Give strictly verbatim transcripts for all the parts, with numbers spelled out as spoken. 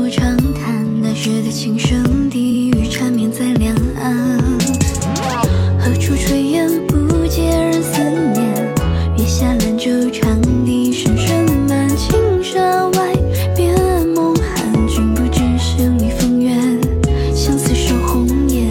我长谈那时的情深地狱缠绵在两岸，何处炊烟不解人思念，月下兰舟长笛声声满，青山外边梦寒，君不知千里风月，相思守红颜。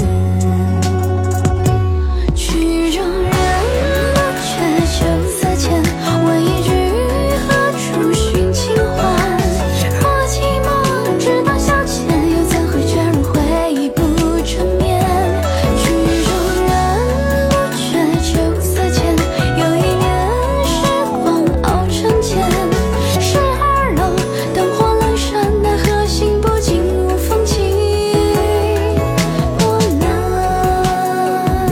曲中人不觉秋色浅，问一句何处寻清欢？若寂寞只当消遣，又怎会卷入回忆不成眠？曲中人不觉秋色浅，有一年时光熬成茧。十二楼灯火阑珊，奈何心不静，无风起波澜。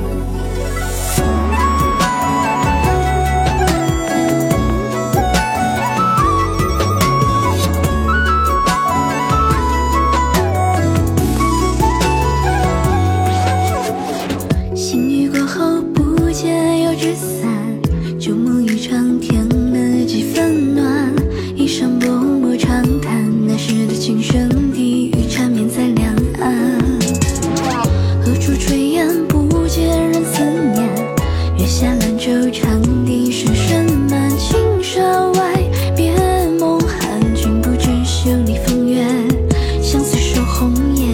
星雨过后不见又聚散，旧梦一场，添了几分暖。一声薄暮长叹，那时的情深地狱缠绵在两岸。何处炊烟不解人思念，月下兰舟长笛声声满，青山外边梦寒，君不知千里风月，相思守红颜。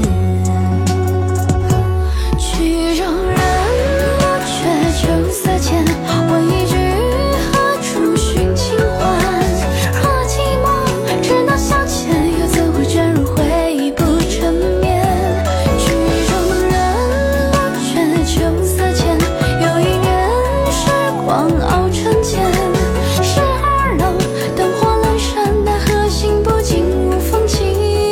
曲中人不觉秋色浅，问一句何处寻清欢？若寂寞只当消遣，又怎会卷入回忆不成眠？曲中人不觉秋色浅，有一年时光熬成茧。十二楼灯火阑珊，奈何心不静，无风起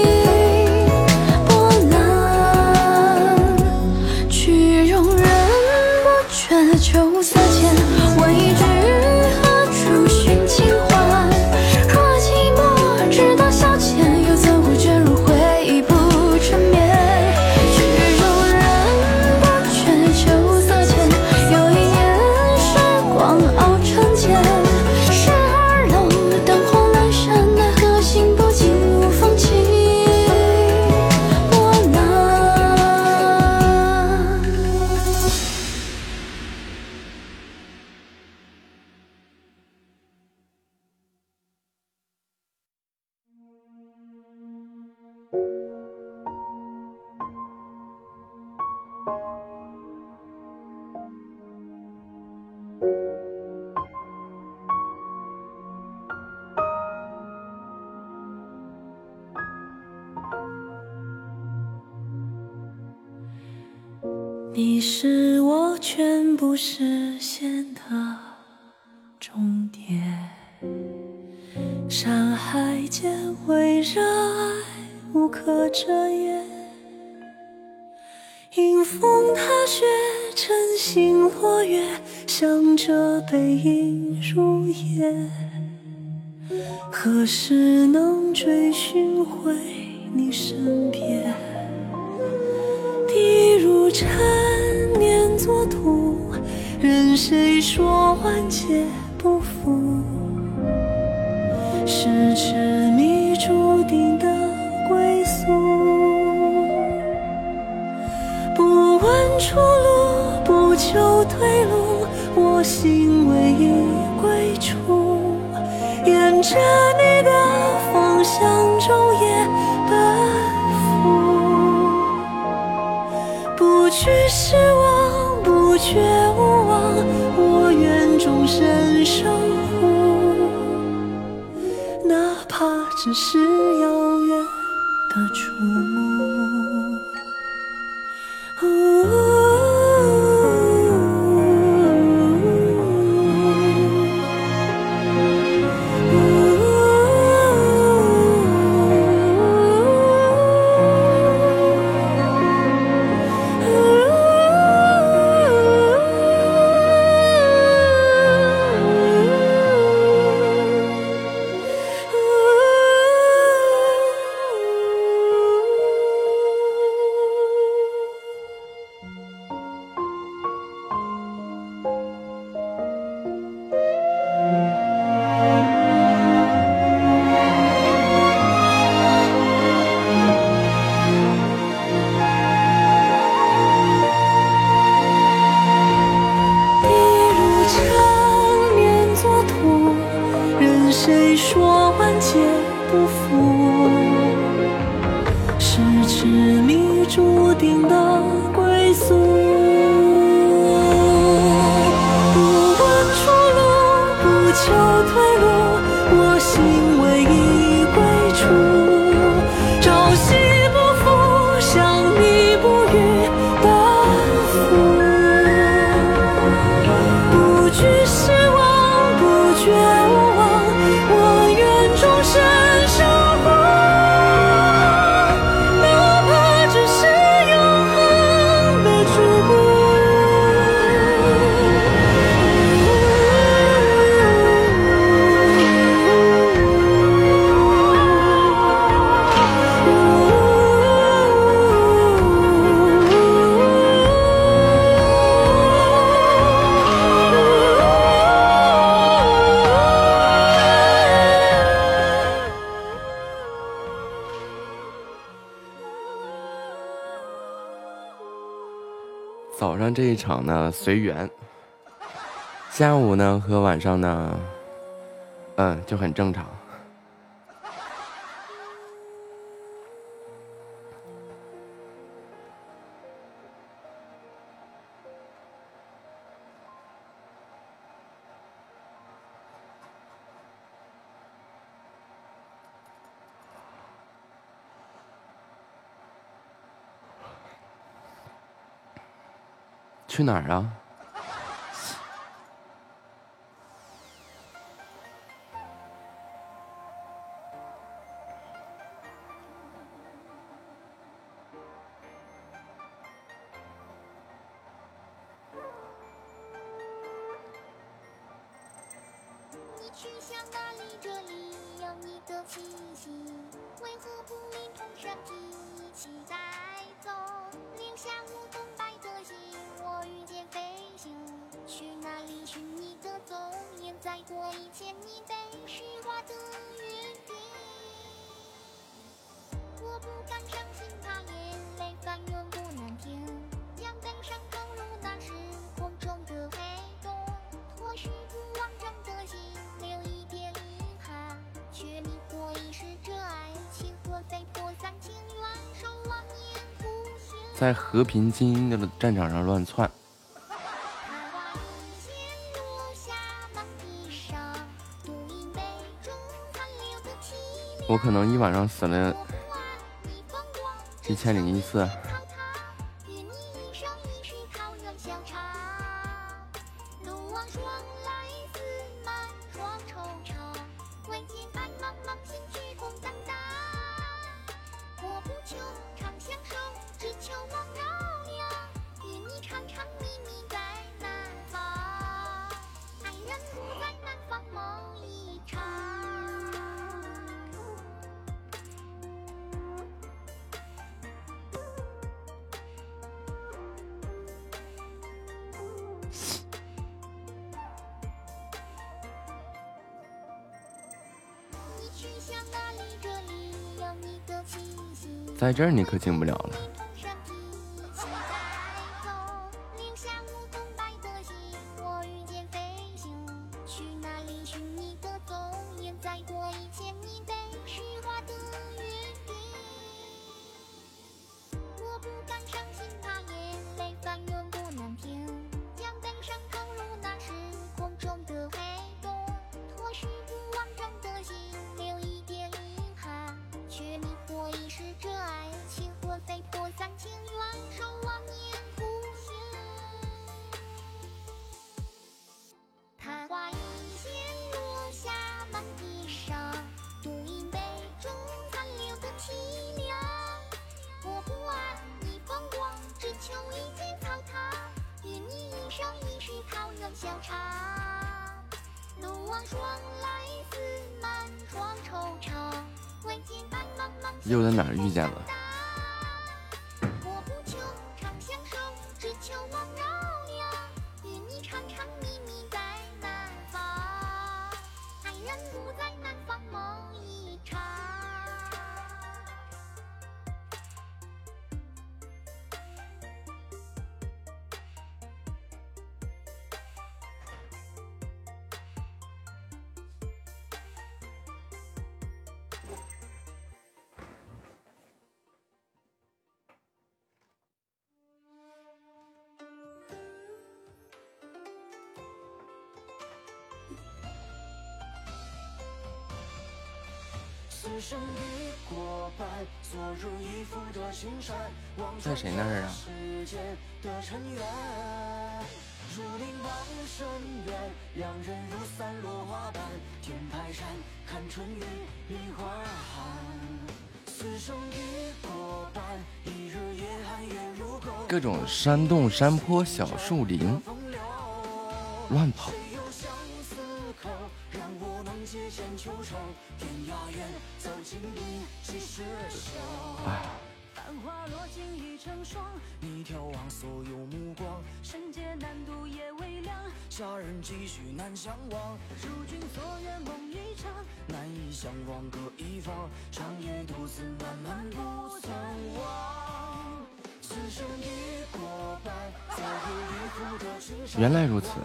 波澜。曲中人不觉秋色浅，问一句何处寻清欢？若寂寞只当消遣，又怎会卷入回忆不成眠？曲中人不觉秋色浅，有一年时光熬成茧。十二楼灯火阑珊，奈何心不静，无风起波澜。 你是我全部实现的终点，山海间为热爱无可遮掩，迎风踏雪，晨星落月，向着背影入眼。何时能追寻回你身边？地如尘，念作土，任谁说万劫不复。是执迷注定的归宿，不问出路，不求退路，我心唯一归处。沿着你的方向昼夜奔赴，不惧失望，不觉无望，我愿终身守护，哪怕只是遥远的触目。 定的归宿。不问出路，不求退路，我心唯一归处。朝夕不负，相依不渝，担负。不惧失望，不觉无望，我愿终身守护，哪怕只是永恒被祝福。 早上这一场呢随缘，下午呢和晚上呢，嗯，就很正常。去哪儿啊？ 你去向哪里？这里有你的气息，为何不连同身体一起带走？留下我空白的心，我遇见飞行，去哪里寻你的踪影？再过一千年被虚化的约定。我不敢相信，怕眼泪翻涌不难停，将登上投入那时空中的黑洞，或许不完整的心留一点遗憾，却迷惑一时这爱情魂飞魄散，情愿守望念孤星。 在和平精英的战场上乱窜。我可能一晚上死了一千零一次。在这儿你可进不了了。又在哪儿遇见了？ 在谁那儿啊？各种山洞、山坡、小树林，乱跑。哎。你眺望所有目光，圣洁难度也微凉，下人继续难相忘，如君所愿梦一场，难以相忘各一方，长夜独自漫漫不曾忘，此生已过半，早已依附着青山，原来如此。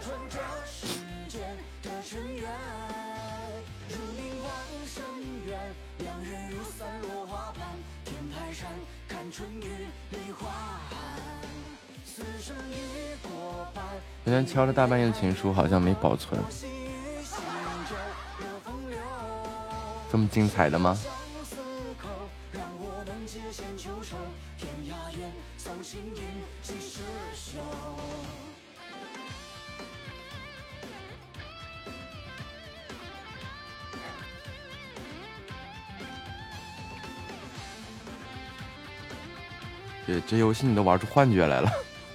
昨天敲了大半夜的情书，好像没保存。这么精彩的吗？这这游戏你都玩出幻觉来了。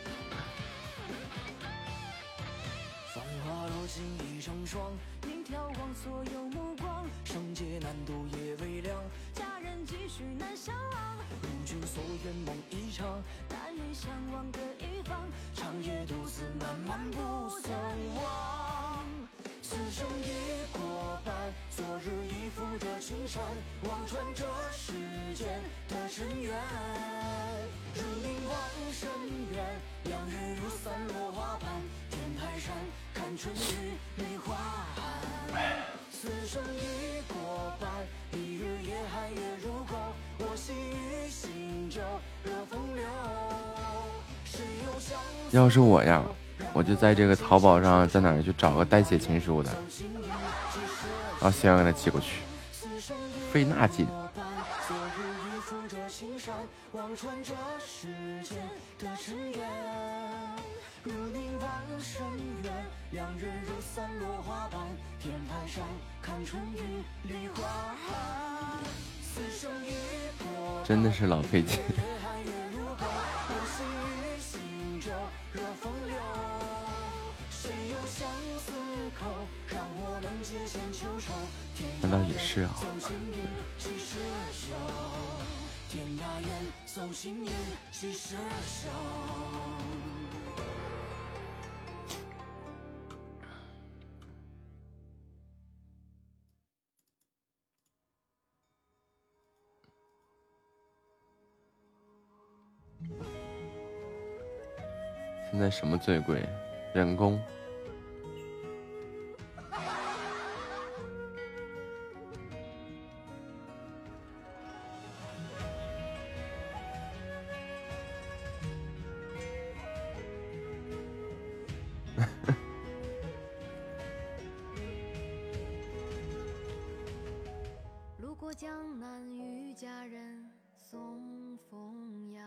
要是我呀，我就在这个淘宝上，在哪儿去找个代写情书的，然后先让给他寄过去，费那劲。真的是老费劲。那倒也是啊。现在什么最贵？人工。 路过江南遇佳人送风雅，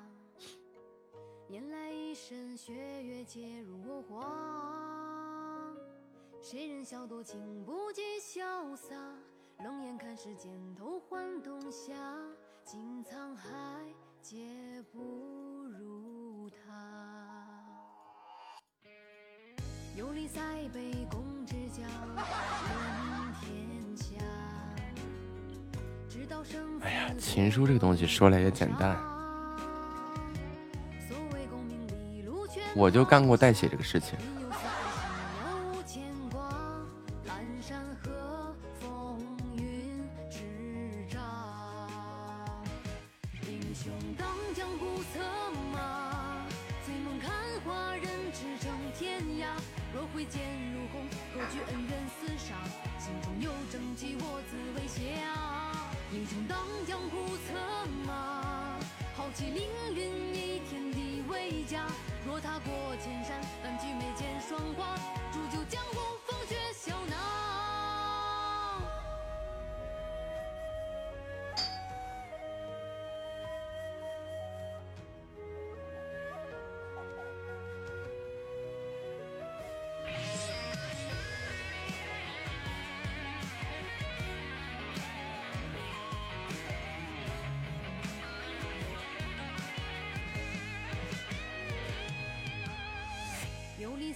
拈来一身雪月皆如我画，谁人笑多情不及潇洒，冷眼看世间头换冬夏，尽沧海皆不如他。游离塞北共之交，论天下。直到生死。 哎呀，情书这个东西说来也简单，我就干过代写这个事情。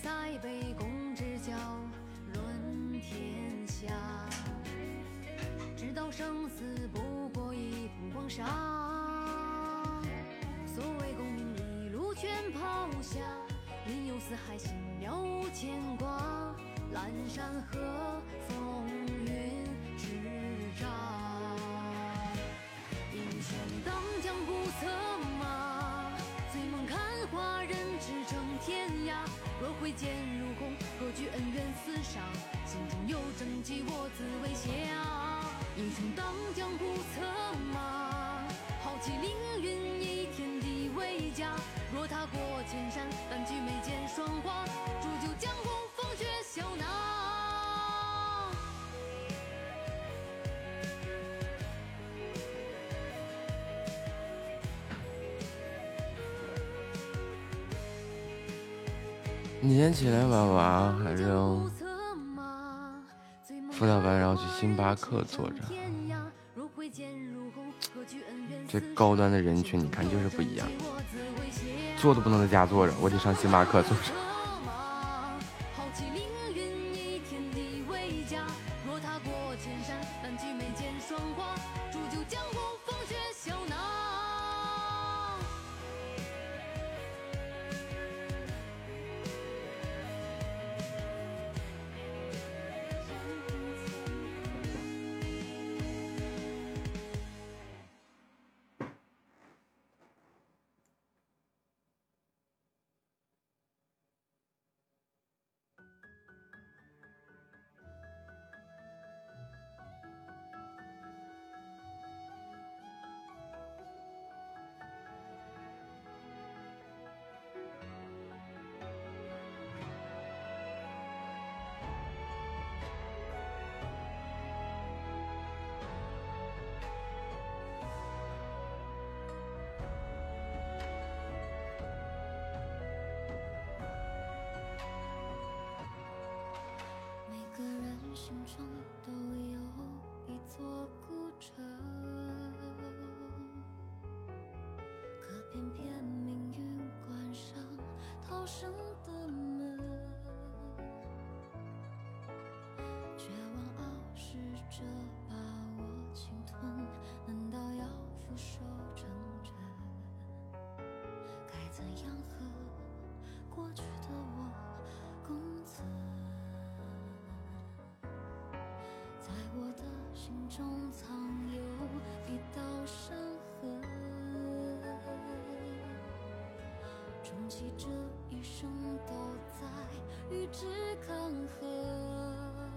在杯弓之交论天下，知道生死不过一捧黄沙。所谓功名利禄全抛下，云游四海心了无牵挂。阑珊河风云之沼，英雄当江湖策马，醉梦看花人驰骋天涯。若挥剑如虹，何惧恩怨厮杀？心中有正气，我自为侠。英雄当江湖策马，豪气凌云，以天地为家。若踏过千山，但举眉间霜华，铸就江湖风雪笑纳。 你先起来玩玩，还是辅导班，然后去星巴克坐着。这高端的人群，你看就是不一样。坐都不能在家坐着，我得上星巴克坐着。 心中都有一座古城，可偏偏命运关上逃生的门，绝望傲视着把我侵吞，难道要俯首称臣？该怎样和过去的我共存？在我的心中藏有一道伤痕，终其这一生都在与之抗衡。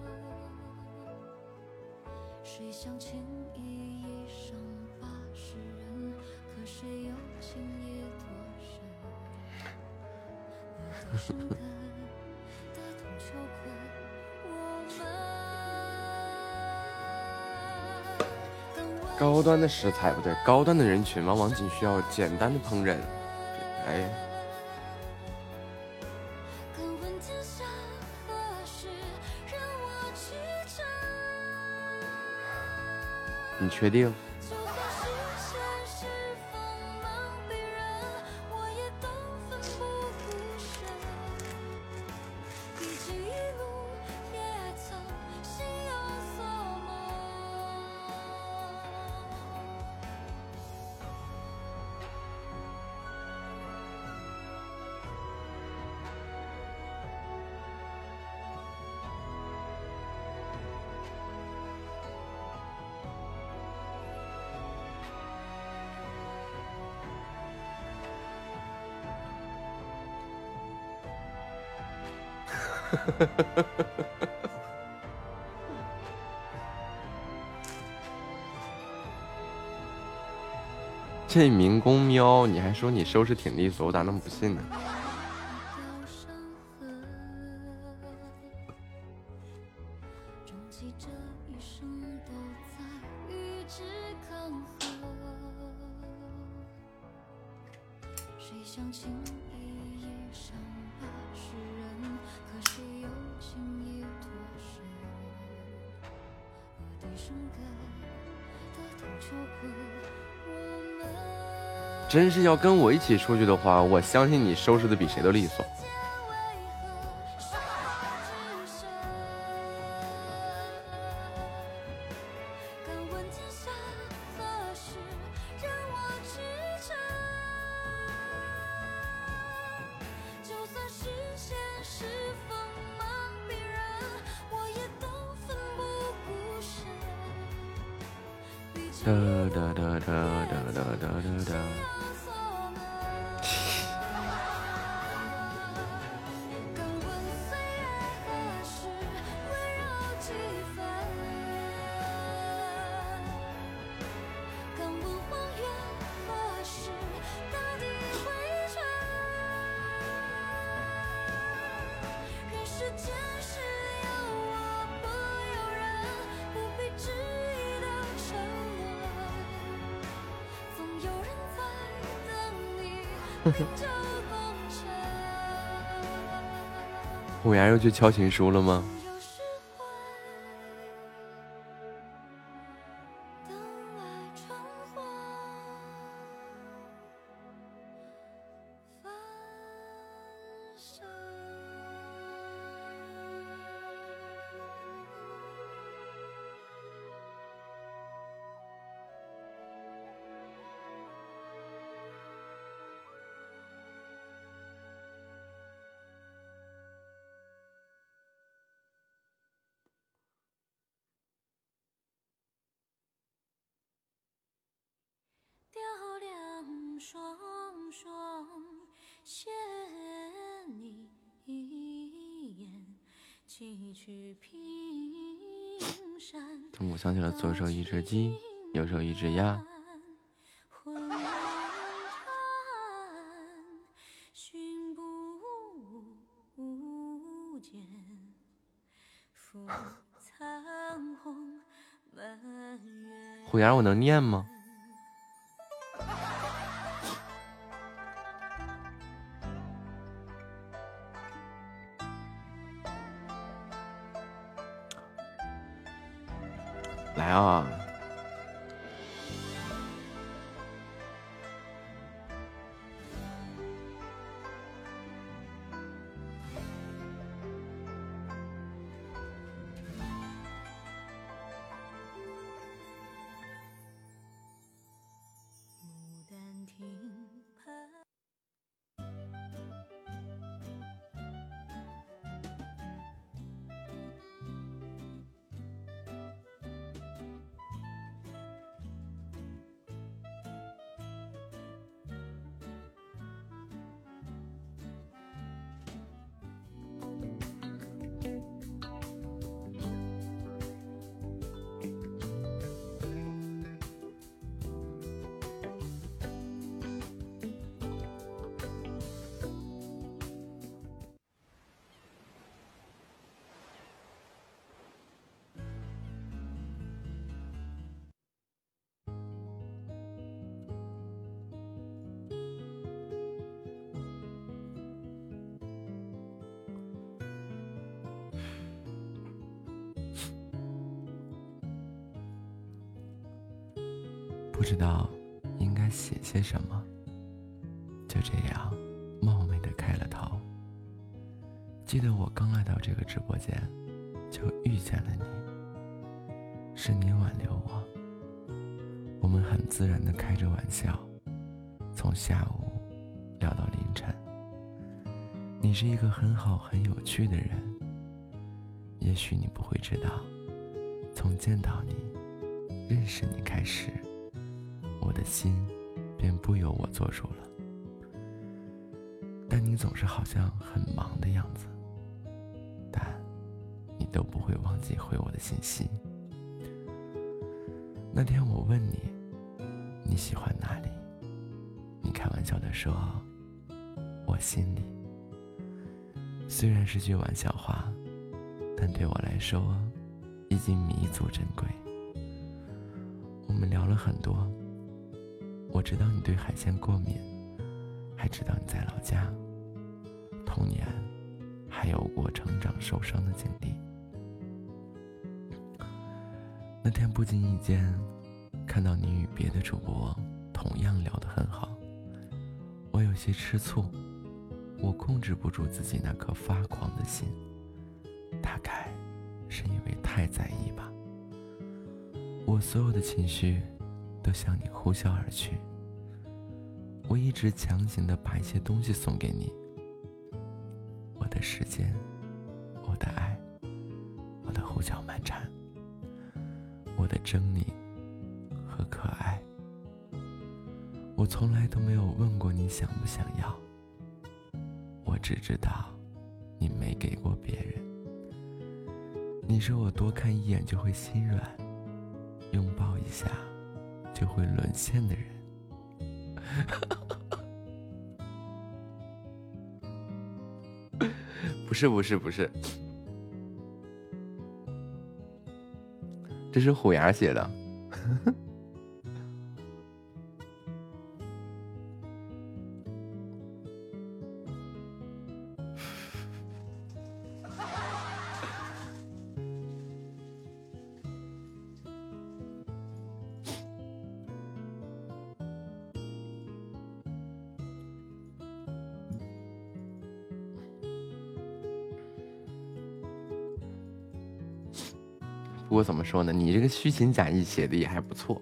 谁想轻易一生把世人，可谁又轻易脱身？我的生根的铜球棍，我们高端的食材不对，高端的人群往往仅需要简单的烹饪。哎，你确定？这民工喵，你还说你收拾挺利索，我咋那么不信呢？真是要跟我一起出去的话，我相信你收拾的比谁都利索。 哒哒哒哒哒哒哒哒哒。虎牙又去敲情书了吗？ 双双携你一眼，崎岖平山。 突然想起了左手一只鸡，右手一只鸭。虎牙，我能念吗？来啊！不知道应该写些什么，就这样冒昧的开了头。记得我刚来到这个直播间，就遇见了你，是你挽留我。我们很自然的开着玩笑，从下午聊到凌晨。你是一个很好很有趣的人，也许你不会知道，从见到你认识你开始，我的心便不由我做主了。但你总是好像很忙的样子，但你都不会忘记回我的信息。那天我问你你喜欢哪里，你开玩笑地说我心里。虽然是句玩笑话，但对我来说已经弥足珍贵。我们聊了很多，我知道你对海鲜过敏，还知道你在老家童年还有过成长受伤的经历。那天不经意间看到你与别的主播同样聊得很好，我有些吃醋，我控制不住自己那颗发狂的心，大概是因为太在意吧。我所有的情绪都向你呼啸而去，我一直强行地把一些东西送给你，我的时间，我的爱，我的胡搅蛮缠，我的狰狞和可爱。我从来都没有问过你想不想要，我只知道你没给过别人。你是我多看一眼就会心软，拥抱一下就会沦陷的人。不是不是不是，这是虎牙写的。不过怎么说呢，你这个虚情假意写的也还不错。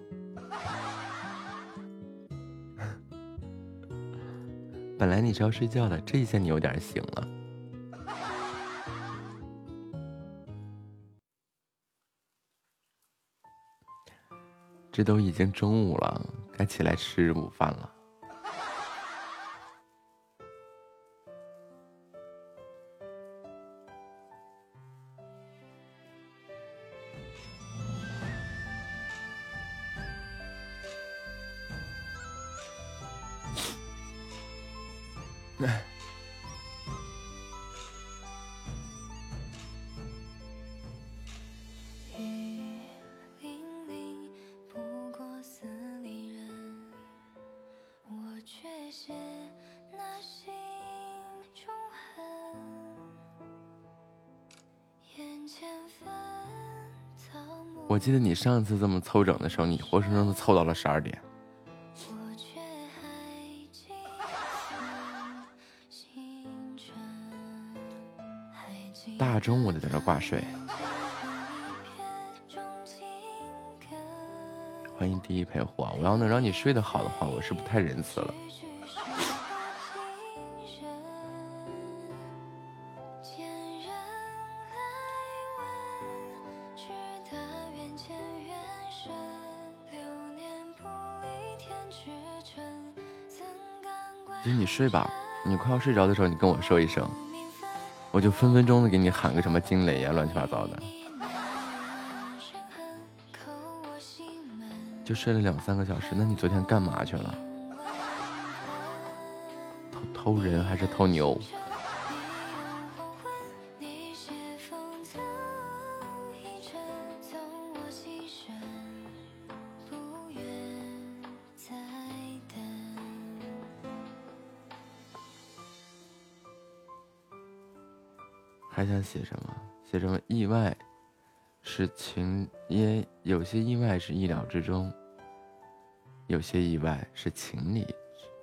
本来你是要睡觉的，这一下你有点醒了。这都已经中午了，该起来吃午饭了。我记得你上次这么凑整的时候，你活生生的凑到了十二点。大中午的在这挂睡。欢迎第一陪护啊！我要能让你睡得好的话，我是不太仁慈了。你睡吧，你快要睡着的时候，你跟我说一声，我就分分钟的给你喊个什么惊雷呀，乱七八糟的。就睡了两三个小时，那你昨天干嘛去了？偷偷人还是偷牛？还想写什么？写什么意外是情也，有些意外是意料之中，有些意外是情理。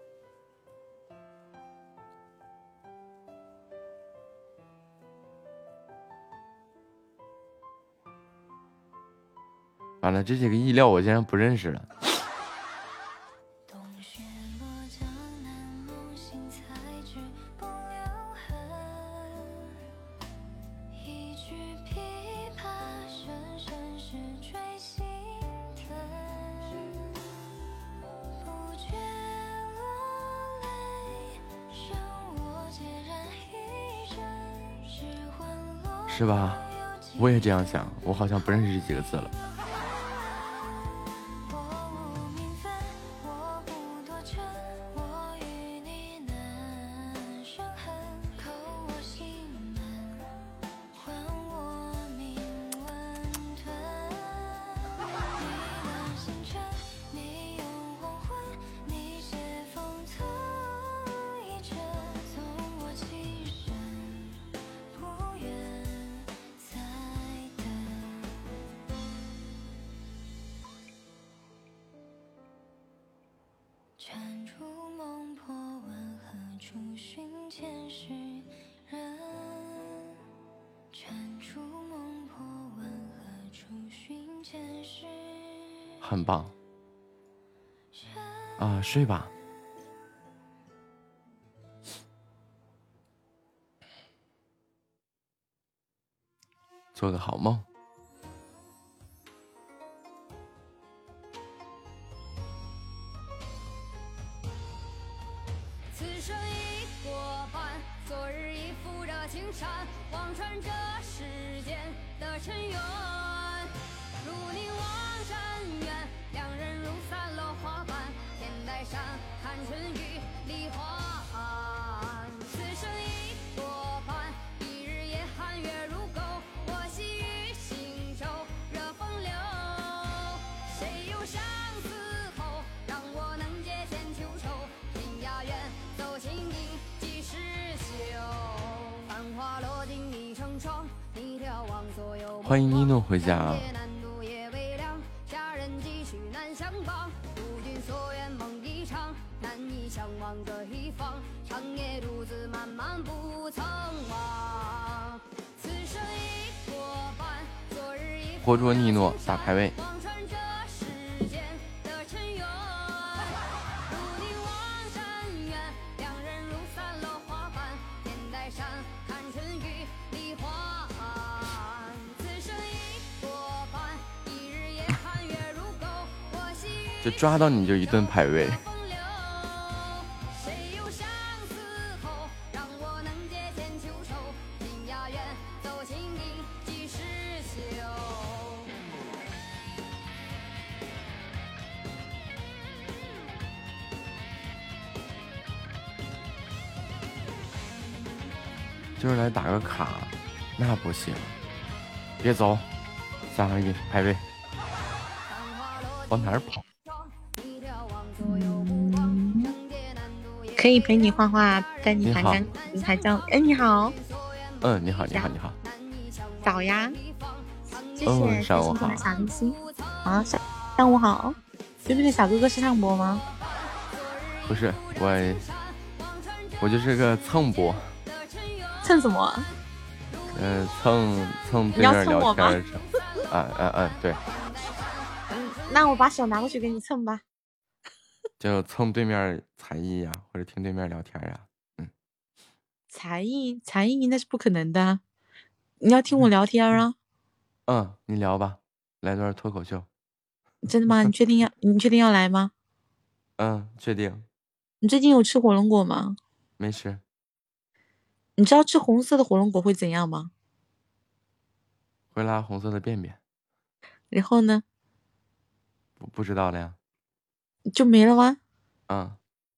完了，这几个意料我竟然不认识了。是吧？我也这样想，我好像不认识这几个字了。很棒啊，睡吧。做个好梦。 生已过半，昨日已负着青山，望穿这世间的尘缘。如凝望山远，两人如散落花瓣，天台山看春雨梨花寒。此生已过半，一日夜寒月如钩，我系于心中热风流。谁有相思口，让我能借千秋愁，天涯远，走秦岭几时休？繁华落尽一城窗，你眺望所有。 欢迎妮诺回家啊！ 佳人几许难相帮，如君所愿梦一场，难以相忘这一方，长夜独自漫漫不曾忘。此生已过半，昨日已活捉妮诺打排位。 望穿这世间的尘缘，如凝望山远，两人如散落花瓣，天台山看春雨梨花寒。此生已过半，一日夜寒月如钩，我系于就抓到你就一顿排位。 谁有相思口，让我能借千秋愁，天涯远，走秦岭几时休？ 就是来打个卡，那不行，别走，下回给排位。往哪儿跑？ 可以陪你画画，带你弹钢琴，还叫哎你好。 嗯，你好，你好，你好。 早呀，谢谢。 嗯，上午好。 小明星啊，上上午好。对面的小哥哥是唱播吗？ 不是，我我就是个蹭播。 蹭什么？ 呃，蹭蹭对面聊天是。啊啊啊！对。 嗯，那我把手拿过去给你蹭吧。 就蹭对面才艺呀、啊，或者听对面聊天呀、啊。嗯， 才艺才艺那是不可能的，你要听我聊天啊。 嗯，你聊吧，来段脱口秀。 真的吗？你确定要你确定要来吗？ 嗯，确定。 你最近有吃火龙果吗？ 没吃。 你知道吃红色的火龙果会怎样吗？ 会拉红色的便便。 然后呢？ 不不知道了呀。 就没了吗？ 嗯。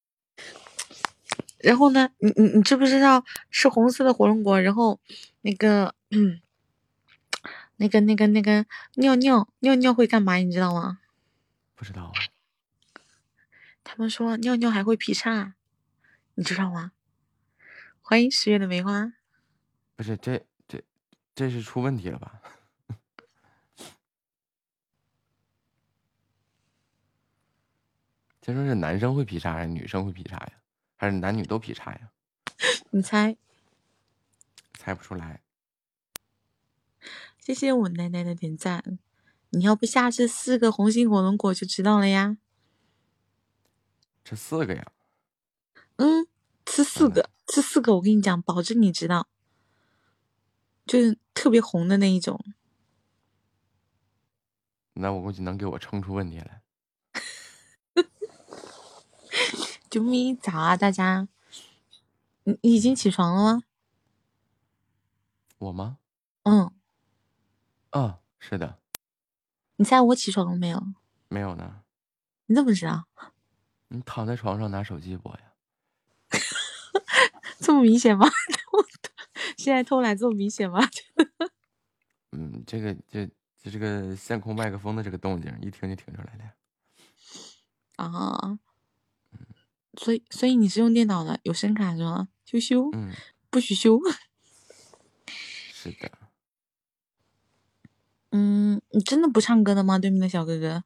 然后呢？你你你知不知道吃红色的火龙果，然后那个嗯，那个那个那个尿尿尿尿会干嘛？你知道吗？ 不知道。 他们说尿尿还会劈叉，你知道吗？欢迎十月的梅花。 不是，这这这是出问题了吧？这说是男生会劈叉还是女生会劈叉呀？还是男女都劈叉呀？ 你猜？ 猜不出来。 谢谢我奶奶的点赞。你要不下次四个红心火龙果就知道了呀。 这四个呀？ 嗯，吃四个，嗯、吃四个，我跟你讲，保证你知道，就是特别红的那一种。 那我估计能给我撑出问题来。 啾咪早啊，大家！你你已经起床了吗？ 我吗？ 嗯。 哦，是的。 你猜我起床了没有？ 没有呢。 你怎么知道？ 你躺在床上拿手机播呀。 这么明显吗？现在偷懒这么明显吗？ 嗯，这个这这这个线控麦克风的这个动静，一听就听出来了。 啊。所以，所以你是用电脑的，有声卡是吗？羞羞， 嗯， 不许羞。 是的。 嗯，你真的不唱歌的吗？对面的小哥哥。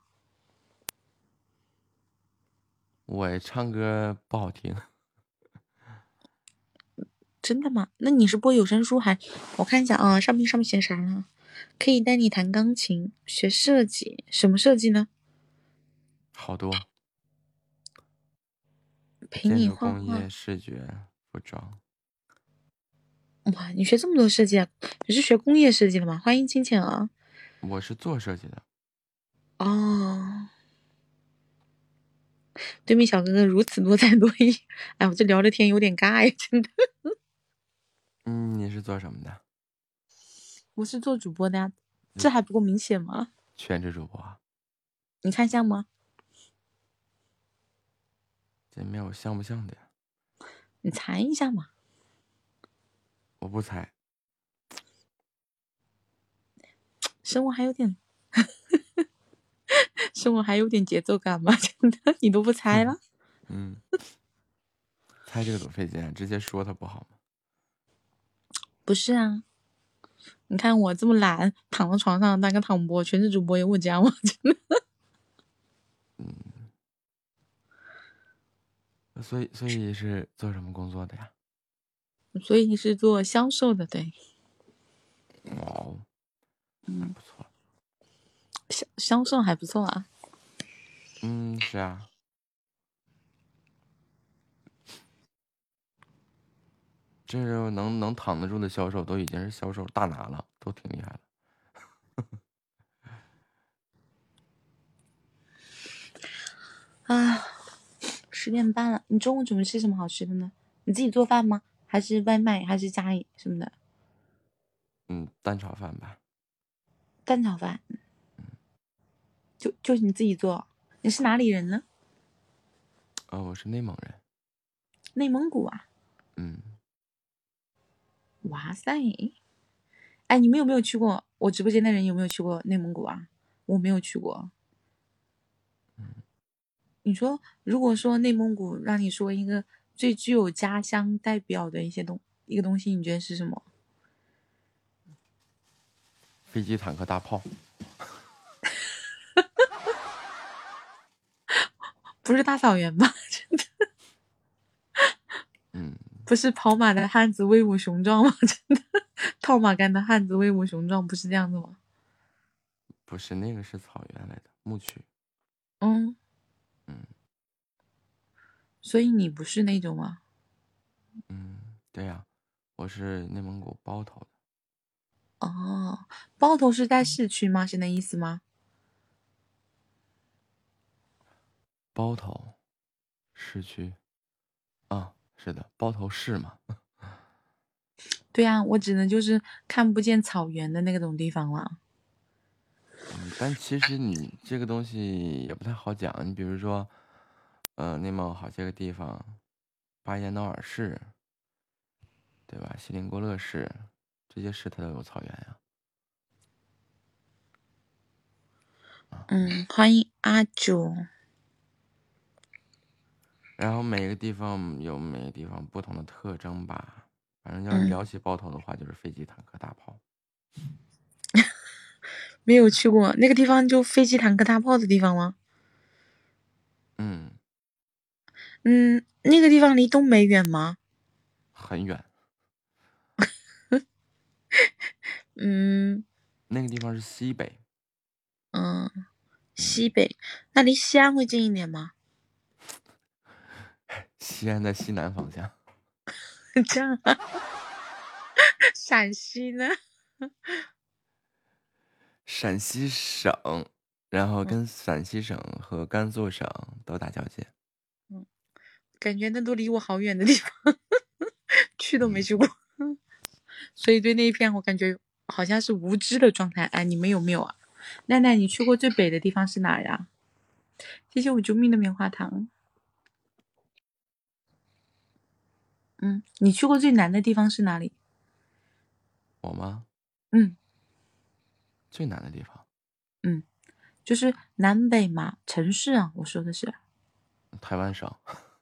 我唱歌不好听。 真的吗？那你是播有声书还？我看一下啊，上面上面写啥了？可以带你弹钢琴，学设计，什么设计呢？ 好多。 陪你画画。工业、视觉、服装。 哇，你学这么多设计啊？你是学工业设计的吗？欢迎金钱啊！ 我是做设计的。 哦。 对面小哥哥如此多才多艺，哎，我这聊的天有点尬呀，真的。 嗯，你是做什么的？ 我是做主播的呀，这还不够明显吗？ 全职主播啊？ 你看像吗？ 这面我像不像的呀？ 你猜一下嘛。 我不猜。 生活还有点，生活还有点节奏感吗？真的，你都不猜了？ 嗯，猜这个多费劲啊！直接说他不好吗？ 不是啊，你看我这么懒，躺在床上当个躺播，全职主播有我家吗？真的。 嗯，所以所以是做什么工作的呀？ 所以你是做销售的，对。 哦， 嗯， 不错。 销销售还不错啊。 嗯，是啊。这能能躺得住的销售都已经是销售大拿了，都挺厉害了。 啊，十点半了，你中午准备吃什么好吃的呢？你自己做饭吗？还是外卖？还是家里什么的？ 嗯，蛋炒饭吧。 蛋炒饭。就就是你自己做？你是哪里人呢？ 哦，我是内蒙人。 内蒙古啊。 嗯。 哇塞！哎，你们有没有去过？我直播间的人有没有去过内蒙古啊？我没有去过。 嗯。 你说，如果说内蒙古让你说一个最具有家乡代表的一些东一个东西，你觉得是什么？ 飞机、坦克、大炮。 不是大草原吧？真的。 嗯。 不是跑马的汉子威武雄壮吗？真的，套马杆的汉子威武雄壮，不是这样子吗？ 不是，那个是草原来的牧区。 嗯。 嗯。 所以你不是那种吗？ 嗯，对呀、啊，我是内蒙古包头的。 哦，包头是在市区吗？是那意思吗？ 包头，市区。啊，是的，包头市嘛。 对啊，我指的就是看不见草原的那种地方了。 嗯，但其实你这个东西也不太好讲。你比如说，呃，内蒙好些个地方，巴彦淖尔市，对吧？锡林郭勒市，这些市它都有草原呀。啊、 嗯，欢迎阿九。 然后每个地方有每个地方不同的特征吧。反正要是聊起包头的话，就是飞机、坦克、大炮。 没有去过那个地方，就飞机、坦克、大炮的地方吗？ 嗯。 嗯，那个地方离东北远吗？ 很远。 嗯。 那个地方是西北。 嗯，西北，那离西安会近一点吗？ 西安在西南方向。 这样啊。陕西呢？ 陕西省，然后跟陕西省和甘肃省都打交界。 嗯，感觉那都离我好远的地方，去都没去过，所以对那一片我感觉好像是无知的状态。哎，你们有没有啊？奈奈，你去过最北的地方是哪呀？谢谢我救命的棉花糖。嗯，你去过最南的地方是哪里？ 我吗？ 嗯。 最南的地方。 嗯，就是南北嘛，城市啊，我说的是。 台湾省。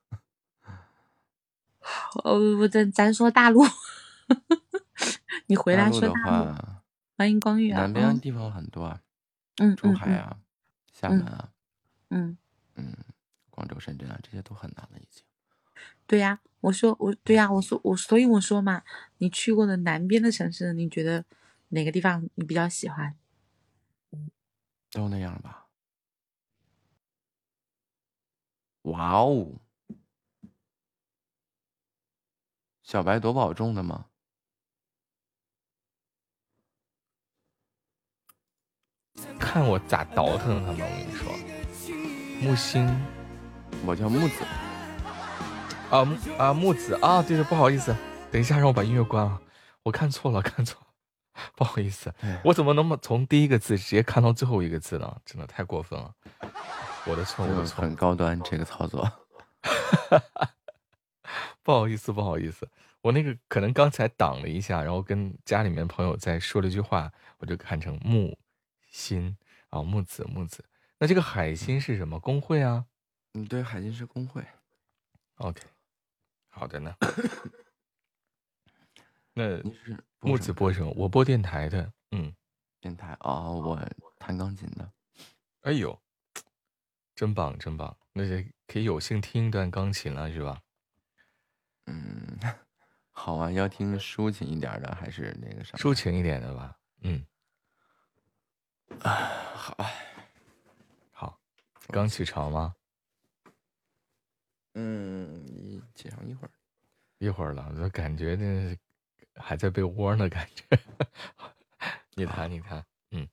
哦，我咱咱说大陆。你回来说大陆的大陆。 话， 欢迎光遇啊。 南边地方很多啊。 嗯珠海啊， 嗯厦门啊。 嗯嗯，广州、深圳啊，这些都很难了已经。 对呀、啊，我说我对呀、啊，我说我所以我说嘛，你去过的南边的城市，你觉得哪个地方你比较喜欢？ 都那样吧。哇哦，小白多保重的吗？ 看我咋倒腾他们！我跟你说，木星我叫木子。 啊木啊木子啊，对对，不好意思，等一下让我把音乐关了，我看错了，看错了，不好意思，我怎么能从第一个字直接看到最后一个字呢？真的太过分了，我的错，我的错， 很高端这个操作。 不好意思，不好意思，我那个可能刚才挡了一下，然后跟家里面朋友在说了一句话，我就看成木心啊，木子木子。那这个海星是什么工会啊？ 嗯，对，海星是工会。 OK， 好的呢。那你是木子播什么？我播电台的，嗯， 电台哦，我弹钢琴的。 哎呦，真棒真棒，那就可以有幸听一段钢琴了，是吧？ 嗯，好啊，要听抒情一点的还是那个啥？ 抒情一点的吧，嗯。 啊，好， 好，刚起床吗？ 嗯，起床一会儿， 一会儿了，我感觉那还在被窝呢，感觉。你弹，你弹，嗯，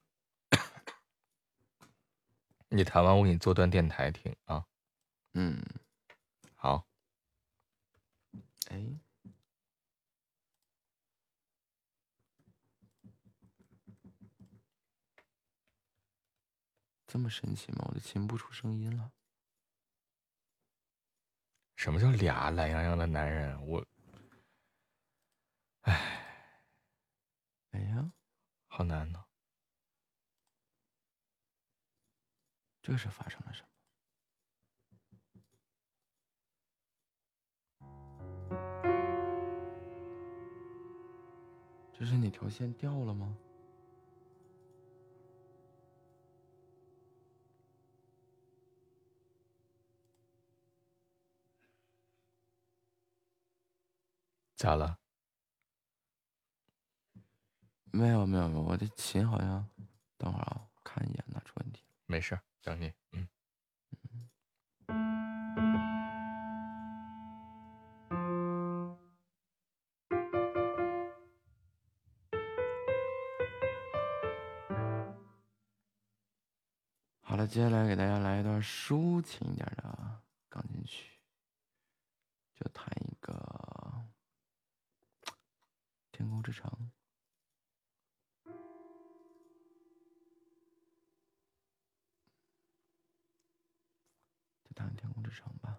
你弹完我给你做段电台听啊。 嗯， 好。 哎，这么神奇吗？我的琴不出声音了。 什么叫俩懒洋洋的男人？我，哎， 哎呀， 好难呢。 这是发生了什么？这是哪条线掉了吗？ 咋了？ 没有没有没有，我的琴好像，等会儿啊，看一眼哪出问题。 没事，等你，嗯。 好了，接下来给大家来一段抒情一点的钢琴曲，就弹一个《天空之城》。就弹《天空之城》吧。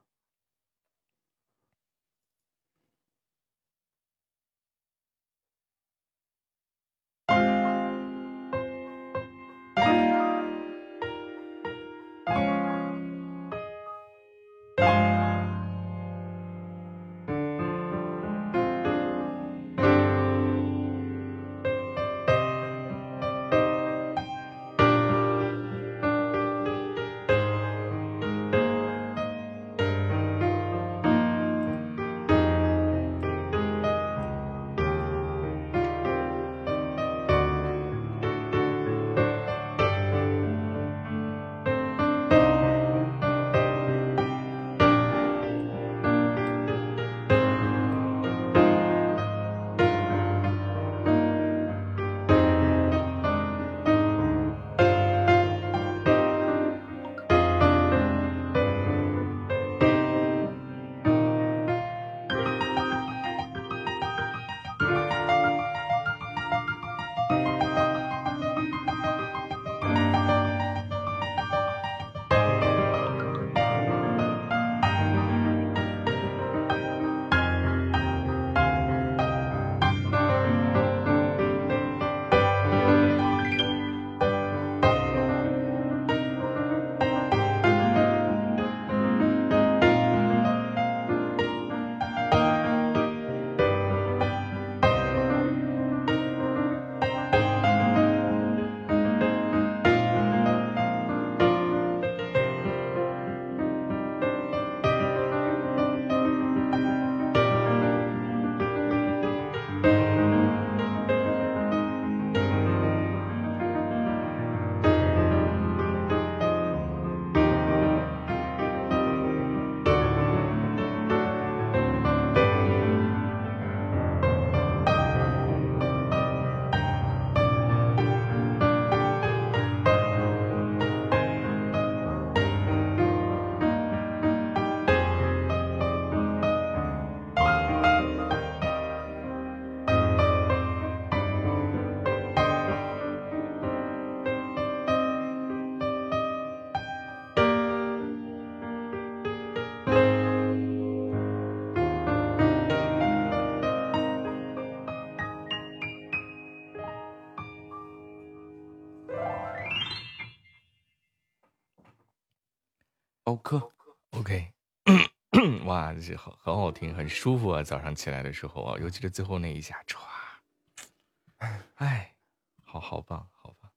哦，课 OK。哇，这很很好听，很舒服啊！早上起来的时候啊，尤其是最后那一下，唰，哎，好好棒，好棒！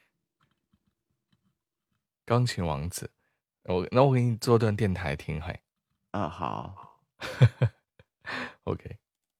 钢琴王子，我那我给你做段电台听，嘿。 啊，好。 OK。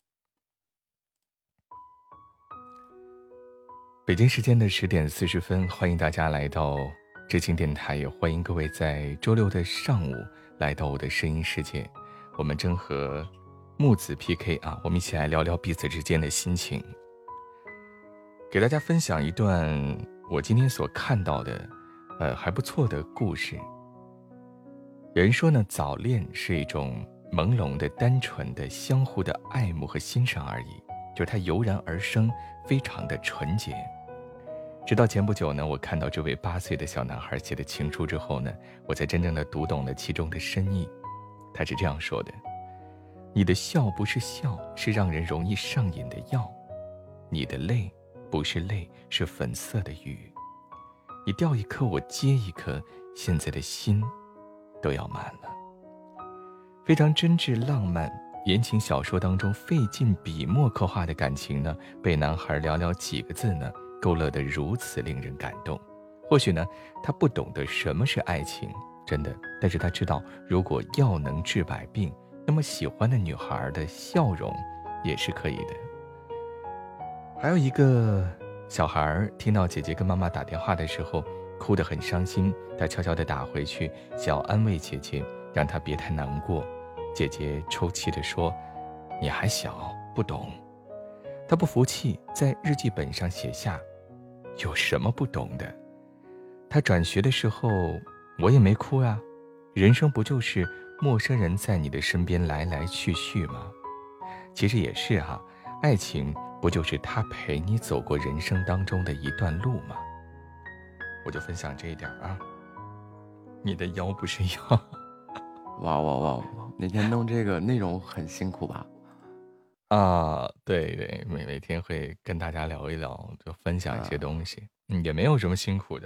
北京时间的十点四十分，欢迎大家来到知青电台，也欢迎各位在周六的上午来到我的声音世界。我们正和木子 P K 啊，我们一起来聊聊彼此之间的心情。给大家分享一段我今天所看到的，呃，还不错的故事。有人说呢，早恋是一种朦胧的、单纯的、相互的爱慕和欣赏而已，就是它油然而生，非常的纯洁。直到前不久呢，我看到这位八岁的小男孩写的情书之后呢，我才真正的读懂了其中的深意。他是这样说的：你的笑不是笑，是让人容易上瘾的药；你的泪不是泪，是粉色的雨。你掉一颗，我接一颗，现在的心都要满了。非常真挚浪漫，言情小说当中费尽笔墨刻画的感情呢，被男孩寥寥几个字呢，勾勒得如此令人感动。或许呢，他不懂得什么是爱情，真的，但是他知道，如果药能治百病，那么喜欢的女孩的笑容也是可以的。还有一个小孩听到姐姐跟妈妈打电话的时候，哭得很伤心，他悄悄地打回去，想要安慰姐姐，让她别太难过。姐姐抽泣地说：你还小，不懂。他不服气，在日记本上写下：有什么不懂的？他转学的时候我也没哭啊，人生不就是陌生人在你的身边来来去去吗？其实也是哈、啊，爱情不就是他陪你走过人生当中的一段路吗？我就分享这一点啊。你的腰不是腰。 哇哇哇！那天弄这个内容很辛苦吧？ 啊，对对，每每天会跟大家聊一聊，就分享一些东西，嗯，也没有什么辛苦的。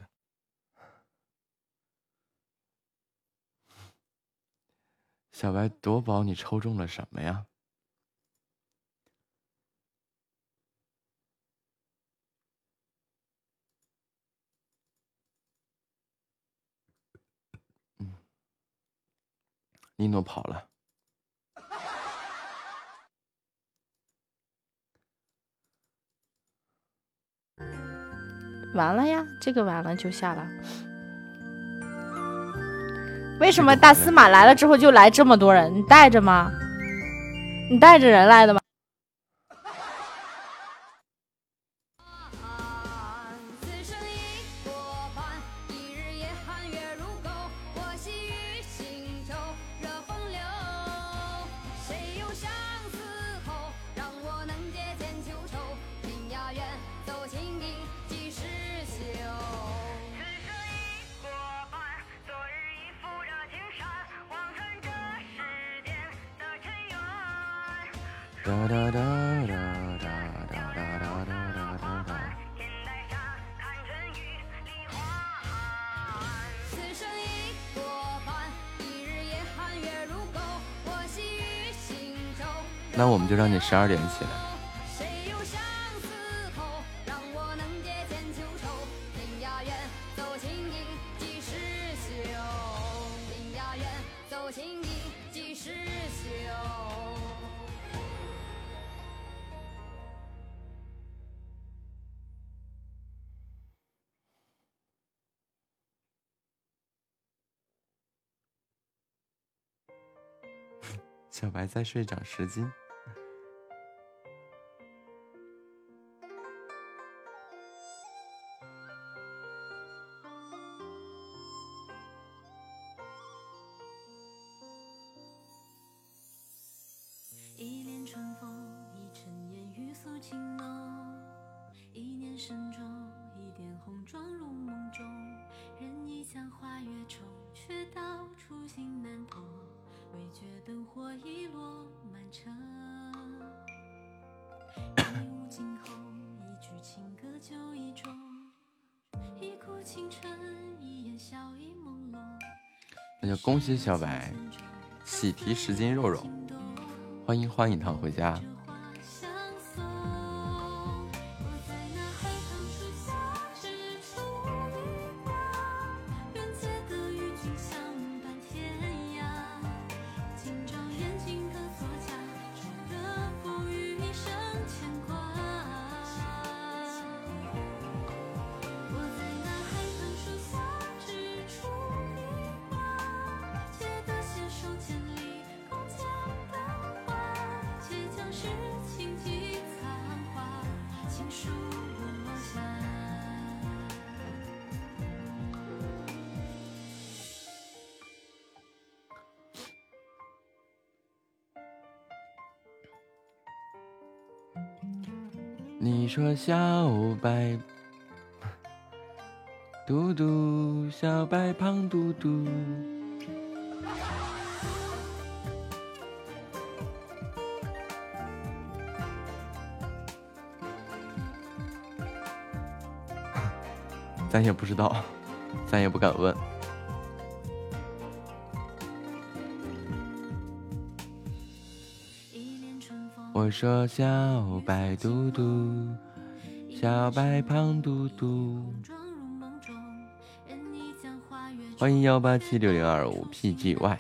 小白夺宝，你抽中了什么呀？嗯，尼诺跑了。 完了呀，这个完了就下了。为什么大司马来了之后就来这么多人？你带着吗？你带着人来的吗？ 哒哒哒哒哒哒哒哒哒哒哒。那我们就让你十二点起来。小白再睡长十斤。 一帘春风，一尘烟雨诉情浓。一念深中，一点红妆入梦中。人已将花月重，却道初心难同。未觉灯火已落满城。一无尽后，一句情歌就一种。一哭倾城，一眼笑意朦胧。 那就恭喜小白喜提十斤肉肉，欢迎欢一趟回家。你说小白嘟嘟，小白胖嘟嘟，咱也不知道，咱也不敢问。我说小白嘟嘟，小白胖嘟嘟。欢迎幺八七六零二五 P G Y。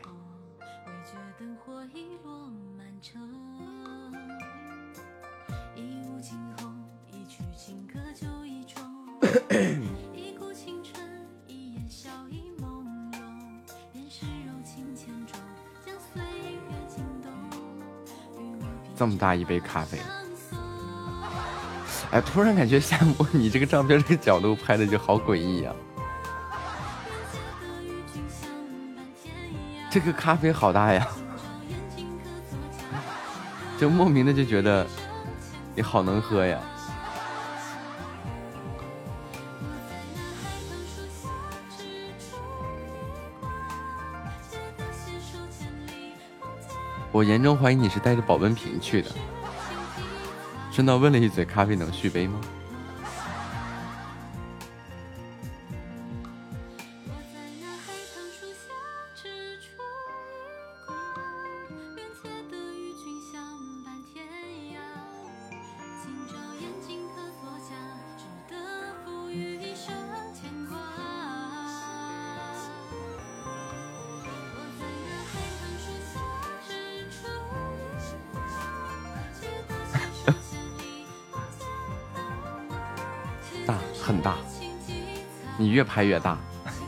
这么大一杯咖啡，哎，突然感觉夏沫，你这个照片这个角度拍的就好诡异呀、这个咖啡好大呀，就莫名的就觉得你好能喝呀。我严重怀疑你是带着保温瓶去的。顺道问了一嘴，咖啡能续杯吗？越拍越大。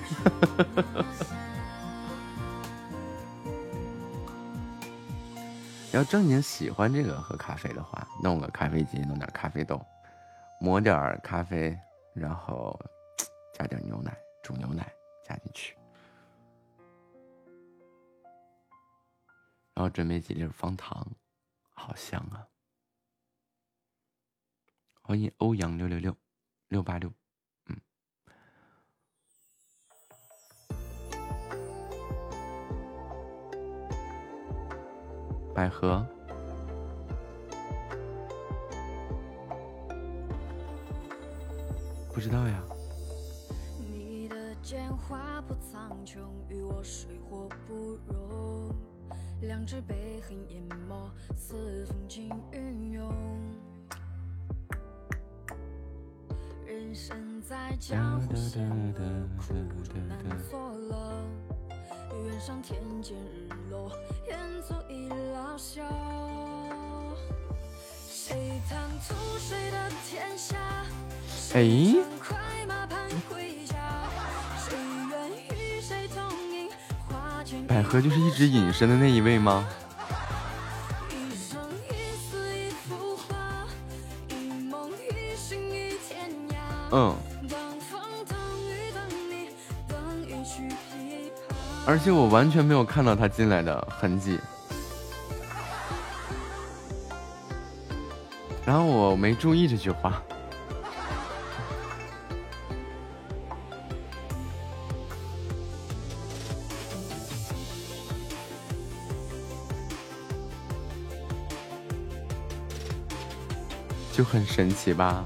要正经喜欢这个喝咖啡的话，弄个咖啡机，弄点咖啡豆，磨点咖啡，然后加点牛奶，煮牛奶加进去，然后准备几粒方糖，好香啊！欢迎欧阳六六六六八六。百合，不知道呀。 你的剑花不苍穹，与我水火不容。两只被恨淹没，似风景云涌。人生在江湖险恶，苦中难作乐。愿上天见日落，愿做一老朽。谁贪图谁的天下？ 哎， 快马盘回家。谁愿与谁同饮？花间百合就是一直隐身的那一位吗？ 一生一死一幅画，一梦一醒一天涯。 嗯。而且我完全没有看到他进来的痕迹，然后我没注意这句话。就很神奇吧。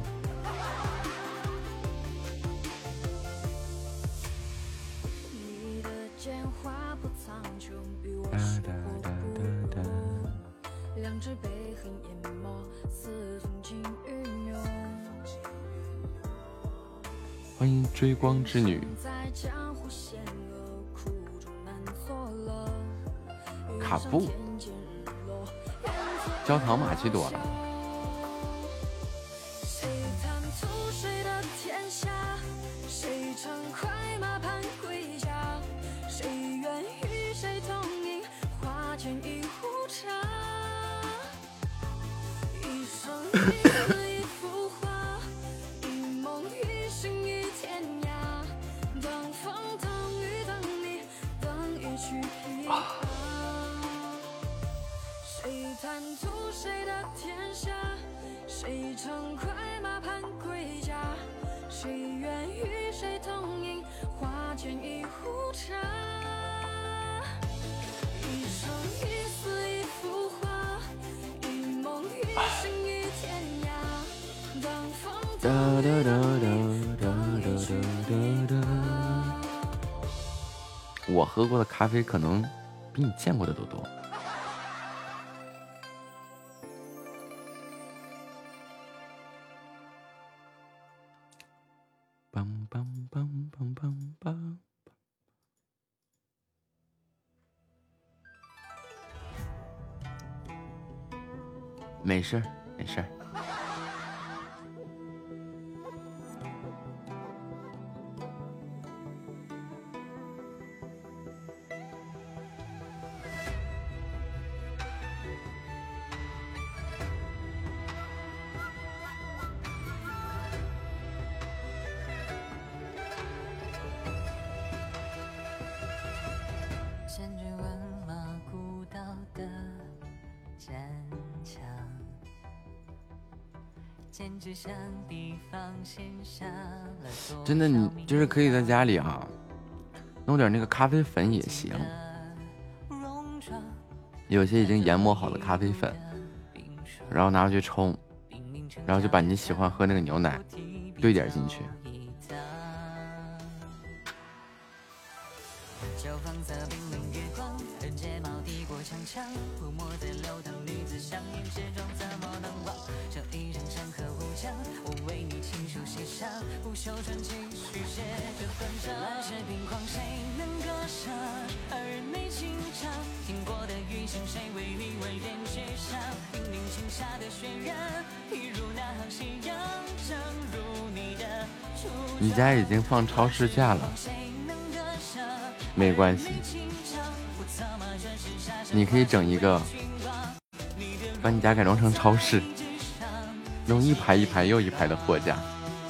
欢迎追光之女。卡布，焦糖玛奇朵。哒哒哒哒哒哒哒哒。我喝过的咖啡可能比你见过的都多。梆梆梆梆梆梆。没事儿，没事儿。真的，你就是可以在家里啊，弄点那个咖啡粉也行。有些已经研磨好的咖啡粉，然后拿回去冲，然后就把你喜欢喝那个牛奶兑点进去。你家已经放超市价了，没关系，你可以整一个，把你家改装成超市，弄一排一排又一排的货架。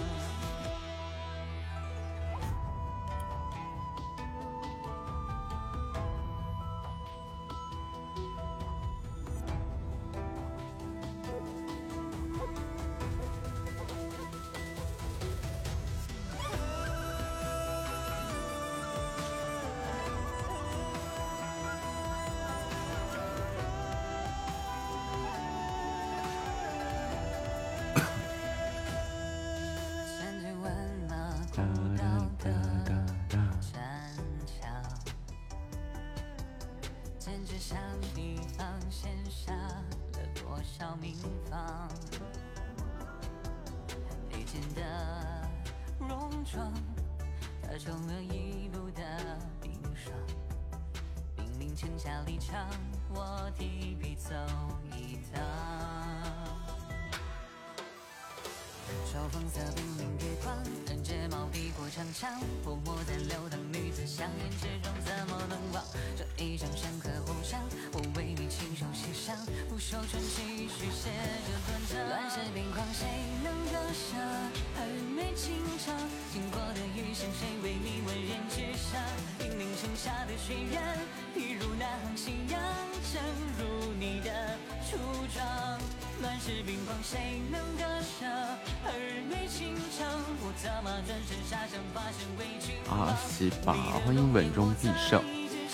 啊，喜吧，欢迎稳中必胜。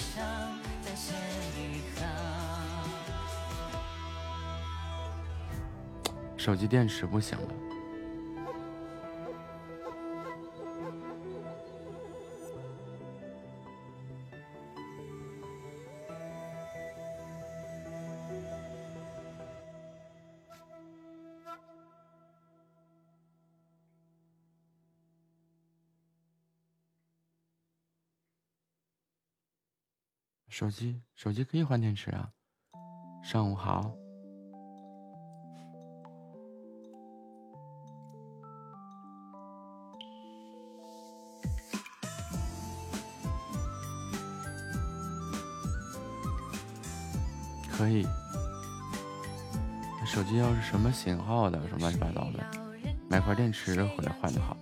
手机电池不行了。 手机手机可以换电池啊。上午好。可以。手机要是什么型号的，什么乱七八糟的，买块电池回来换就好。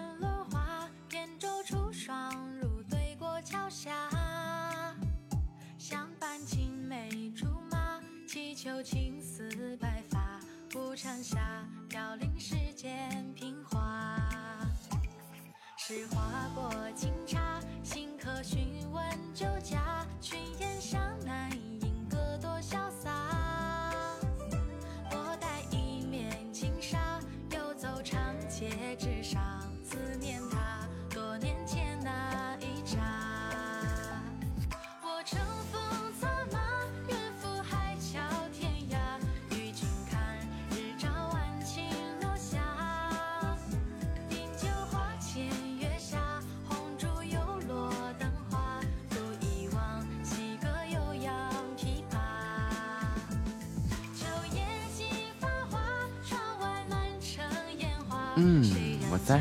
嗯，我在。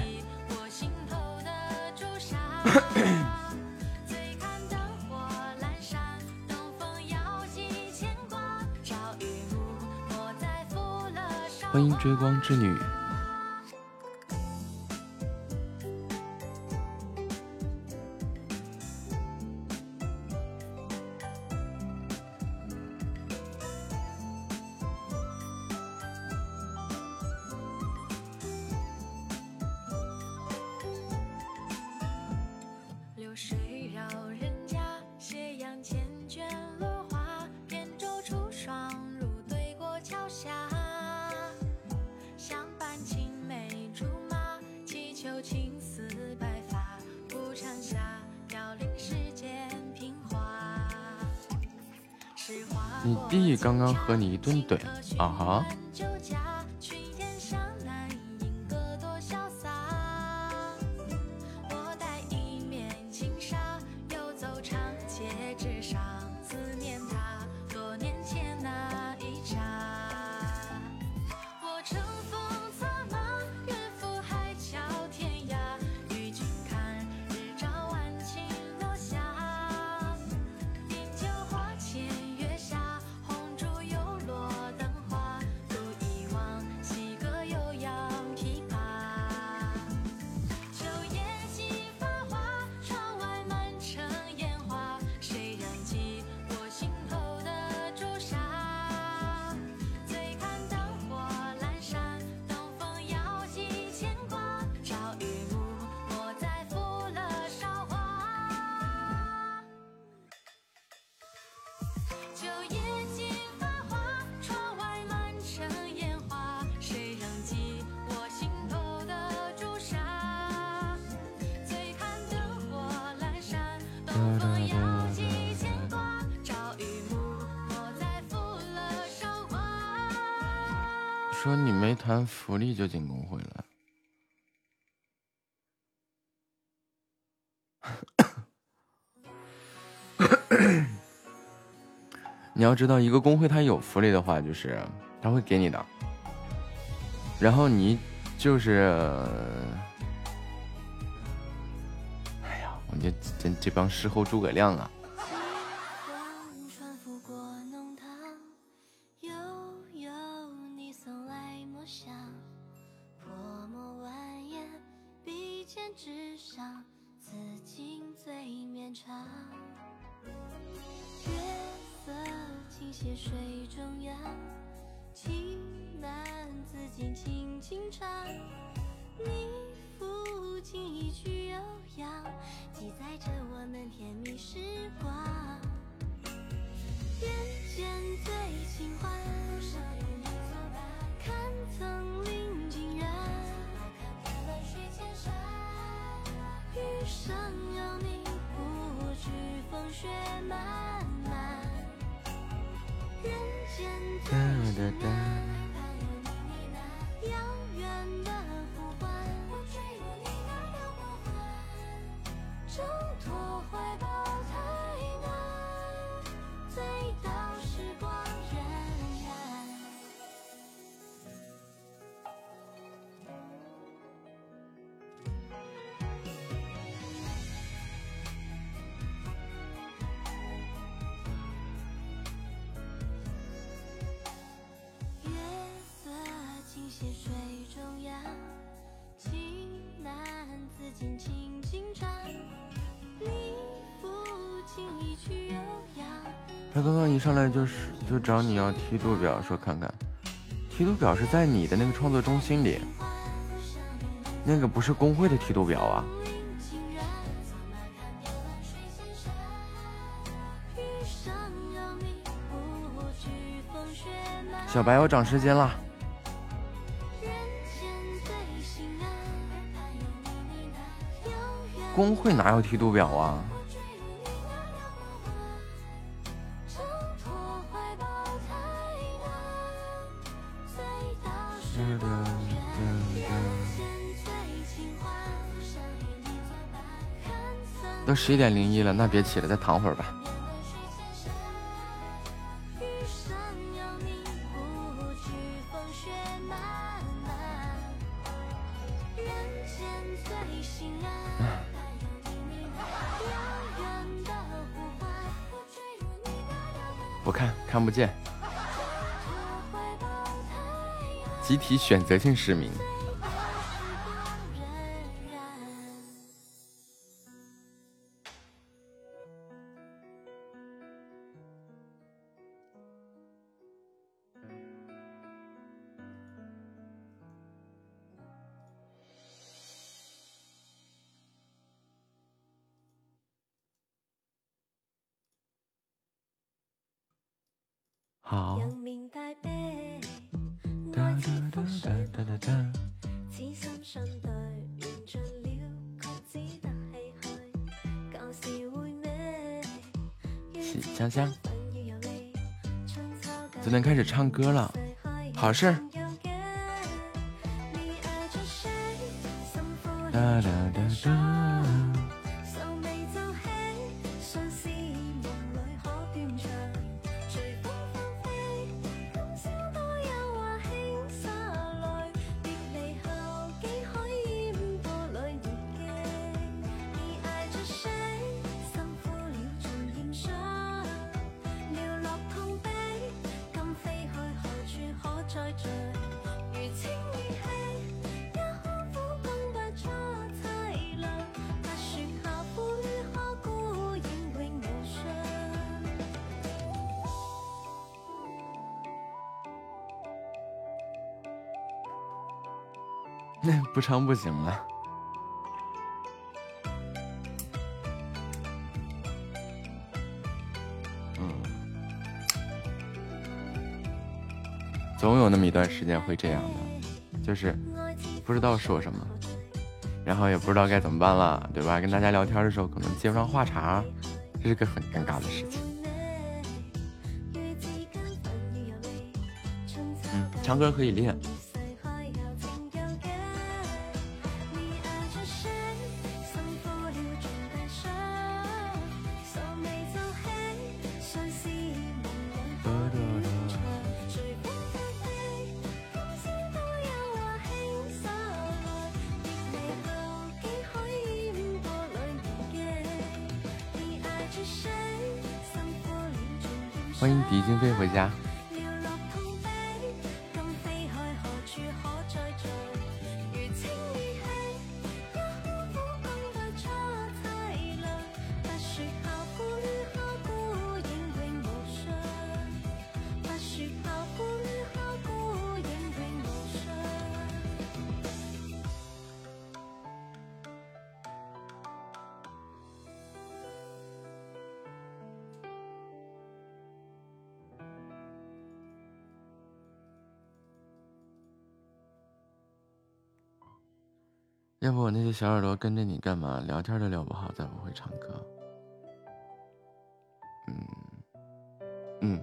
欢迎追光之女。你弟刚刚和你一顿怼啊哈！说你没谈福利就进公会了。你要知道，一个工会它有福利的话，就是他会给你的。然后你就是，哎呀，我这这这帮事后诸葛亮啊！ 些水中央，情男子尽情轻唱，你抚琴一曲悠扬。 他刚刚一上来就是就找你要梯度表，说看看，梯度表是在你的那个创作中心里，那个不是工会的梯度表啊。小白，我涨时间了。工会哪有梯度表啊？都十一点零一了，那别起了，再躺会儿吧。我看看不见，集体选择性失明。好。喜香香，就能开始唱歌了，好事儿。哒哒哒哒。那不唱不行了。嗯，总有那么一段时间会这样的，就是不知道说什么，然后也不知道该怎么办了，对吧？跟大家聊天的时候可能接不上话茬，这是个很尴尬的事情。嗯，唱歌可以练。欢迎狄金飞回家。要不我那些小耳朵跟着你干嘛？聊天都聊不好，再不会唱歌。嗯嗯，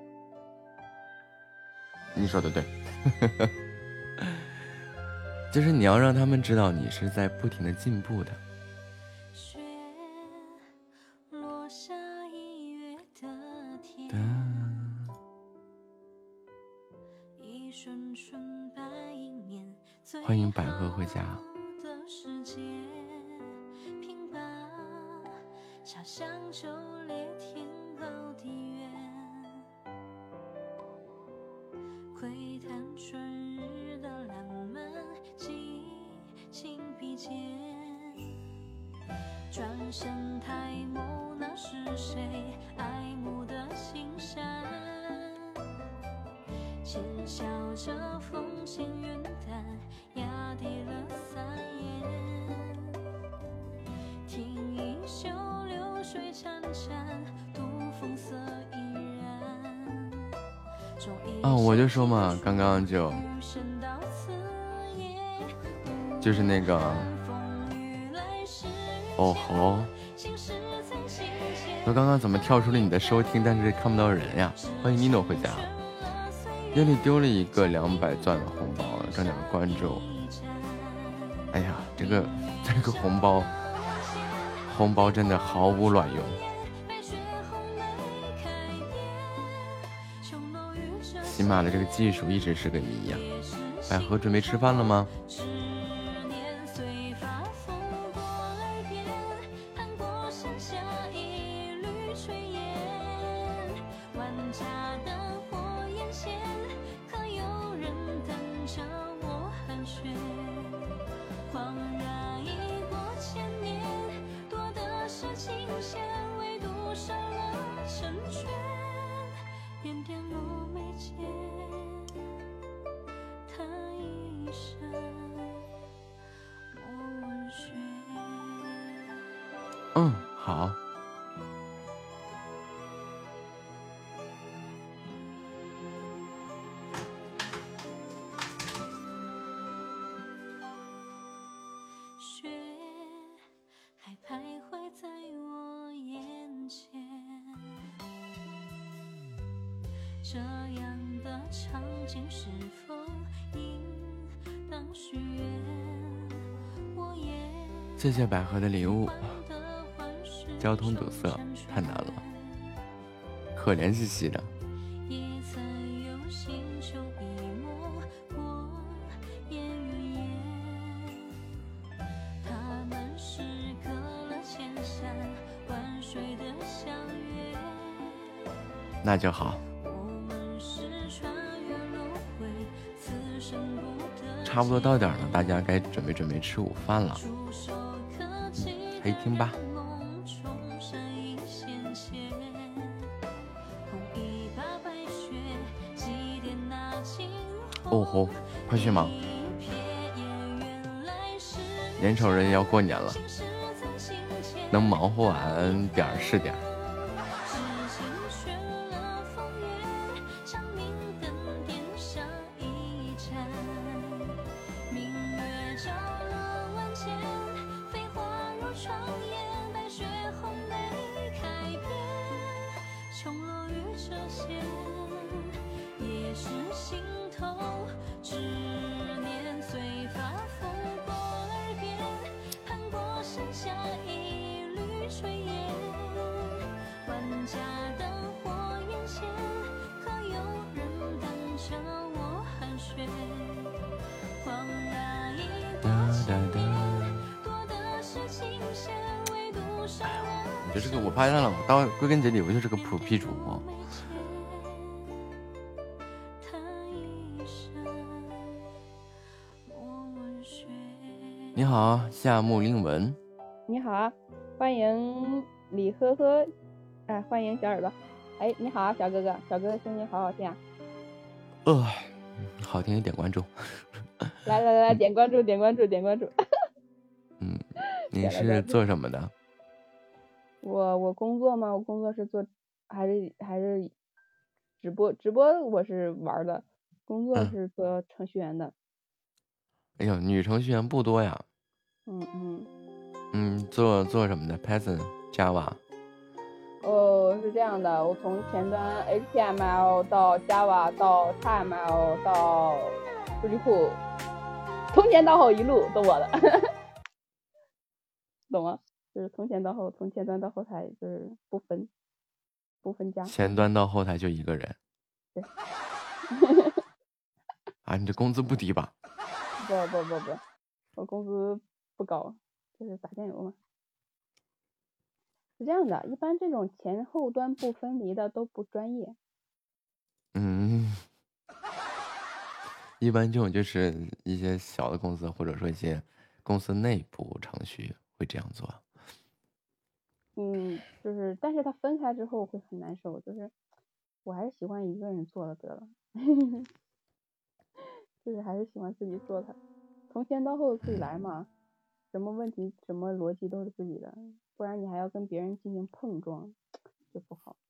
你说的对，就是你要让他们知道你是在不停的进步的。 雪落下一月的天，一瞬瞬百年， 欢迎百合回家。 世界平凡，想象就裂天高地远，窥探春日的见。转身抬眸，那是谁爱慕的心善？浅笑着风轻云淡，压低了三眼。听一袖流水潺潺，渡风色依然。 哦，我就说嘛，刚刚就就是那个哦吼，我刚刚怎么跳出了你的收听，但是看不到人呀？欢迎妮诺回家。夜里丢了一个两百钻的红包，赶点关注。哎呀，这个这个红包，红包真的毫无卵用。起码的这个技术一直是个谜呀。百合准备吃饭了吗？嗯，好。 雪还徘徊在我眼前，这样的场景是否应当许愿？我也谢谢百合的礼物。交通堵塞太难了，可怜兮兮的。 也曾有新秋笔墨过烟云烟，他们是隔了千山万水的相约。 那就好。差不多到点了，大家该准备准备吃午饭了。嗯，可以听吧。哦吼，快去忙！眼瞅人要过年了，能忙活完点儿是点儿。我觉得这个我发现了，我到归根结底我就是个普 P 主播。你好，夏木令文。 你好，欢迎李呵呵，哎，欢迎小耳朵。哎，你好，小哥哥，小哥哥声音好好听啊。 呃，好听，点关注。 来来来，点关注，点关注，点关注。 嗯，你是做什么的？ 我我工作吗？我工作是做，还是还是直播？直播我是玩的，工作是做程序员的。嗯、 哎呦，女程序员不多呀。 嗯嗯。 嗯，做做什么的 ？Python、Java。 哦，是这样的，我从前端 H T M L 到 Java 到 X M L 到数据库，从前到后一路都我的，懂吗？就是从前到后，从前端到后台就是不分不分家。 前端到后台就一个人。 对。 啊，你这工资不低吧？ 不不不不，我工资不高，就是打酱油嘛。是这样的，一般这种前后端不分离的都不专业。 嗯，一般这种就是一些小的公司，或者说一些公司内部程序会这样做。 嗯，就是，但是他分开之后会很难受，就是我还是喜欢一个人做了得了，就是还是喜欢自己做它，从前到后自己来嘛，什么问题什么逻辑都是自己的，不然你还要跟别人进行碰撞，就不好。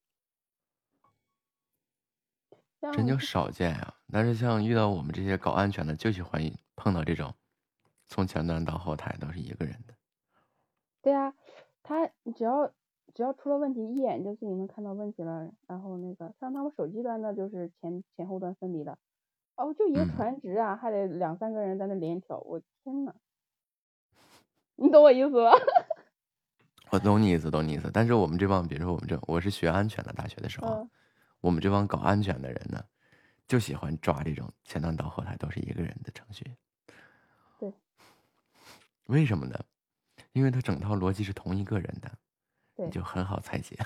真就少见呀、啊！但是像遇到我们这些搞安全的，就喜欢碰到这种从前端到后台都是一个人的。 对啊，他只要只要出了问题，一眼就自己能看到问题了。然后那个像他们手机端的，就是前前后端分离的。哦，就一个传值啊，嗯、还得两三个人在那连调，我天呐，你懂我意思吧？ 我懂你意思，懂你意思。但是我们这帮，比如说我们这，我是学安全的，大学的时候。嗯，我们这帮搞安全的人呢，就喜欢抓这种前端到后台都是一个人的程序。 对。 为什么呢？因为他整套逻辑是同一个人的， 对， 你就很好拆解。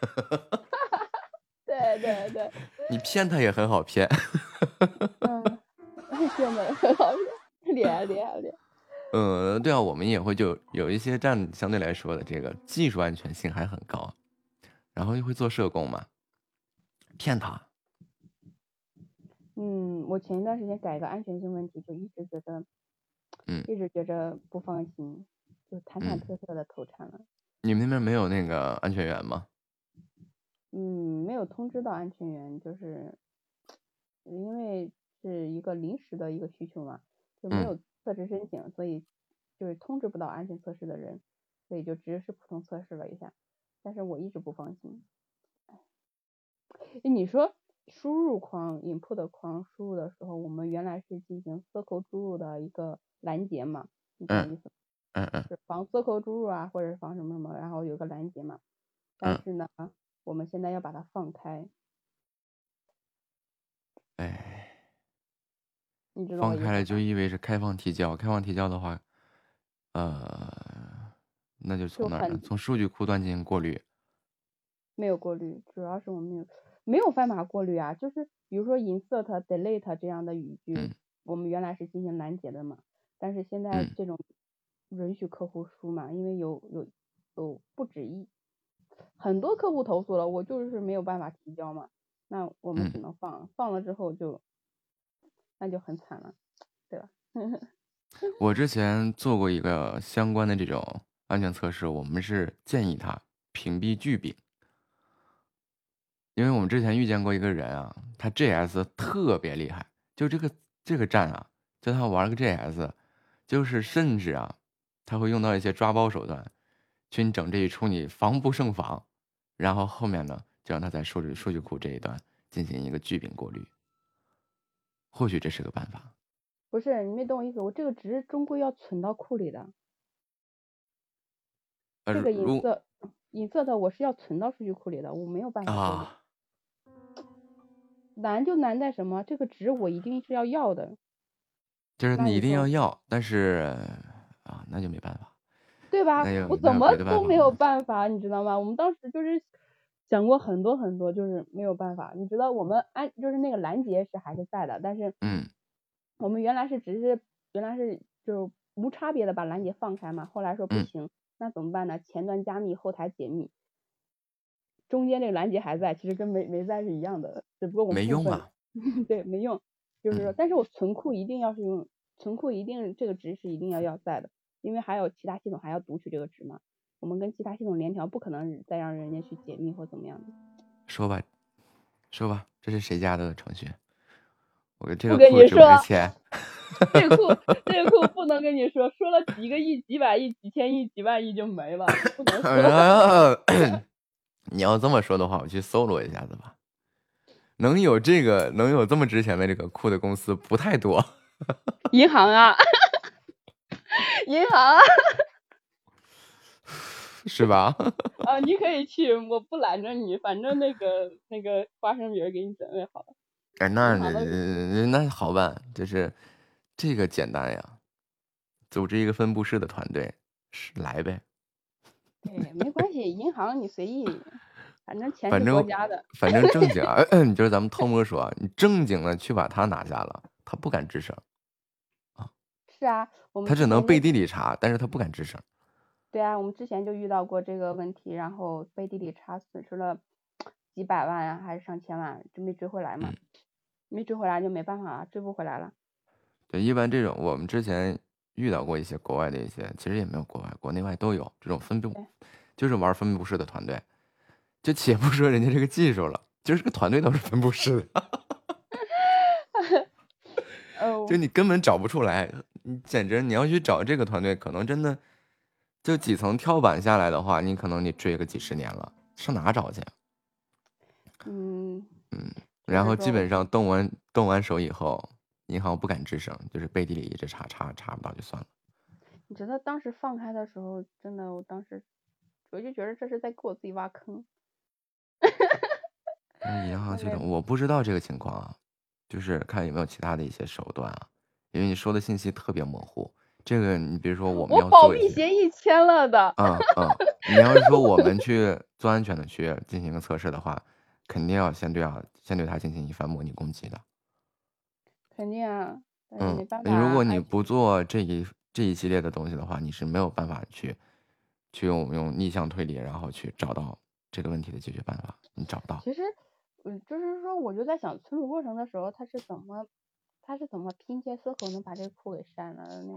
对对对。 你骗他也很好骗。 嗯，骗的很好骗，厉害厉害厉害。 嗯，对啊，我们也会就有一些站相对来说的这个技术安全性还很高，然后又会做社工嘛。骗他。 嗯，我前一段时间改一个安全性问题，就一直觉得， 嗯， 一直觉着不放心，就忐忐忑忑的投产了、嗯。 你们那边没有那个安全员吗？ 嗯，没有通知到安全员，就是因为是一个临时的一个需求嘛，就没有测试申请，嗯、所以就是通知不到安全测试的人，所以就只是普通测试了一下，但是我一直不放心。你说输入框 input 框输入的时候，我们原来是进行 circle 注入的一个拦截嘛，你懂意思？ 嗯嗯， 是防 circle 注入啊，或者是防什么什么，然后有个拦截嘛。但是呢，嗯、我们现在要把它放开。 哎， 你知道放开了就意味着开放提交，开放提交的话，呃，那就从哪儿呢？从数据库端进行过滤。 没有过滤，主要是我们没有没有办法过滤啊，就是比如说 insert、delete 这样的语句、嗯，我们原来是进行拦截的嘛，但是现在这种允许客户输嘛，因为有有有不止一很多客户投诉了，我就是没有办法提交嘛，那我们只能放，嗯、放了之后就那就很惨了，对吧？ 我之前做过一个相关的这种安全测试，我们是建议他屏蔽巨饼。因为我们之前遇见过一个人啊，他 J S 特别厉害，就这个这个站啊，就他玩个 J S， 就是甚至啊，他会用到一些抓包手段，去你整这一出你防不胜防，然后后面呢，就让他在数据数据库这一端进行一个巨饼过滤，或许这是个办法。 不是，你没懂我意思，我这个值终归要存到库里的， 呃、 这个隐色隐色的我是要存到数据库里的，我没有办法过滤。啊难就难在什么？这个值我一定是要要的， 就是你一定要要，但是啊，那就没办法， 对吧？我怎么都没有办法，你知道吗？我们当时就是想过很多很多，就是没有办法。你知道我们安就是那个拦截是还是在的，但是嗯， 我们原来是只是原来是就无差别的把拦截放开嘛，后来说不行， 嗯、 那怎么办呢？前端加密，后台解密。中间这个拦截还在，其实跟没没在是一样的，只不过我们没用啊。 对，没用，就是说，但是我存库一定要是用存库，一定这个值是一定要要在的，因为还有其他系统还要读取这个值嘛。我们跟其他系统联调，不可能再让人家去解密或怎么样的。 说吧，说吧，这是谁家的程序？我这个库值不值钱。 这个库，这个库不能跟你说，说了几个亿、几百亿、几千亿、几万亿就没了，不能说。 你要这么说的话，我去搜罗一下子吧。能有这个能有这么值钱的这个库的公司不太多。 银行啊，银行啊， 是吧？ 啊，你可以去，我不拦着你，反正那个那个花生米给你准备好了。 哎，那那好办，就是这个简单呀，组织一个分布式的团队，是来呗。 对，没关系，银行你随意，反正钱是国家的。 反正正经啊，你就是咱们偷摸说，你正经的去把他拿下了，他不敢吱声啊。 是啊，我们他只能之前就背地里查，但是他不敢吱声。 对啊，我们之前就遇到过这个问题，然后背地里查损失了几百万啊，还是上千万，就没追回来嘛， 嗯， 没追回来就没办法了，追不回来了。 对，一般这种我们之前遇到过一些国外的一些，其实也没有国外，国内外都有这种分布， 对， 就是玩分布式的团队。就且不说人家这个技术了，就是这个团队都是分布式的， 哦， 就你根本找不出来，你简直你要去找这个团队，可能真的就几层跳板下来的话，你可能你追个几十年了，上哪找去？ 嗯嗯，然后就是说， 基本上动完动完手以后，银行不敢吱声，就是背地里一直查查查不到就算了。 你觉得当时放开的时候，真的，我当时我就觉得这是在给我自己挖坑。 嗯，银行系没统我不知道这个情况啊，就是看有没有其他的一些手段啊，因为你说的信息特别模糊。这个你比如说我们我保要做一些， 密协议签了的。 嗯嗯，你要是说我们去做安全的去进行一个测试的话，肯定要先对啊，先对它进行一番模拟攻击的。 肯定啊，但是没嗯， 办法啊， 如果你而且不做这一这一系列的东西的话，你是没有办法去去用用逆向推理，然后去找到这个问题的解决办法，你找不到。 其实，嗯，就是说，我就在想存储过程的时候，他是怎么，他是怎么拼接丝合能把这个库给删了的那种。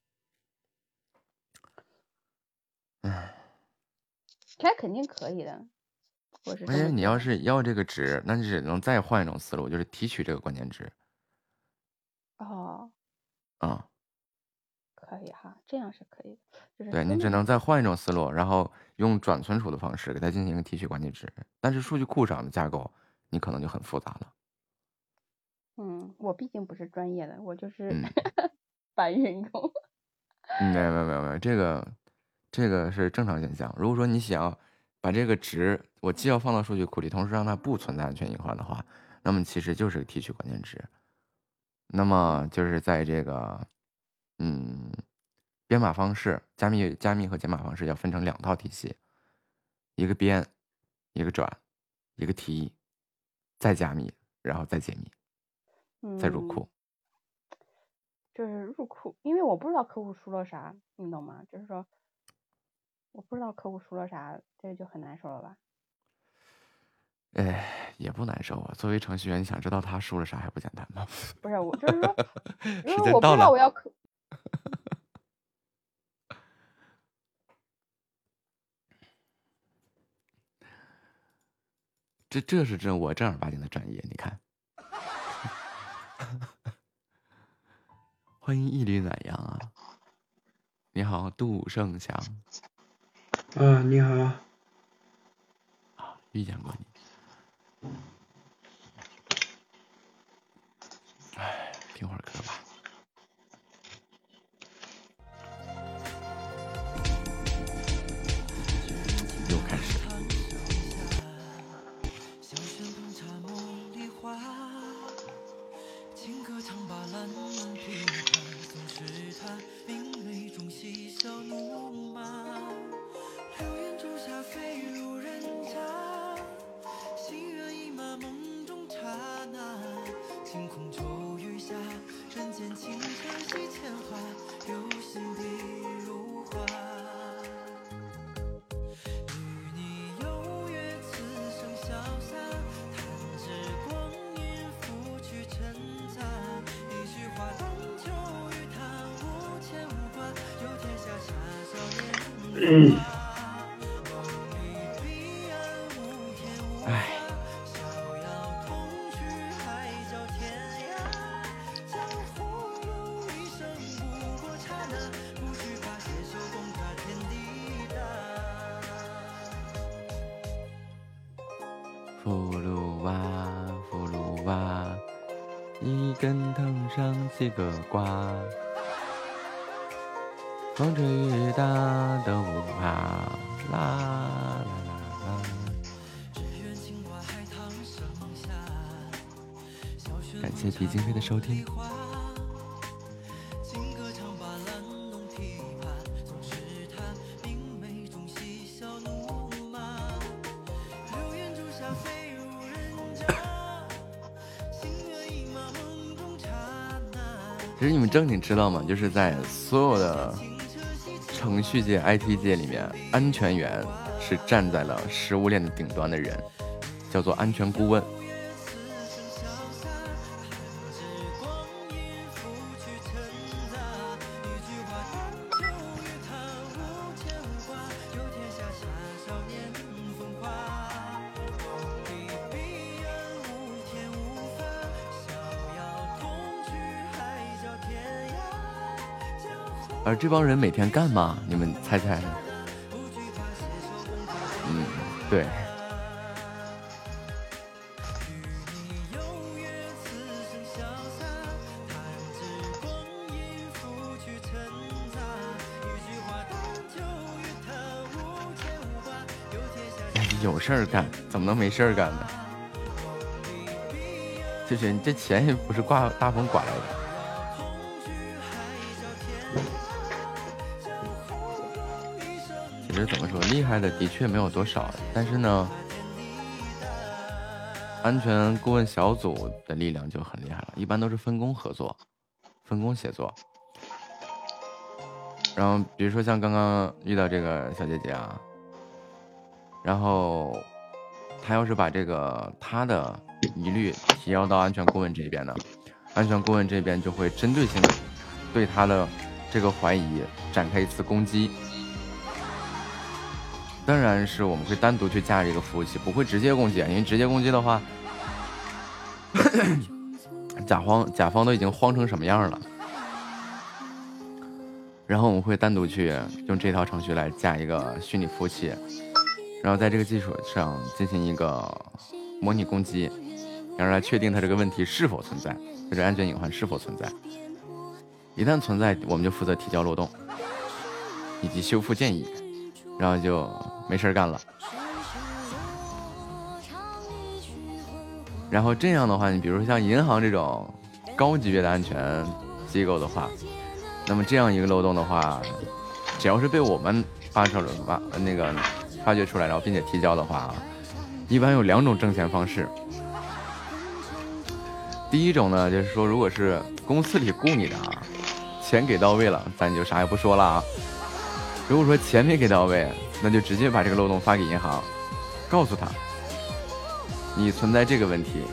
唉， 他肯定可以的，我是这而且你要么觉得。 是要这个值，那你只能再换一种思路，就是提取这个关键值。 哦， 啊、 可以哈，这样是可以的，就是对你思路上。 只能再换一种思路，然后用转存储的方式给它进行一个提取关键值。但是数据库上的架构，你可能就很复杂了。 嗯，我毕竟不是专业的，我就是嗯搬运工。 嗯，没有没有没有没有，这个这个是正常现象。如果说你想要把这个值，我既要放到数据库里，同时让它不存在安全隐患的话，那么其实就是个提取关键值。那么就是在这个嗯编码方式，加密加密和解码方式要分成两套体系，一个编，一个转，一个提，再加密，然后再解密，再入嗯， 库。 就是入库，因为我不知道客户输了啥，你懂吗？就是说，我不知道客户输了啥，这个就很难受了吧？ 哎，也不难受啊。作为程序员，你想知道他输了啥还不简单吗？ 不是，我就是说，因时为我不间到了， 知道我要客， 这这是真我正儿八经的专业，你看。欢迎一缕暖阳啊！你好，杜胜祥啊，你好， 啊，遇见过你。哎，听会儿歌吧。又开始了。 嗯， 哎，葫芦娃，葫芦娃，一根藤上七个瓜。风吹雨打都不怕，啦啦啦啦。感谢皮金飞的收听。 其实你们正经知道吗？就是在所有的程序界、I T 界里面，安全员是站在了食物链的顶端的人，叫做安全顾问。而这帮人每天干嘛？你们猜猜？嗯，对。有事儿干，怎么能没事儿干呢？就是你这钱也不是刮大风刮来的。其实怎么说，厉害的的确没有多少，但是呢，安全顾问小组的力量就很厉害了，一般都是分工合作、分工协作。然后比如说像刚刚遇到这个小姐姐啊，然后她要是把这个她的疑虑提交到安全顾问这边呢，安全顾问这边就会针对性的对她的这个怀疑展开一次攻击。当然是我们会单独去架这个服务器，不会直接攻击，因为直接攻击的话，甲方甲方都已经慌成什么样了。然后我们会单独去用这套程序来架一个虚拟服务器，然后在这个基础上进行一个模拟攻击，然后来确定它这个问题是否存在，就是安全隐患是否存在。一旦存在，我们就负责提交漏洞以及修复建议，然后就没事干了。然后这样的话，你比如说像银行这种高级别的安全机构的话，那么这样一个漏洞的话，只要是被我们发出来发那个发掘出来，然后并且提交的话，一般有两种挣钱方式。第一种呢，就是说如果是公司里雇你的啊，钱给到位了，咱就啥也不说了啊。如果说钱没给到位，那就直接把这个漏洞发给银行，告诉他你存在这个问题。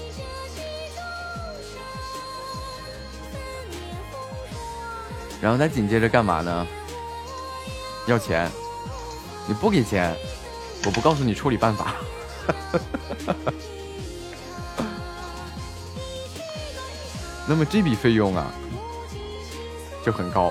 然后他紧接着干嘛呢？要钱，你不给钱，我不告诉你处理办法。那么这笔费用啊，就很高。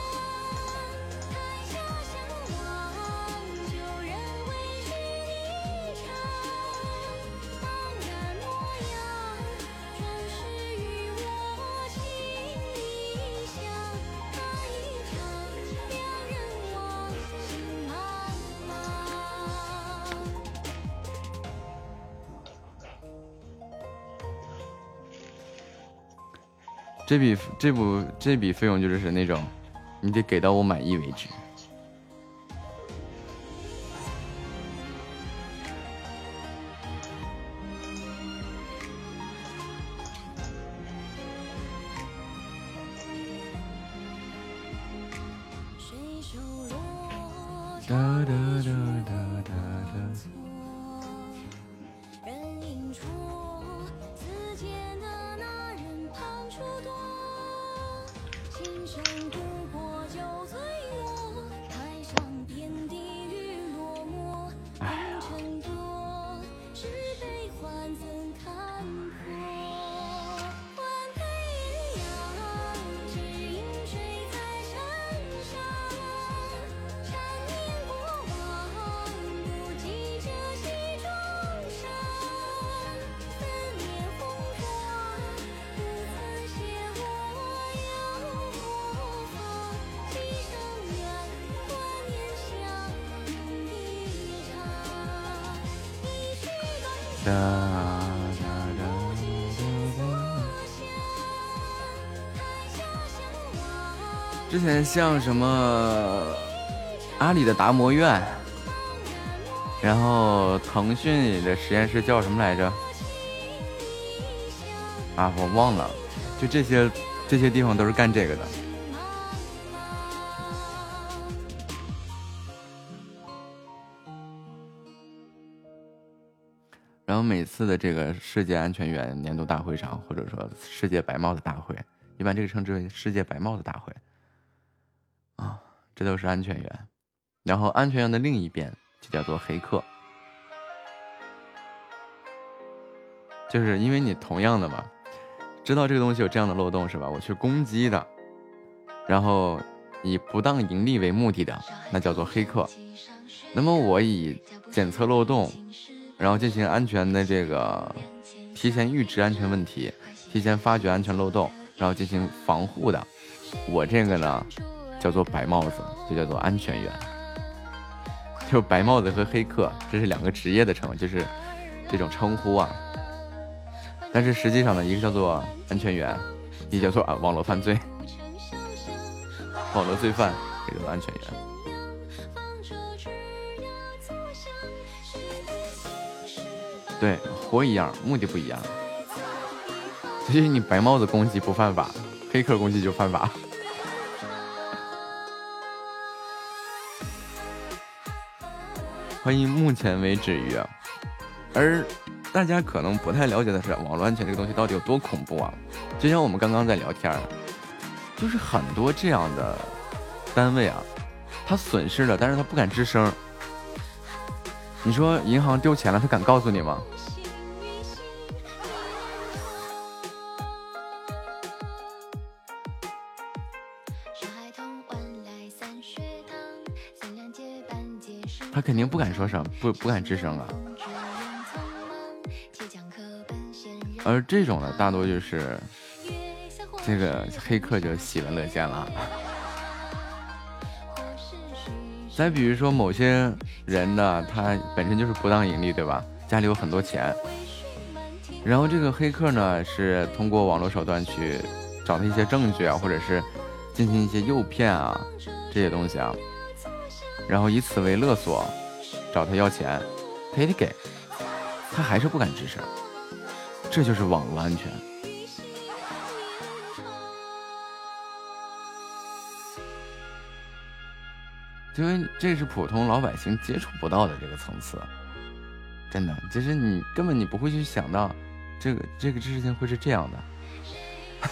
这笔这部这笔费用就是那种，你得给到我满意为止。哒哒哒哒哒哒。哒哒哒哒。之前像什么阿里的达摩院，然后腾讯里的实验室叫什么来着？啊，我忘了。就这些这些地方都是干这个的。然后每次的这个世界安全员年度大会上，或者说世界白帽子大会，一般这个称之为世界白帽子大会啊，这都是安全员。然后安全员的另一边就叫做黑客，就是因为你同样的嘛，知道这个东西有这样的漏洞是吧？我去攻击的，然后以不当盈利为目的的，那叫做黑客。那么我以检测漏洞，然后进行安全的这个提前预知安全问题，提前发掘安全漏洞，然后进行防护的，我这个呢叫做白帽子，就叫做安全员。就白帽子和黑客，这是两个职业的称，就是这种称呼啊。但是实际上呢，一个叫做安全员，一个叫做啊网络犯罪，网络罪犯，这个叫做安全员。对，活一样，目的不一样。就是你白帽子攻击不犯法，黑客攻击就犯法。欢迎目前为止于，而大家可能不太了解的是，网络安全这个东西到底有多恐怖啊！就像我们刚刚在聊天，就是很多这样的单位啊，他损失了，但是他不敢吱声。你说银行丢钱了，他敢告诉你吗？他肯定不敢说什么，不不敢吱声啊。而这种呢，大多就是这个黑客就喜闻乐见了。再比如说某些人呢，他本身就是不当盈利，对吧？家里有很多钱，然后这个黑客呢是通过网络手段去找他一些证据啊，或者是进行一些诱骗啊这些东西啊，然后以此为勒索，找他要钱，他也得给，他还是不敢吱声。这就是网络安全。因为这是普通老百姓接触不到的这个层次，真的，其实你根本你不会去想到这个这个事情会是这样的。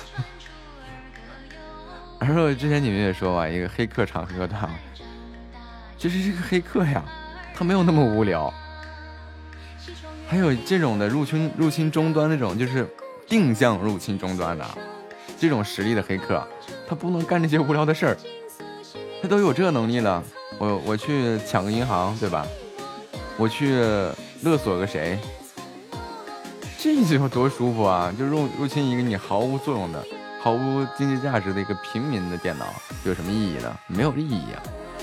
而且之前你们也说嘛，一个黑客场合的，就是这个黑客呀，他没有那么无聊。还有这种的入侵入侵终端那种，就是定向入侵终端的这种实力的黑客，他不能干这些无聊的事儿。他都有这能力了，我我去抢个银行，对吧？我去勒索个谁，这就多舒服啊！就入入侵一个你毫无作用的、毫无经济价值的一个平民的电脑，有什么意义呢？没有意义啊！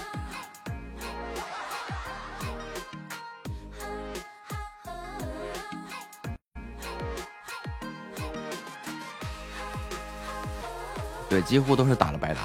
对，几乎都是打了白打。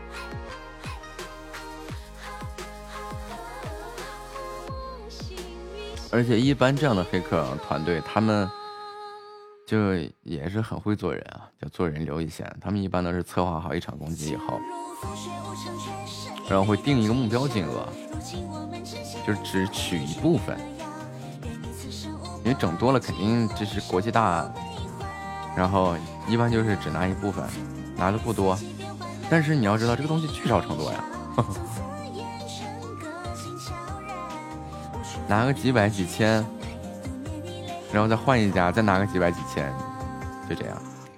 而且一般这样的黑客团队，他们就也是很会做人啊，叫做人留一线。他们一般都是策划好一场攻击以后，然后会定一个目标金额，就是只取一部分，因为整多了肯定这是国际大，然后一般就是只拿一部分，拿的不多。但是你要知道这个东西聚少成多呀。呵呵，拿个几百几千，然后再换一家，再拿个几百几千，就这样。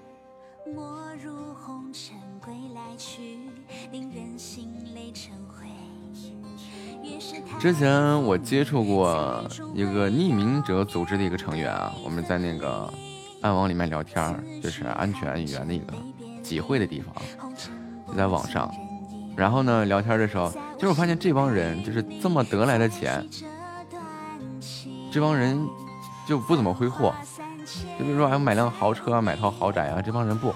之前我接触过一个匿名者组织的一个成员啊，我们在那个暗网里面聊天，就是安全员的一个集会的地方，就在网上。然后呢，聊天的时候，就是我发现这帮人就是这么得来的钱。这帮人就不怎么挥霍，就比如说还要买辆豪车啊，买套豪宅啊，这帮人不，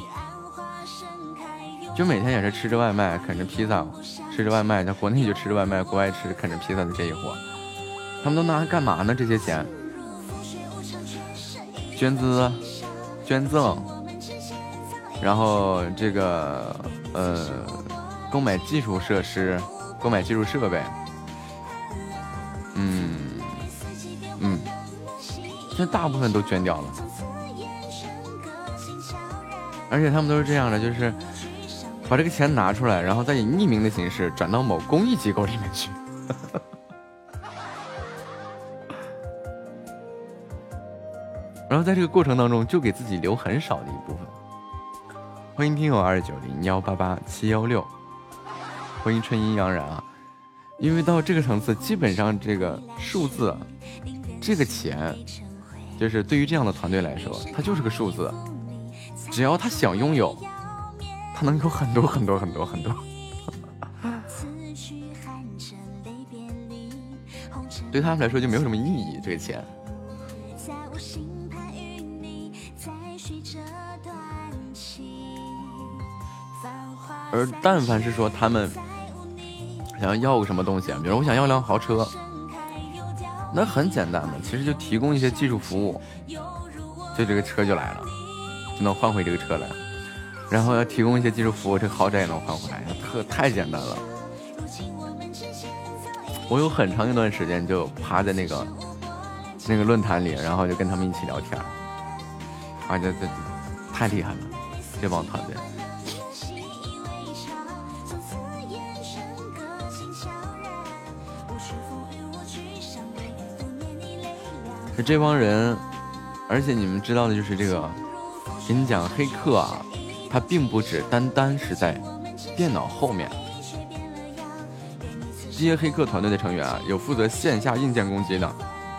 就每天也是吃着外卖，啃着披萨，吃着外卖，在国内就吃着外卖，国外吃啃着披萨的这一伙，他们都拿来干嘛呢？这些钱，捐资、捐赠， 然后这个呃，购买基础设施，购买技术设备，嗯嗯，这大部分都捐掉了，而且他们都是这样的，就是把这个钱拿出来，然后再以匿名的形式转到某公益机构里面去。然后在这个过程当中，就给自己留很少的一部分。欢迎听友二九零幺八八七幺六，欢迎春阴阳然啊！因为到这个层次，基本上这个数字，这个钱，就是对于这样的团队来说，它就是个数字。只要他想拥有，他能有很多很多很多很多。对他们来说就没有什么意义，这个钱。而但凡是说他们想要要个什么东西啊，比如我想要辆豪车，那很简单的，其实就提供一些技术服务，就这个车就来了，就能换回这个车来。然后要提供一些技术服务，这个豪宅也能换回来，特太简单了。我有很长一段时间就趴在那个那个论坛里，然后就跟他们一起聊天，啊，这这太厉害了，这帮团队。这帮人，而且你们知道的就是这个，给你讲黑客啊，他并不只单单是在电脑后面。这些黑客团队的成员啊，有负责线下硬件攻击的。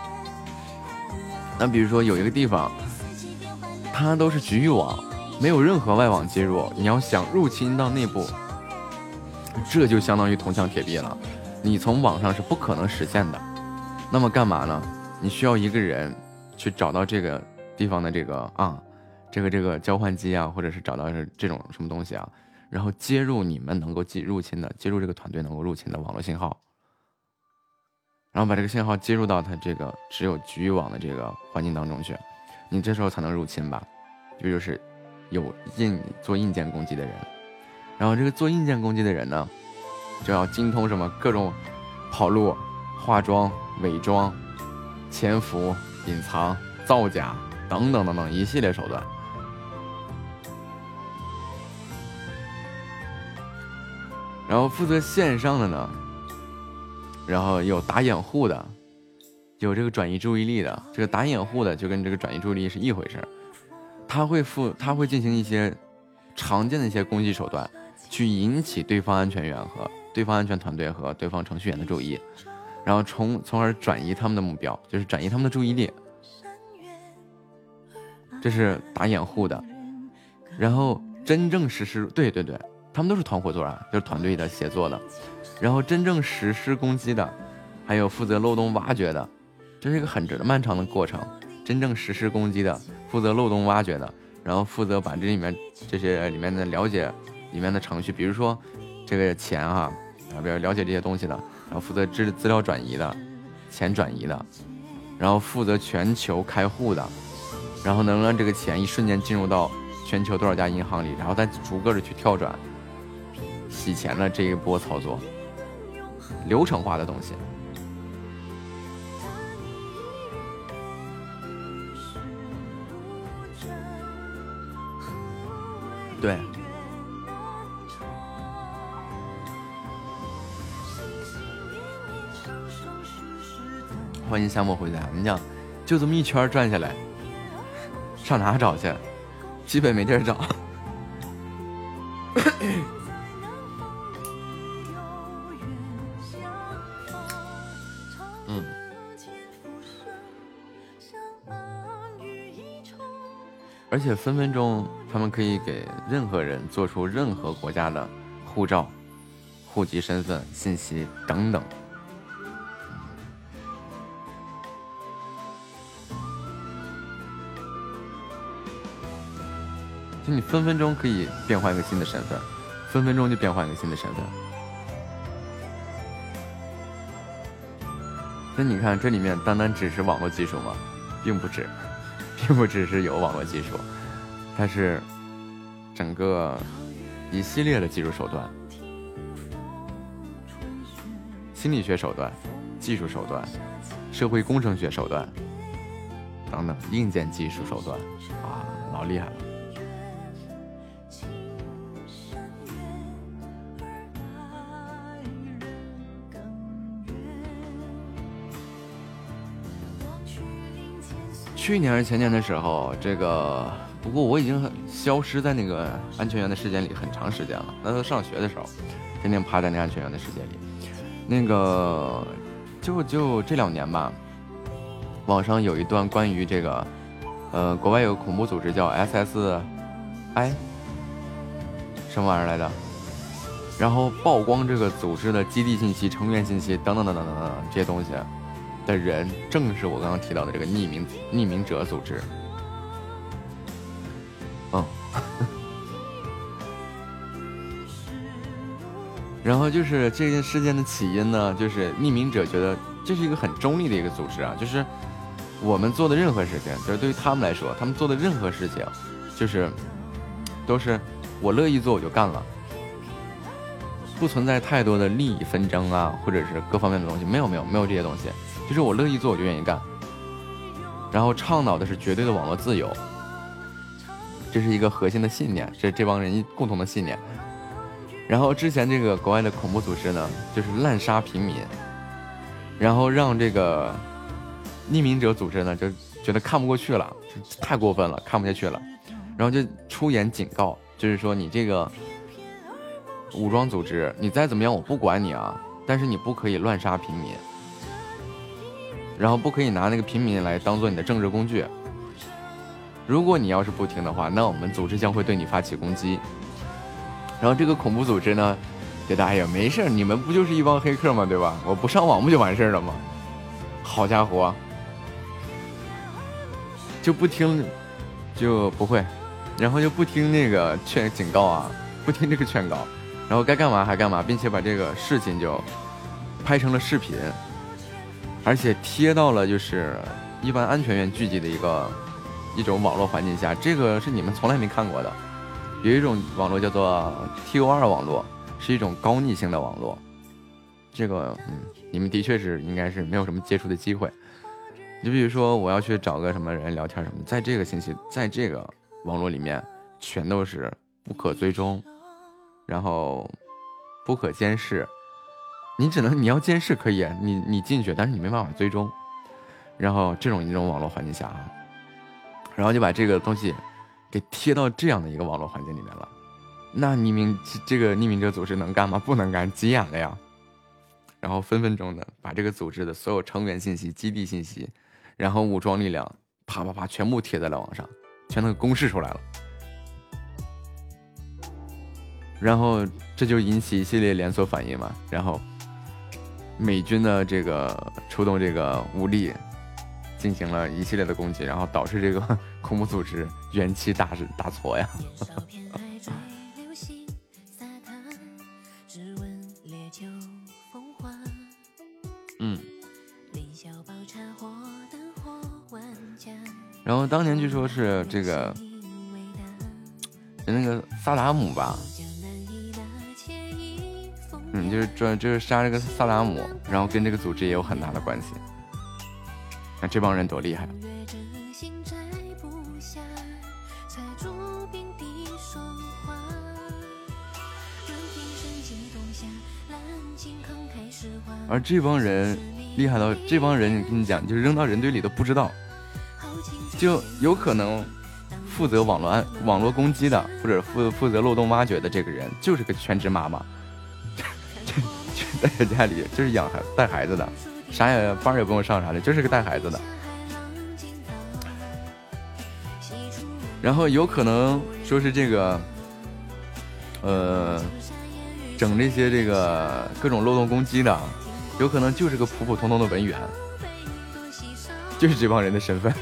那比如说有一个地方，它都是局域网，没有任何外网接入，你要想入侵到内部，这就相当于铜墙铁壁了，你从网上是不可能实现的。那么干嘛呢？你需要一个人去找到这个地方的这个啊，这个这个交换机啊，或者是找到这种什么东西啊，然后接入你们能够进入侵的，接入这个团队能够入侵的网络信号，然后把这个信号接入到它这个只有局域网的这个环境当中去，你这时候才能入侵吧。这就是有硬做硬件攻击的人，然后这个做硬件攻击的人呢，就要精通什么各种跑路、化妆、伪装、潜伏、隐藏、造假等等等等一系列手段。然后负责线上的呢，然后有打掩护的，有这个转移注意力的。这个打掩护的就跟这个转移注意力是一回事，他会负他会进行一些常见的一些攻击手段，去引起对方安全员和对方安全团队和对方程序员的注意。然后从从而转移他们的目标，就是转移他们的注意力，这是打掩护的。然后真正实施，对对对，他们都是团伙作案，就是团队的协作的。然后真正实施攻击的，还有负责漏洞挖掘的，这是一个很漫长的过程。真正实施攻击的，负责漏洞挖掘的，然后负责把这里面这些里面的了解里面的程序，比如说这个钱哈，啊，比如了解这些东西的。然后负责资资料转移的，钱转移的，然后负责全球开户的，然后能让这个钱一瞬间进入到全球多少家银行里，然后再逐个的去跳转洗钱的这一波操作，流程化的东西。对。欢迎夏末回家。你讲，就这么一圈转下来，上哪找去？基本没地儿找。嗯。而且分分钟，他们可以给任何人做出任何国家的护照、户籍身份信息等等。就你分分钟可以变换一个新的身份，分分钟就变换一个新的身份。那你看这里面单单只是网络技术吗？并不止，并不只是有网络技术，它是整个一系列的技术手段、心理学手段、技术手段、社会工程学手段等等硬件技术手段啊，老厉害了。去年还是前年的时候，这个不过我已经很消失在那个安全员的世界里很长时间了。那时候上学的时候，天天趴在那安全员的世界里。那个就就这两年吧，网上有一段关于这个，呃，国外有个恐怖组织叫 S S I， 什么玩意儿来着？然后曝光这个组织的基地信息、成员信息等等等等等等这些东西的人，正是我刚刚提到的这个匿名匿名者组织。嗯，然后就是这件事件的起因呢，就是匿名者觉得这是一个很中立的一个组织啊，就是我们做的任何事情，就是对于他们来说，他们做的任何事情，就是都是我乐意做我就干了。不存在太多的利益纷争啊，或者是各方面的东西，没有没有没有这些东西，就是我乐意做我就愿意干。然后倡导的是绝对的网络自由，这是一个核心的信念，这是这帮人共同的信念。然后之前这个国外的恐怖组织呢，就是滥杀平民，然后让这个匿名者组织呢就觉得看不过去了，太过分了，看不下去了，然后就出言警告，就是说你这个武装组织，你再怎么样我不管你啊，但是你不可以乱杀平民，然后不可以拿那个平民来当做你的政治工具。如果你要是不听的话，那我们组织将会对你发起攻击。然后这个恐怖组织呢觉得哎呀没事，你们不就是一帮黑客吗，对吧？我不上网不就完事了吗？好家伙，就不听就不会，然后就不听那个劝警告啊，不听这个劝告，然后该干嘛还干嘛，并且把这个事情就拍成了视频，而且贴到了就是一般安全员聚集的一个一种网络环境下，这个是你们从来没看过的。有一种网络叫做 T O 二 网络，是一种高逆性的网络，这个嗯，你们的确是应该是没有什么接触的机会。就比如说我要去找个什么人聊天什么，在这个信息在这个网络里面全都是不可追踪，然后不可监视，你只能你要监视可以，你你进去，但是你没办法追踪。然后这种一种网络环境下啊，然后就把这个东西给贴到这样的一个网络环境里面了。那匿名这个匿名者组织能干吗？不能干，急眼了呀。然后分分钟的把这个组织的所有成员信息、基地信息，然后武装力量啪啪啪全部贴在了网上，全都公示出来了。然后这就引起一系列连锁反应嘛，然后美军的这个出动这个武力进行了一系列的攻击，然后导致这个恐怖组织元气大大挫呀。嗯，然后当年据说是这个那个萨达姆吧，嗯，就是这就是杀这个萨达姆，然后跟这个组织也有很大的关系。那这帮人多厉害！而这帮人厉害到这帮人，跟你讲，就是扔到人堆里都不知道，就有可能负责网络安网络攻击的，或者负负责漏洞挖掘的这个人，就是个全职妈妈，待在家里就是养孩带孩子的，啥也班也不用上啥的，就是个带孩子的。然后有可能说是这个，呃，整这些这个各种漏洞攻击的。有可能就是个普普通通的文员，就是这帮人的身份。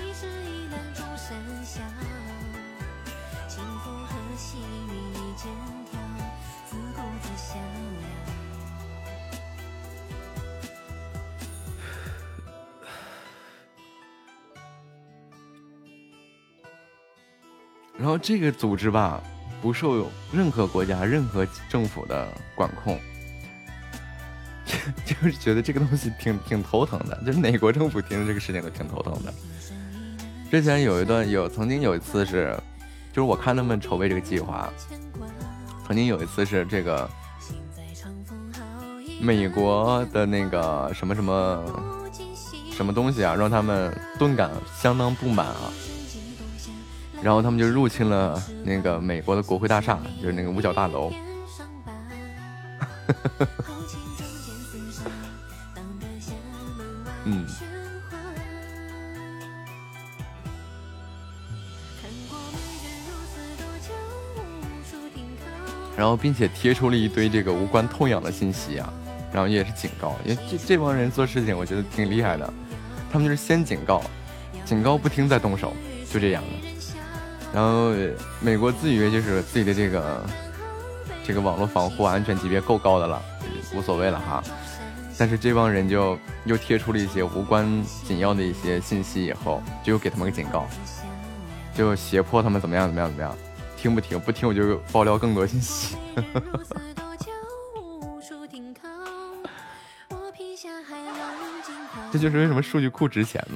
然后这个组织吧， 不受任何国家、任何政府的管控。就是觉得这个东西挺挺头疼的，就是哪国政府听着这个事情都挺头疼的。之前有一段有曾经有一次是，就是我看他们筹备这个计划，曾经有一次是这个美国的那个什么什么什么东西啊，让他们顿感相当不满啊，然后他们就入侵了那个美国的国会大厦，就是那个五角大楼。嗯，然后并且贴出了一堆这个无关痛痒的信息啊，然后也是警告，因为这这帮人做事情我觉得挺厉害的，他们就是先警告，警告不听再动手，就这样的。然后美国自以为就是自己的这个这个网络防护安全级别够高的了，无所谓了哈。但是这帮人就又贴出了一些无关紧要的一些信息，以后就又给他们个警告，就胁迫他们怎么样怎么样怎么样，听不听？不听我就爆料更多信息。这就是为什么数据库值钱嘛。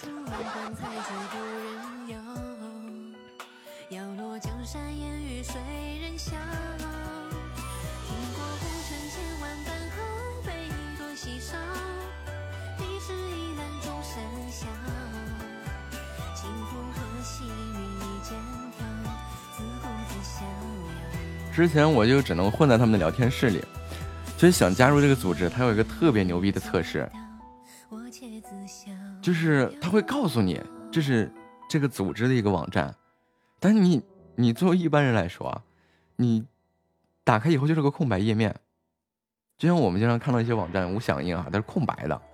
之前我就只能混在他们的聊天室里，所以想加入这个组织，它有一个特别牛逼的测试，就是它会告诉你这是这个组织的一个网站，但是你你作为一般人来说啊，你打开以后就是个空白页面，就像我们经常看到一些网站无响应啊，它是空白的，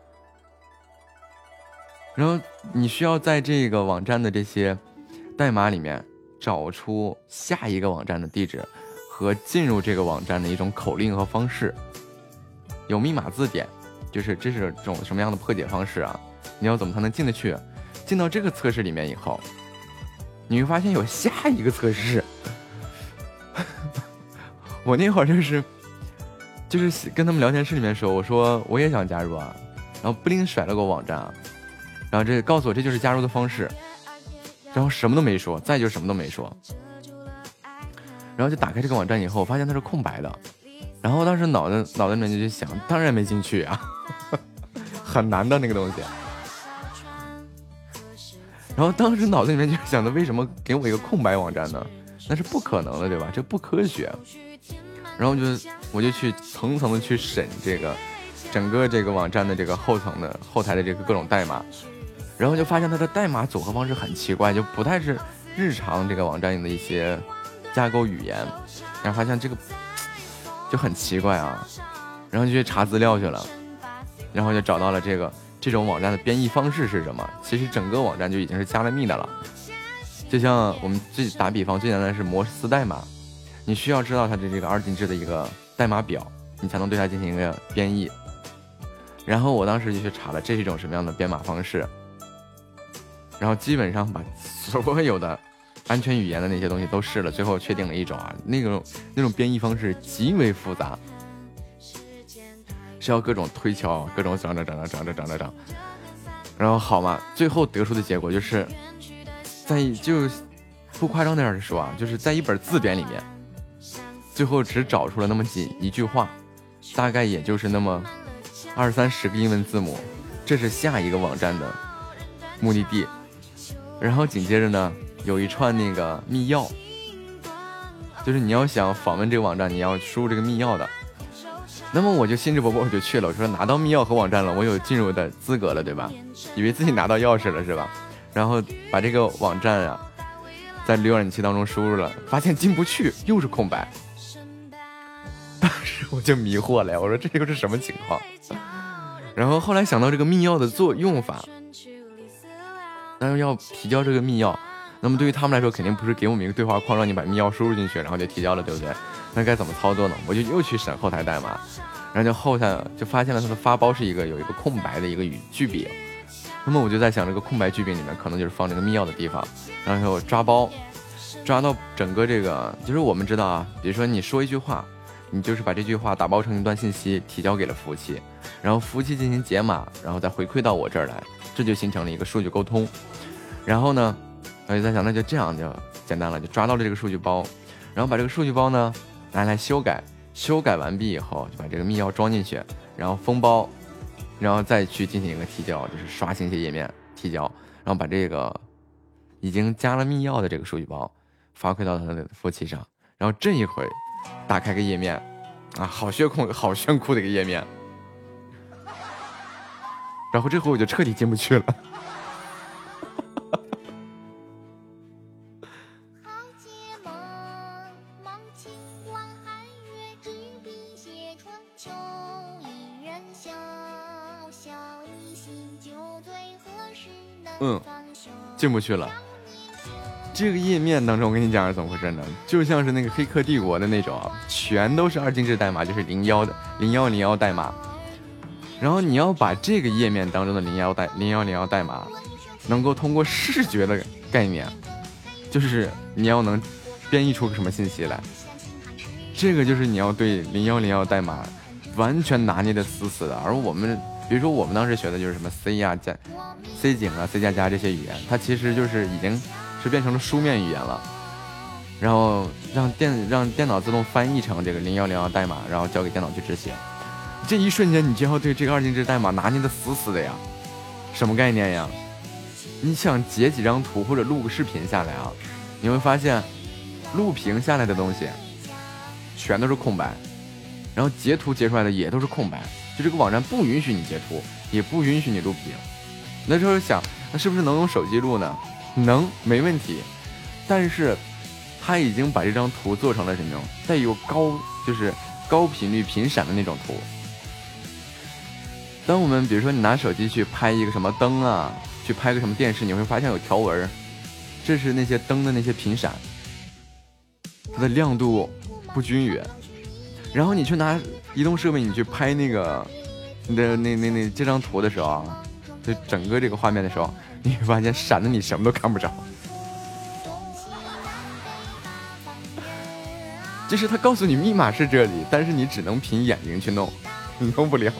然后你需要在这个网站的这些代码里面找出下一个网站的地址和进入这个网站的一种口令和方式，有密码字典，就是这是种什么样的破解方式啊？你要怎么才能进得去？进到这个测试里面以后，你会发现有下一个测试。我那会儿就是就是跟他们聊天室里面说，我说我也想加入啊，然后不灵甩了个网站啊，然后这告诉我这就是加入的方式，然后什么都没说，再就什么都没说。然后就打开这个网站以后，发现它是空白的，然后当时脑子脑袋里面就去想，当然没进去啊，很难的那个东西。然后当时脑子里面就想着，为什么给我一个空白网站呢？那是不可能的，对吧？这不科学。然后就我就去层层的去审这个整个这个网站的这个后层的后台的这个各种代码，然后就发现它的代码组合方式很奇怪，就不太是日常这个网站的一些架构语言，然后发现这个就很奇怪啊，然后就去查资料去了，然后就找到了这个这种网站的编译方式是什么。其实整个网站就已经是加了密的了，就像我们最打比方最简单的是摩斯代码，你需要知道它的这个二进制的一个代码表，你才能对它进行一个编译。然后我当时就去查了这是一种什么样的编码方式，然后基本上把所有的安全语言的那些东西都试了，最后确定了一种啊，那种那种编译方式极为复杂，是要各种推敲，各种整整整整整整整整整，然后好嘛，最后得出的结果就是，在就不夸张点的说啊，就是在一本字典里面，最后只找出了那么几一句话，大概也就是那么二三十个英文字母，这是下一个网站的目的地，然后紧接着呢。有一串那个密钥，就是你要想访问这个网站，你要输入这个密钥的。那么我就兴致勃勃我就去了，我说拿到密钥和网站了，我有进入的资格了，对吧？以为自己拿到钥匙了是吧？然后把这个网站啊，在浏览器当中输入了，发现进不去，又是空白。当时我就迷惑了呀，我说这又是什么情况？然后后来想到这个密钥的作用法，但是要提交这个密钥。那么对于他们来说，肯定不是给我们一个对话框让你把密钥输入进去，然后就提交了，对不对？那该怎么操作呢？我就又去审后台代码，然后就后台就发现了它的发包是一个有一个空白的一个语句柄。那么我就在想，这个空白句柄里面可能就是放这个密钥的地方，然后抓包， 抓到整个这个，就是我们知道啊，比如说你说一句话，你就是把这句话打包成一段信息提交给了服务器，然后服务器进行解码，然后再回馈到我这儿来，这就形成了一个数据沟通。然后呢，我就在想，那就这样就简单了，就抓到了这个数据包，然后把这个数据包呢拿来修改，修改完毕以后就把这个密钥装进去，然后封包，然后再去进行一个提交，就是刷信息页面提交，然后把这个已经加了密钥的这个数据包发馈到他的服务器上，然后这一回打开个页面啊，好炫酷，好炫酷的一个页面，然后这回我就彻底进不去了。嗯，进不去了。这个页面当中，我跟你讲是怎么回事呢？就像是那个《黑客帝国》的那种啊，全都是二进制代码，就是零幺的零幺零幺代码。然后你要把这个页面当中的零幺代零幺零幺代码，能够通过视觉的概念，就是你要能编译出个什么信息来。这个就是你要对零幺零幺代码完全拿捏的死死的。而我们，比如说我们当时学的就是什么 C 呀、加 C 井啊、C 加加这些语言，它其实就是已经是变成了书面语言了，然后让电让电脑自动翻译成这个零幺零幺代码，然后交给电脑去执行。这一瞬间，你就要对这个二进制代码拿捏的死死的呀。什么概念呀？你想截几张图或者录个视频下来啊，你会发现录屏下来的东西全都是空白，然后截图截出来的也都是空白，就这个网站不允许你截图，也不允许你录屏。那时候想，那是不是能用手机录呢？能，没问题。但是他已经把这张图做成了什么？带有高就是高频率频闪的那种图。当我们比如说你拿手机去拍一个什么灯啊，去拍个什么电视，你会发现有条纹，这是那些灯的那些频闪，它的亮度不均匀。然后你去拿移动设备，你去拍那个你的那那那这张图的时候啊，就整个这个画面的时候，你会发现闪的你什么都看不着。就是他告诉你密码是这里，但是你只能凭眼睛去弄，你弄不了。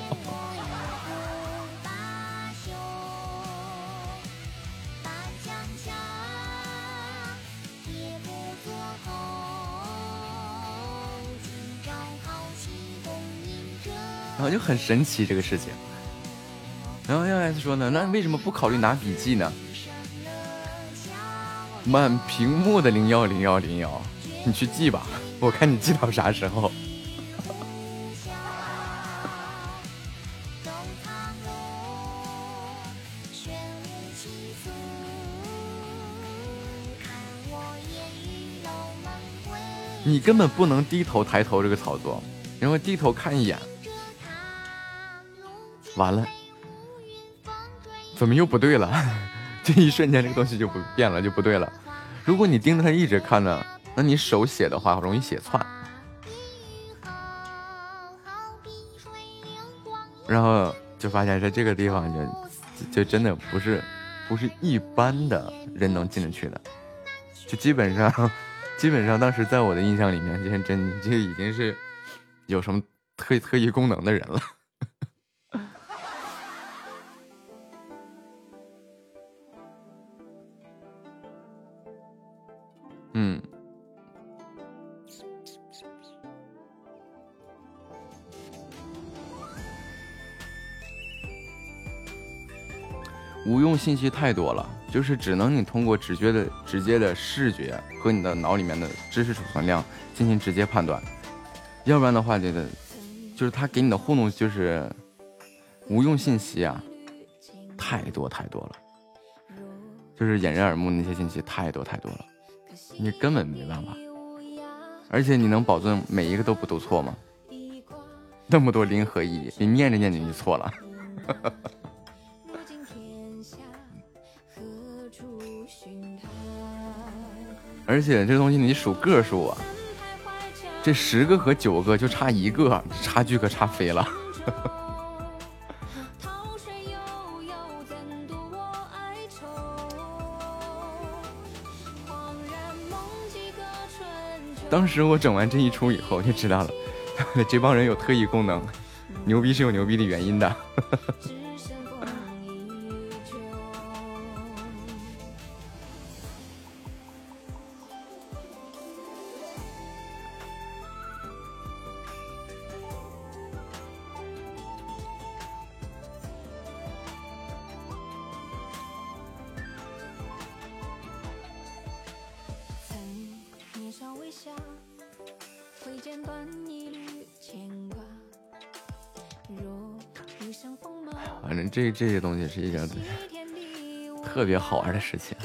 然后就很神奇这个事情。然后要 S 说呢，那为什么不考虑拿笔记呢？满屏幕的零幺零幺零幺，你去记吧，我看你记到啥时候。你根本不能低头抬头这个操作，然后低头看一眼，完了，怎么又不对了？这一瞬间这个东西就不变了，就不对了。如果你盯着它一直看呢，那你手写的话容易写串，然后就发现在这个地方就就真的不是不是一般的人能进得去的，就基本上基本上当时在我的印象里面，这些真这已经是有什么特特异功能的人了。嗯，无用信息太多了，就是只能你通过直觉的直接的视觉和你的脑里面的知识储存量进行直接判断，要不然的话，觉得就是他给你的糊弄就是无用信息啊，太多太多了，就是掩人耳目的那些信息太多太多了。你根本没办法，而且你能保证每一个都不读错吗？那么多零和一，你念着念着你就错了。而且这东西你数个数啊，这十个和九个就差一个，差距可差飞了。 当时我整完这一出以后就知道了，这帮人有特异功能，牛逼是有牛逼的原因的。反正这这些东西是一件特别好玩的事情。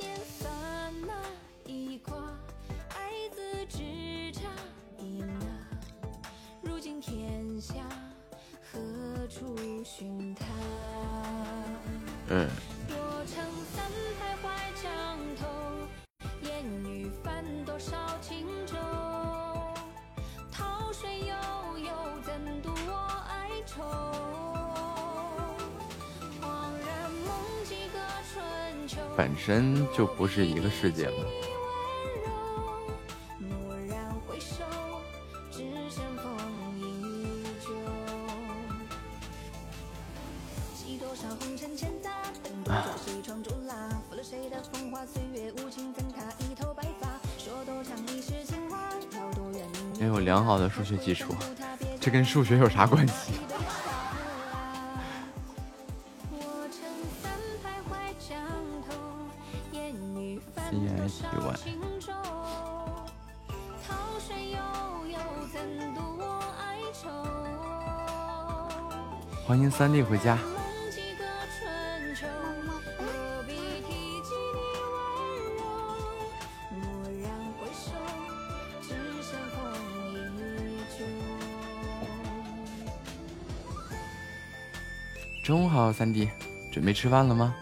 嗯。本身就不是一个世界嘛。没有良好的数学基础，这跟数学有啥关系？欢迎三弟回家。中午好，三弟，准备吃饭了吗？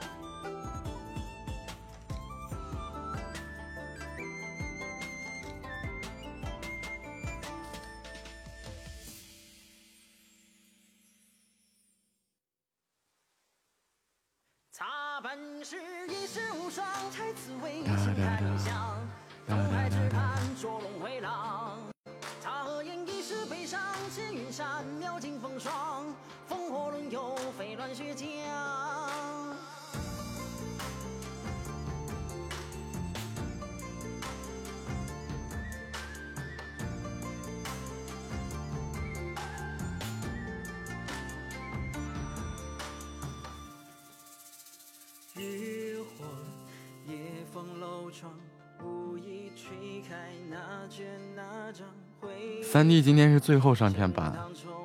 三弟今天是最后上片吧？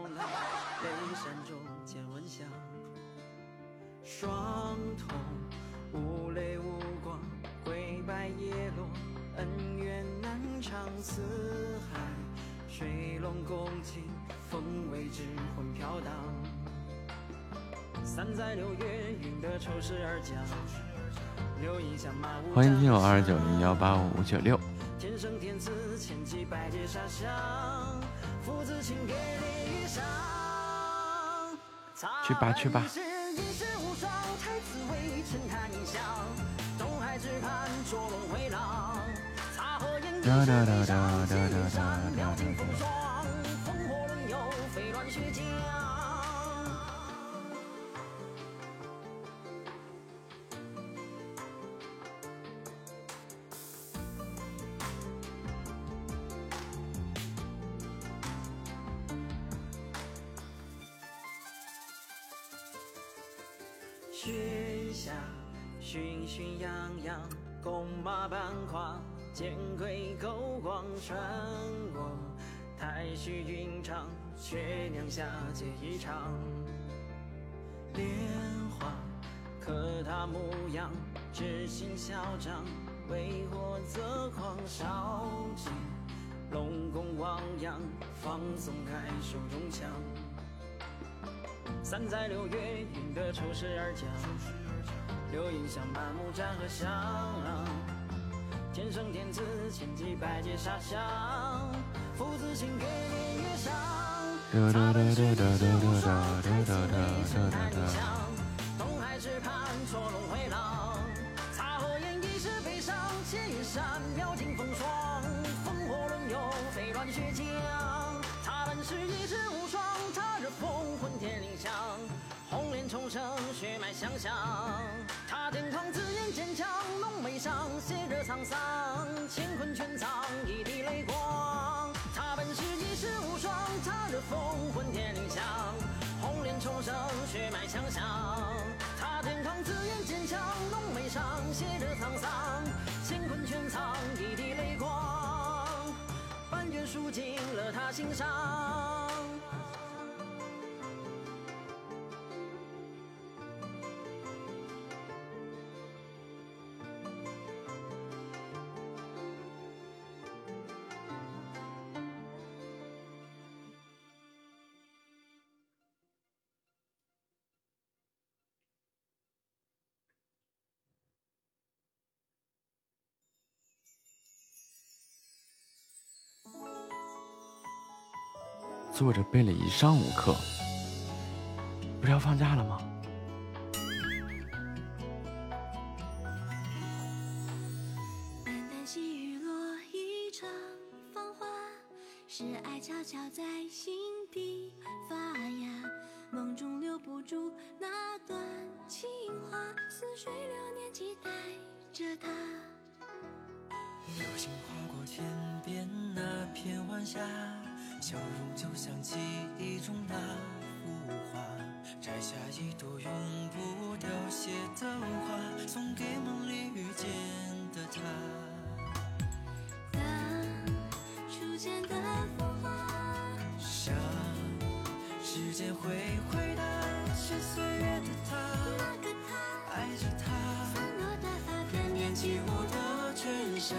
欢迎听友二九零幺八五五九六。去吧去吧。哒哒哒哒哒哒哒哒哒。 雪下熏熏洋洋，弓马半跨，剑归勾光穿过太虚云长，雪娘下结一场。莲花可他模样，知心嚣张，为我则狂烧尽龙宫汪洋，放松开手中枪。散在六月云的抽时而降，流萤香满目战和香，天生天子千骑百劫杀香，父子情给烈月上。哒哒哒哒哒哒哒哒哒哒哒。东海之畔捉龙回廊，擦火焰一世悲伤，千云山描尽风霜，烽火血浆。他本是一世无双，他日风魂天灵香，红莲重生，血脉相向。他健康自然坚强，浓眉上血热沧桑，乾坤全藏一滴泪光。他本是一世无双，他日风魂天灵香，红莲重生，血脉相向。他健康自然坚强，浓眉上血热沧桑，乾坤全藏一滴泪光。半卷书尽了他心上。 坐着背了一上午课，不是要放假了吗？ 淡淡细雨落一场芳华，是爱悄悄在心底发芽，梦中留不住那段情话，似水流年，期待着它。 流星划过天边那片晚霞，笑容就像记忆中那幅画，摘下一朵永不凋谢的花，送给梦里遇见的他。 当初见的风华， 想时间会回答，是岁月的他， 那个他， 爱着他， 散落的发翩片翩起舞的裙纱。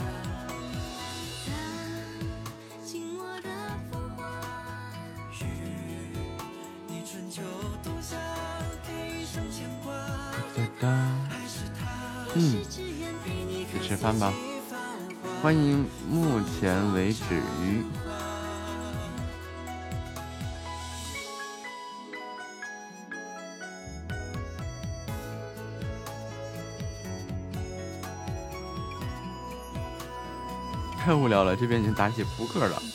紧握的风华， 与你春秋冬夏，给一生牵挂。 对的，嗯，去吃饭吧。欢迎目前为止鱼。太无聊了，这边已经打起扑克了，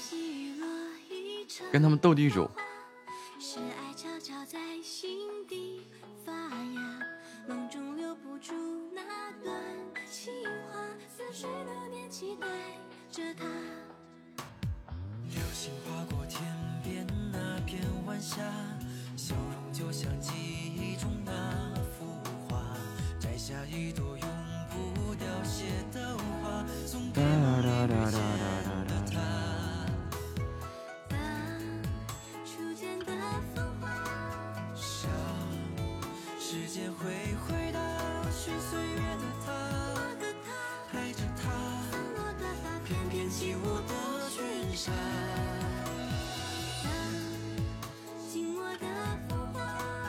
跟他们斗地主。 是爱悄悄在心底发芽，梦中留不住那段情话，似水流年，期待着他。 流星划过天边那片晚霞，笑容就像记忆中那幅画，摘下一朵永不凋谢的花，送给梦里遇见的他。 初见的风华， 想时间会回答，是岁月的他， 那个他， 爱着他， 散落的发翩片翩起舞的裙纱。 紧握的风华，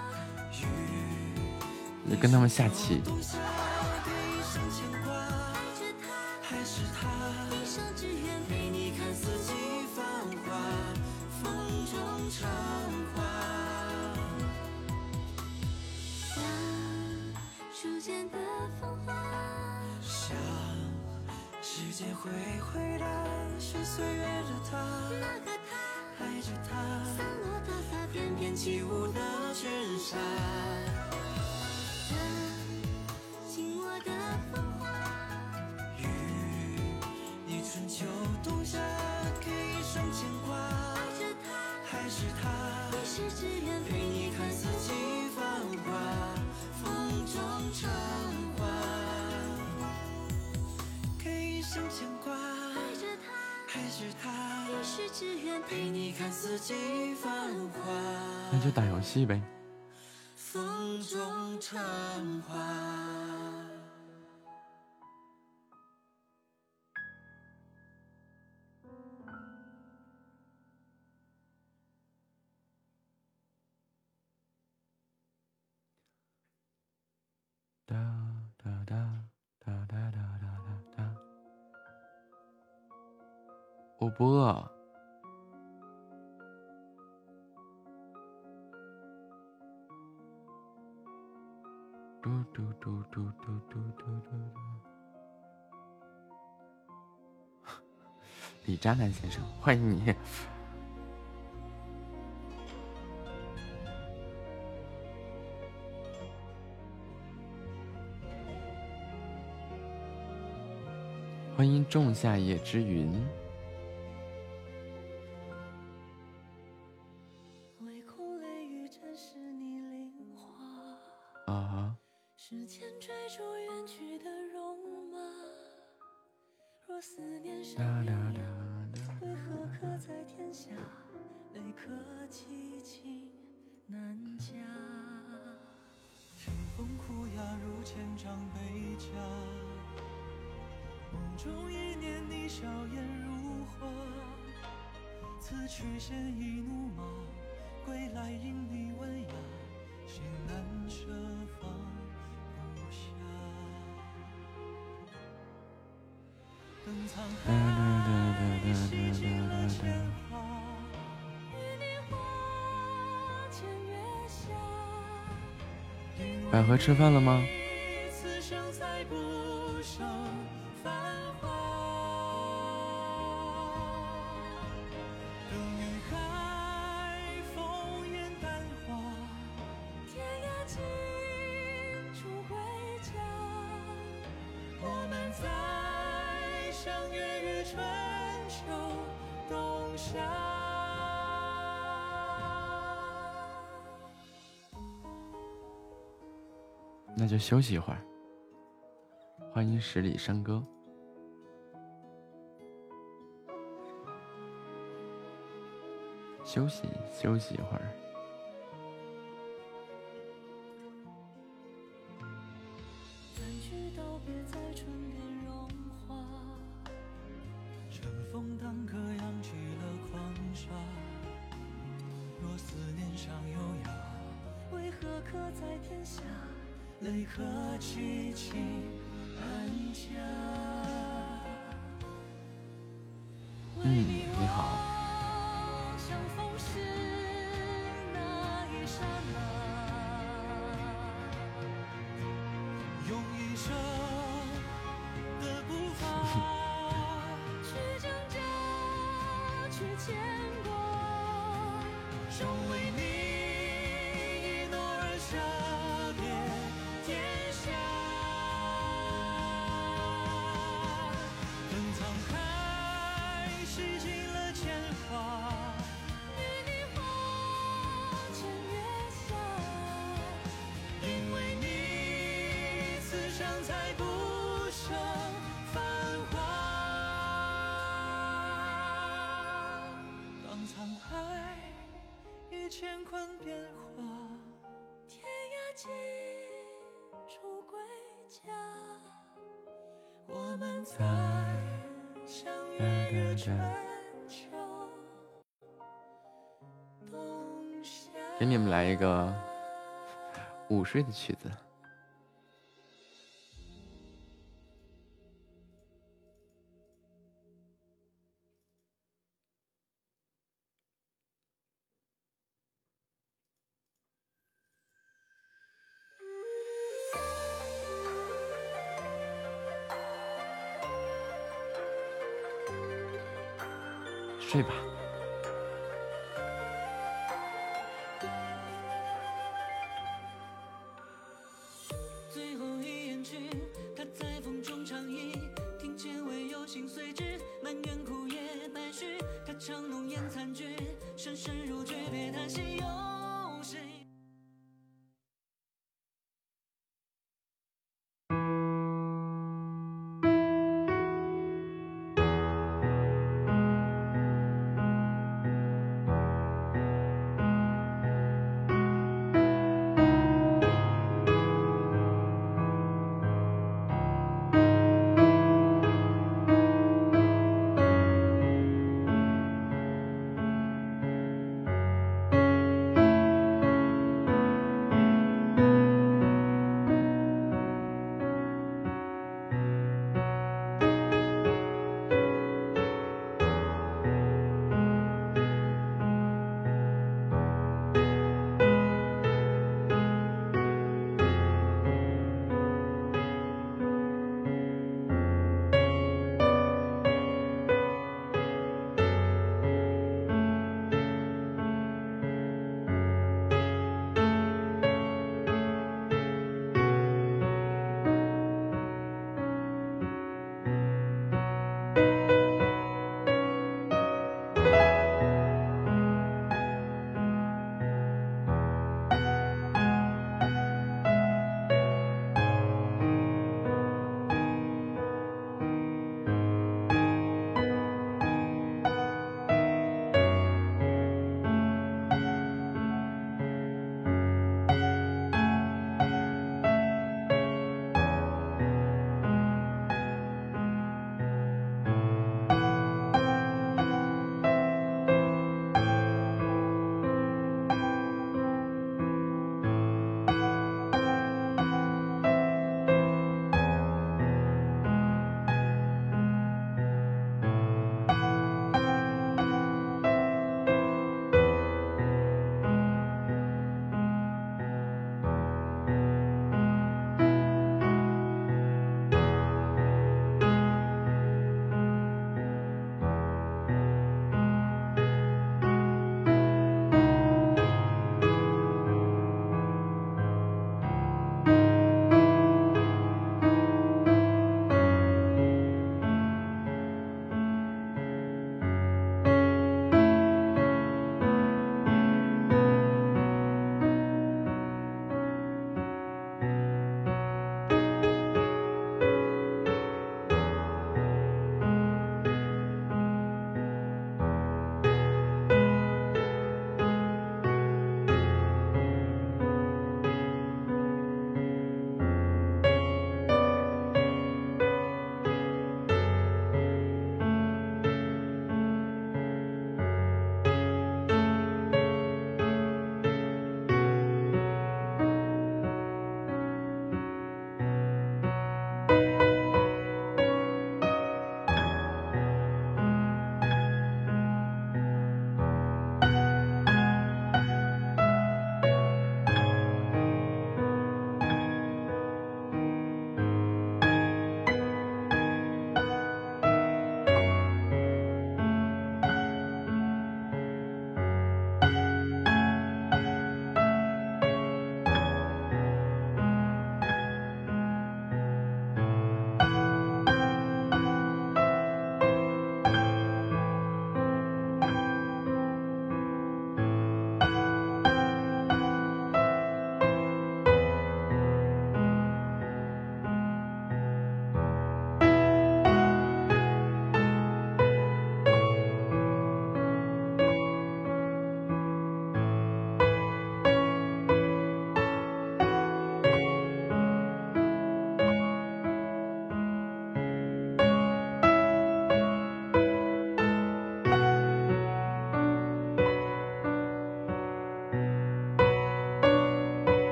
也跟他们下棋。 冬夏给一生牵挂， 爱着他， 还是他， 一生只愿陪你看四季繁华，风中唱花。 当初见的风华， 想时间会回答，是岁月的他， 那个他， 爱着他， 散落的发片翩翩起舞的裙纱。 紧握的风华， 与你春秋冬夏，给一生牵挂， 爱着他， 还是他， 一世只愿陪你看四季繁华，风中唱花。给一生牵挂， 爱着他， 还是他， 一世只愿陪你看四季繁华， 那就打游戏呗。 风中唱花。 哒哒哒哒哒哒哒哒哒。我不饿。嘟嘟嘟嘟嘟嘟嘟嘟嘟。 李渣男先生，欢迎你。欢迎仲夏夜之云。啊。 时间追逐远去的戎马，若思念上为何刻在天下，泪可凄清难夹。 清风苦哑如千丈悲家，梦中一念你笑颜如花，此去现已怒马，归来因你温雅，心难舍放不下。等沧海洗尽了铅华，与你花前月下。 百合吃饭了吗？ 此生再不剩繁华，等雨海风烟淡化，天涯尽处归家。我们再相约于春秋冬夏。 那就休息一会儿。欢迎十里山歌。休息休息一会儿。 远去道别在春天融化， 乘风当歌扬起了狂沙，若思念尚优雅， 为何刻在天下， 泪可凄清难夹。 嗯，你好。 相逢时那一刹那， 用一生的步伐去挣扎，去牵挂， 终为你一诺而舍别天下。等沧海洗尽了铅华， 与你花前月下。 因为你此生才不剩繁华。当沧海已乾坤变化， 天涯尽处归家。 我们再相约于春秋冬夏。 给你们来一个午睡的曲子。睡吧。 最后一眼君，他在风中长吟，听见唯有心碎之，埋怨枯叶败絮。他唱浓烟残菊，深深如炬，别叹息，有谁？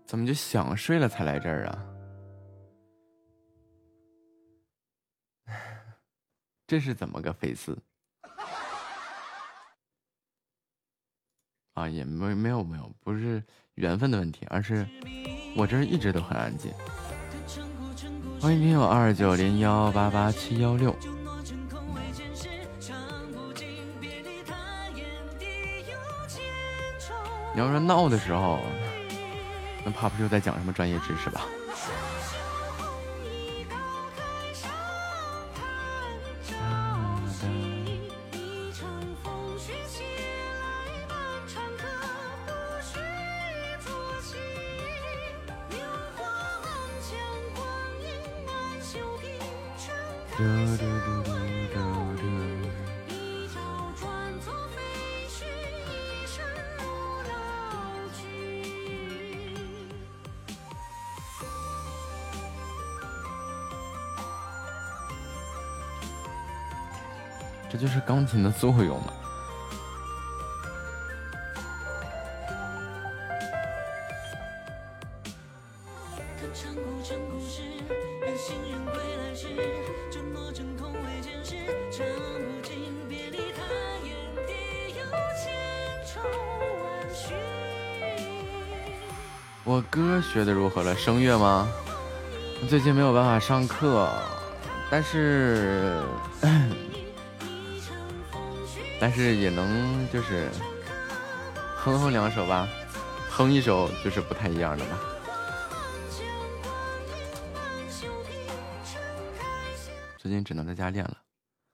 怎么就想睡了才来这儿啊？这是怎么个回事？啊，也没没有没有，不是缘分的问题，而是我这儿一直都很安静。欢迎听友二九零幺八八七幺六。你要说闹的时候，那怕不就在讲什么专业知识吧？这就是钢琴的作用嘛。我哥学的如何了？声乐吗？最近没有办法上课，但是但是也能就是哼哼两首吧，哼一首就是不太一样的吧。最近只能在家练了。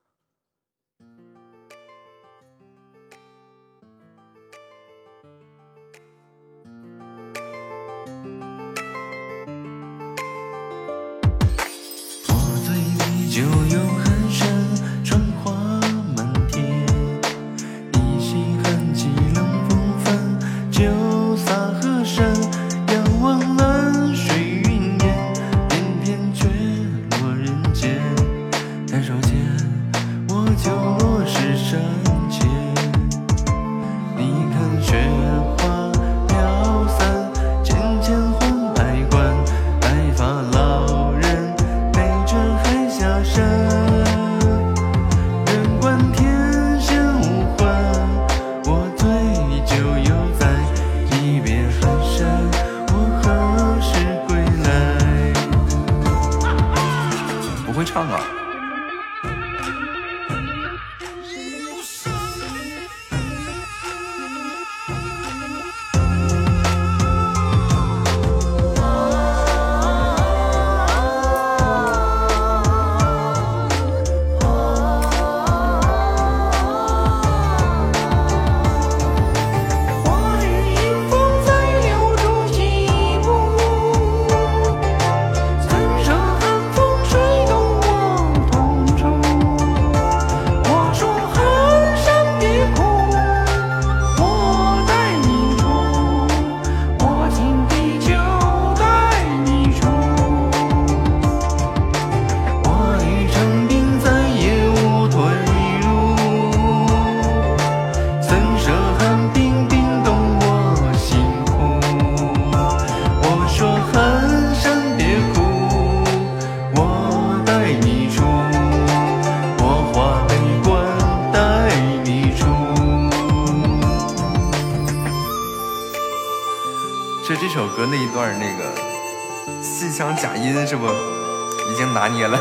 是不已经拿捏了？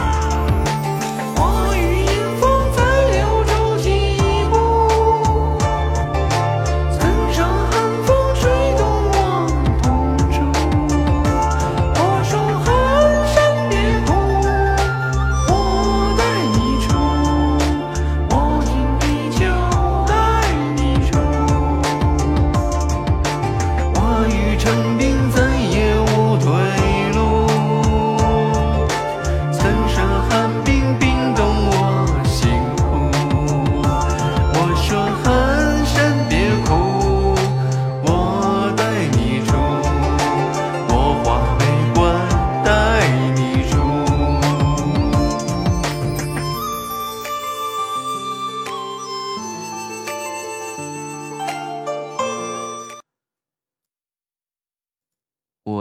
我与迎风在柳州起步。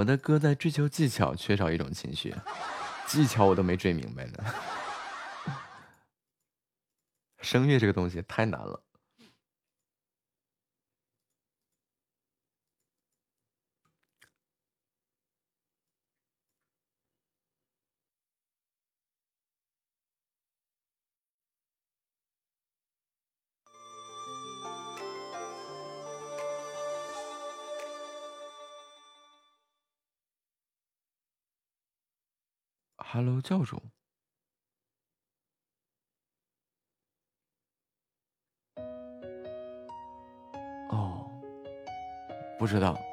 我的歌在追求技巧，缺少一种情绪，技巧我都没追明白呢。声乐这个东西太难了。Hello， 教主。哦，不知道。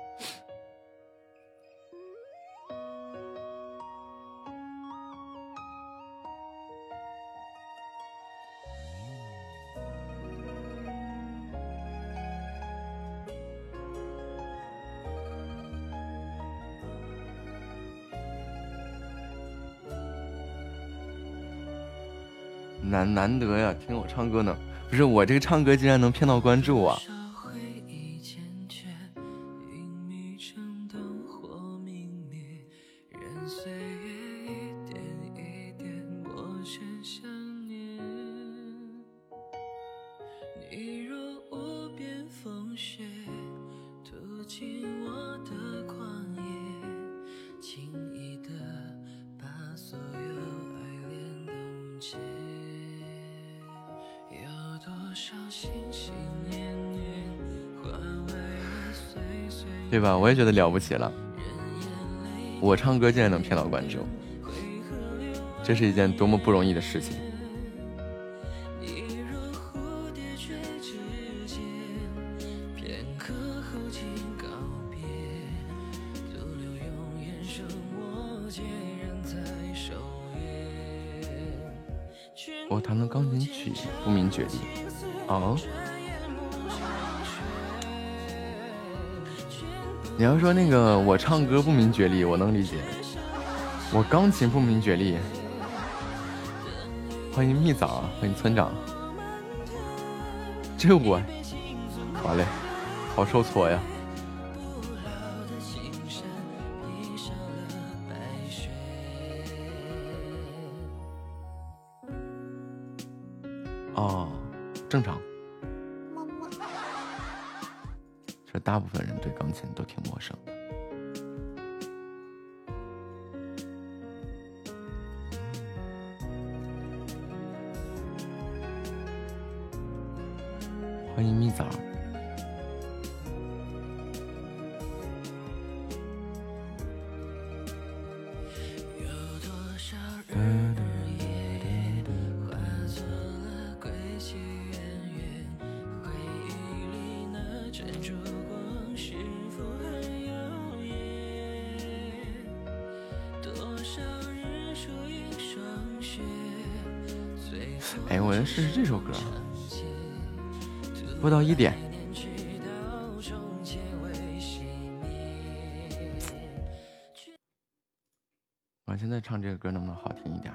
难难得呀，听我唱歌呢。不是我这个唱歌竟然能骗到关注啊！对吧？我也觉得了不起了，我唱歌竟然能骗到观众，这是一件多么不容易的事情。我弹的钢琴曲不明觉厉哦。你要说那个我唱歌不明觉厉，我能理解。我钢琴不明觉厉。欢迎蜜枣，欢迎村长。这我完嘞，好受挫呀。哦，正常。这大部分人对钢琴都挺陌生的。欢迎蜜枣。哎，我要试试这首歌。播到一点。我现在唱这个歌能不能好听一点？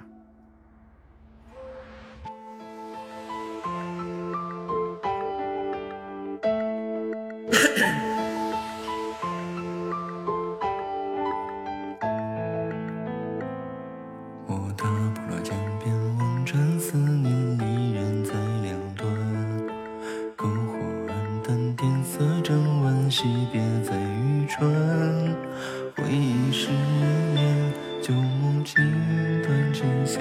我踏破了江边，望穿思念离人在两端，篝火暗淡，点色正晚，惜别在渔船，回忆是人烟，旧梦情断，真相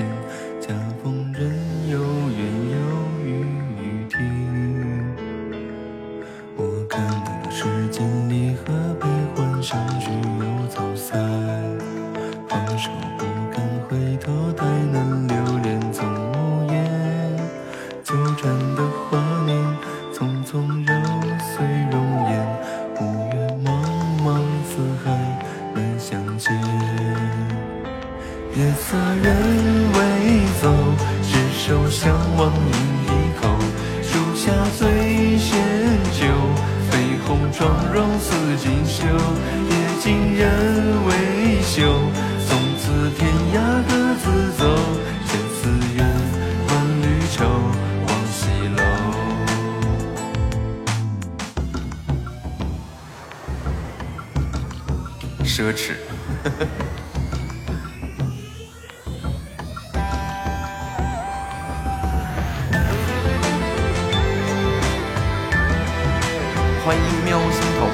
奢侈。欢迎喵心头。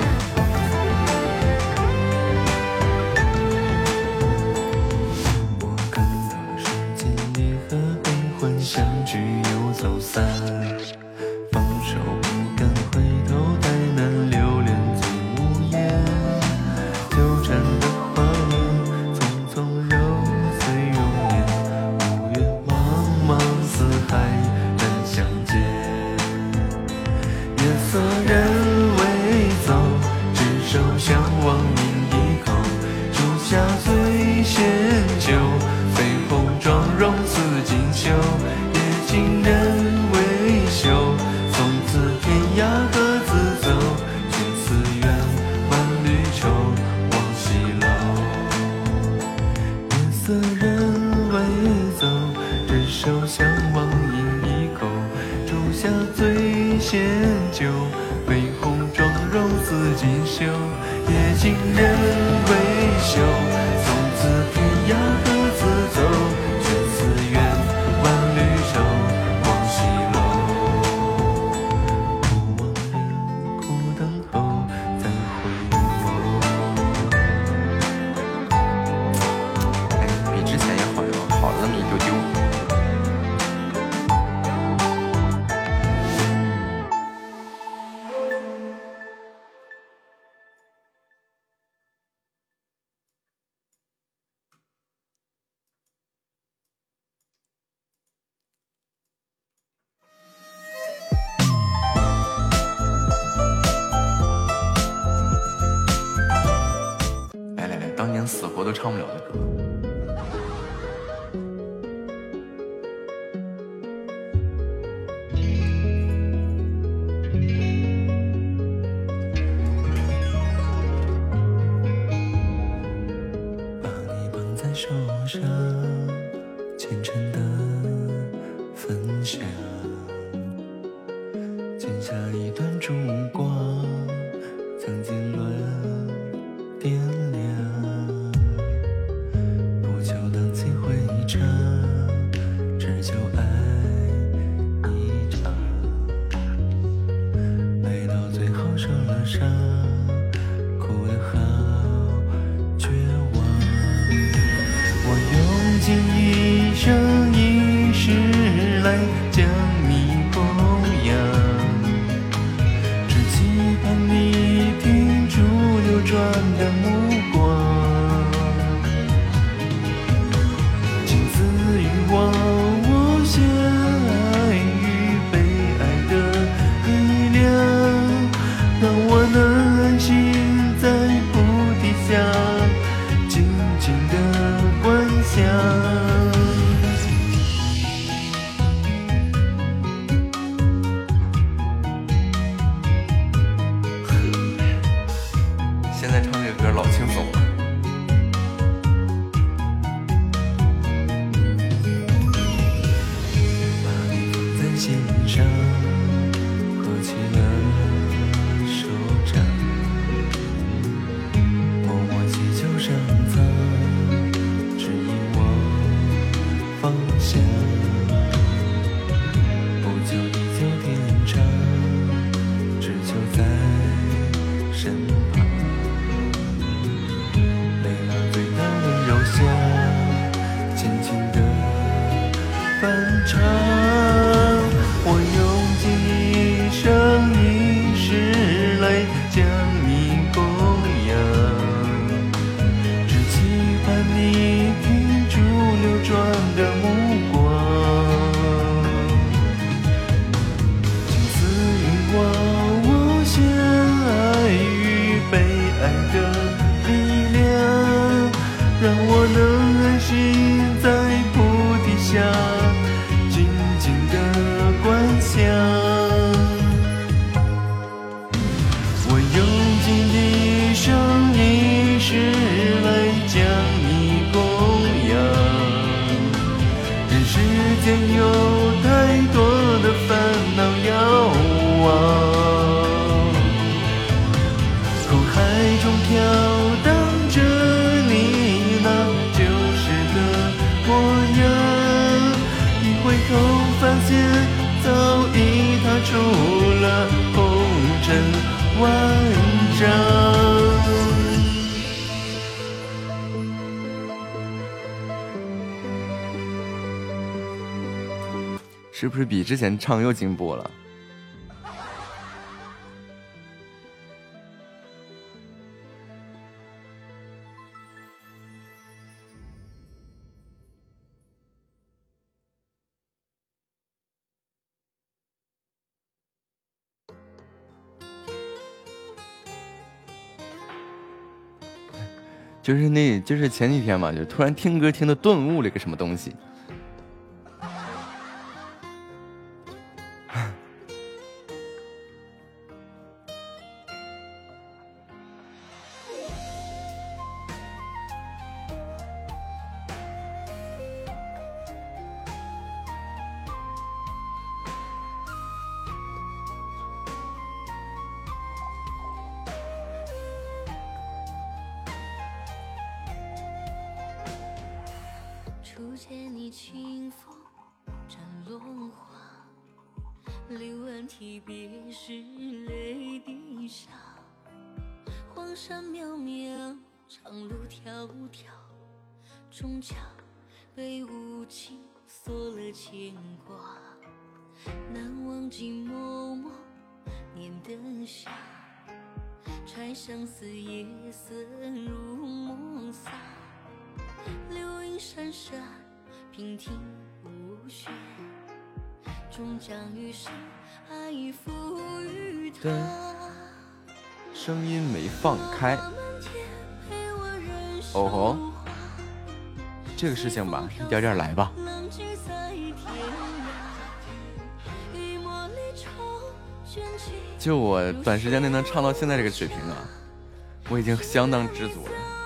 我看到世间离合悲欢相聚又走散，放手不敢回头，太难留恋总无言，纠缠的画面匆匆揉碎容颜，五月茫茫四海难相见，月色人未走，执手相望饮一口，煮下醉仙酒，绯红妆容似锦绣，夜尽人未休，从此天涯各自走，君此远万缕愁，望西楼。月色人未走，执手相望饮一口，煮下醉仙酒，绯红妆容似锦绣，夜尽人未休，从此天涯各自走，君此远万缕愁，望西楼。不忘连苦等候，再回眸。 哎，比之前也好哟，好了那么一丢丢。来来来，当年死活都唱不了的歌。 把你捧在手上，虔诚的分享，剪下一段烛光，曾经轮点亮，不求荡气回肠，只求爱一场，爱到最后受了伤，哭得好绝望。我用尽一生一世来将你供养，只期盼你停住流转的目光，仅此欲望，我陷爱与被爱的力量，让我能安心在菩提下静静的观想。 现在唱这个歌老轻松了。 把你放在心上，合起了手掌，默默祈求上苍指引我方向，不求地久天长，只求在身旁，累了醉到温柔乡，轻轻地翻唱。我用尽一生一世来将你供养，只期盼你停住流转的目光，仅此欲望，我陷爱与被爱的力量，让我能安心在菩提下静静的观想。我用尽一生一世来将你供养，人世间有太多的烦恼要忘，苦海中飘荡着头发现早已踏出了红尘万丈。是不是比之前唱又进步了？就是那，就是前几天嘛，就突然听歌听的顿悟了一个什么东西。 初见你清风沾落花，临闻啼别时泪滴下。黄山渺渺，长路迢迢，终将被无情锁了牵挂。难忘寂寞梦年灯下，揣相思夜色如梦洒。流云闪闪，平听无雪，终将余生爱付予他。 声音没放开。哦吼，这个事情吧，一点点来吧。就我短时间内能唱到现在这个水平啊，我已经相当知足了。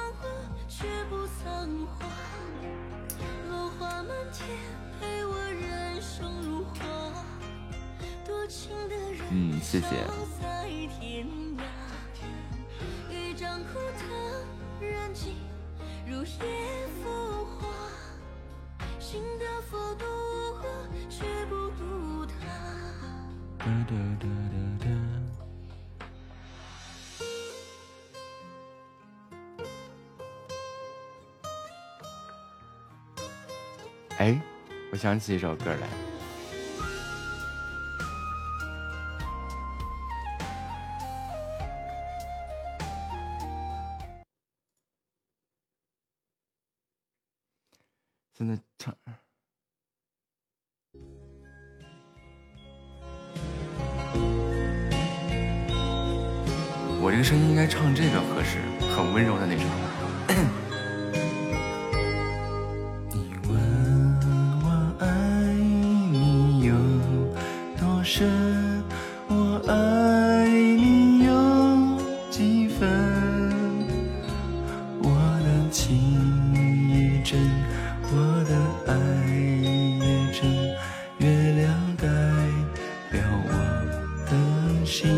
嗯，谢谢。哎，我想起一首歌来。现在唱，我这个声音应该唱这个合适，很温柔的那种。你问我爱你有多深，我爱你有几分，我的情也真，我的爱也真，月亮代表我的心。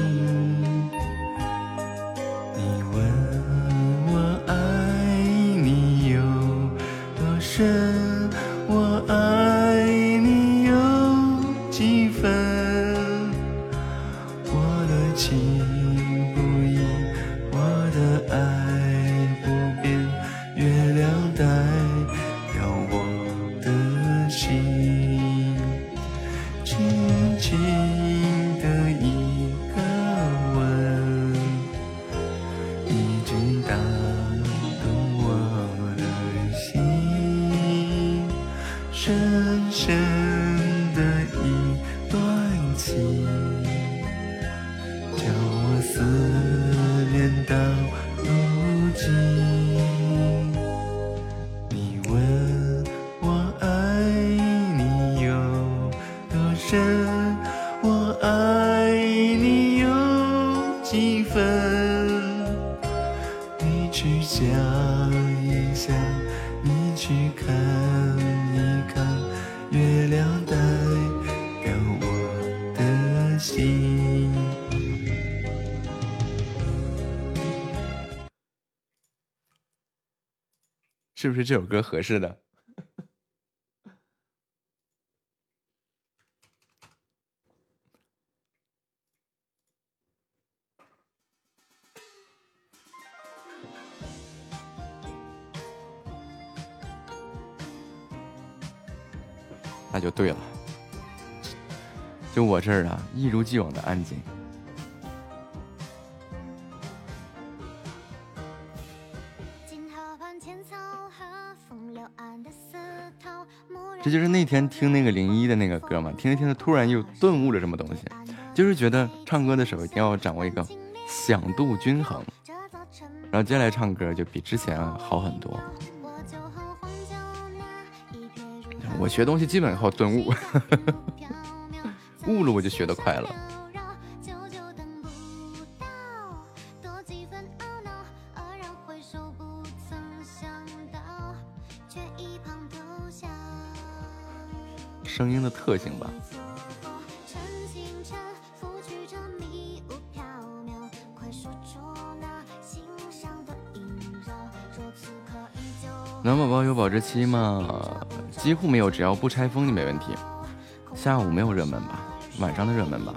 你问我爱你有多深，我爱你有几分，我的情不移，我的爱不变，月亮代表我的心。轻轻的一个吻，已经打动我的心，深深的一段情，叫我思念到如今。你问我爱你有多深，我爱你有几分，你去想一想，你去看一看，月亮代表我的心。是不是这首歌合适的？ 那就对了。就我这儿啊，一如既往的安静。这就是那天听那个零一的那个歌嘛，听着听着突然又顿悟了什么东西，就是觉得唱歌的时候一定要掌握一个响度均衡，然后接下来唱歌就比之前好很多。我学东西基本靠顿悟，悟了我就学得快了。声音的特性吧。暖宝宝有保质期吗？几乎没有，只要不拆封就没问题。下午没有热门吧？晚上的热门吧。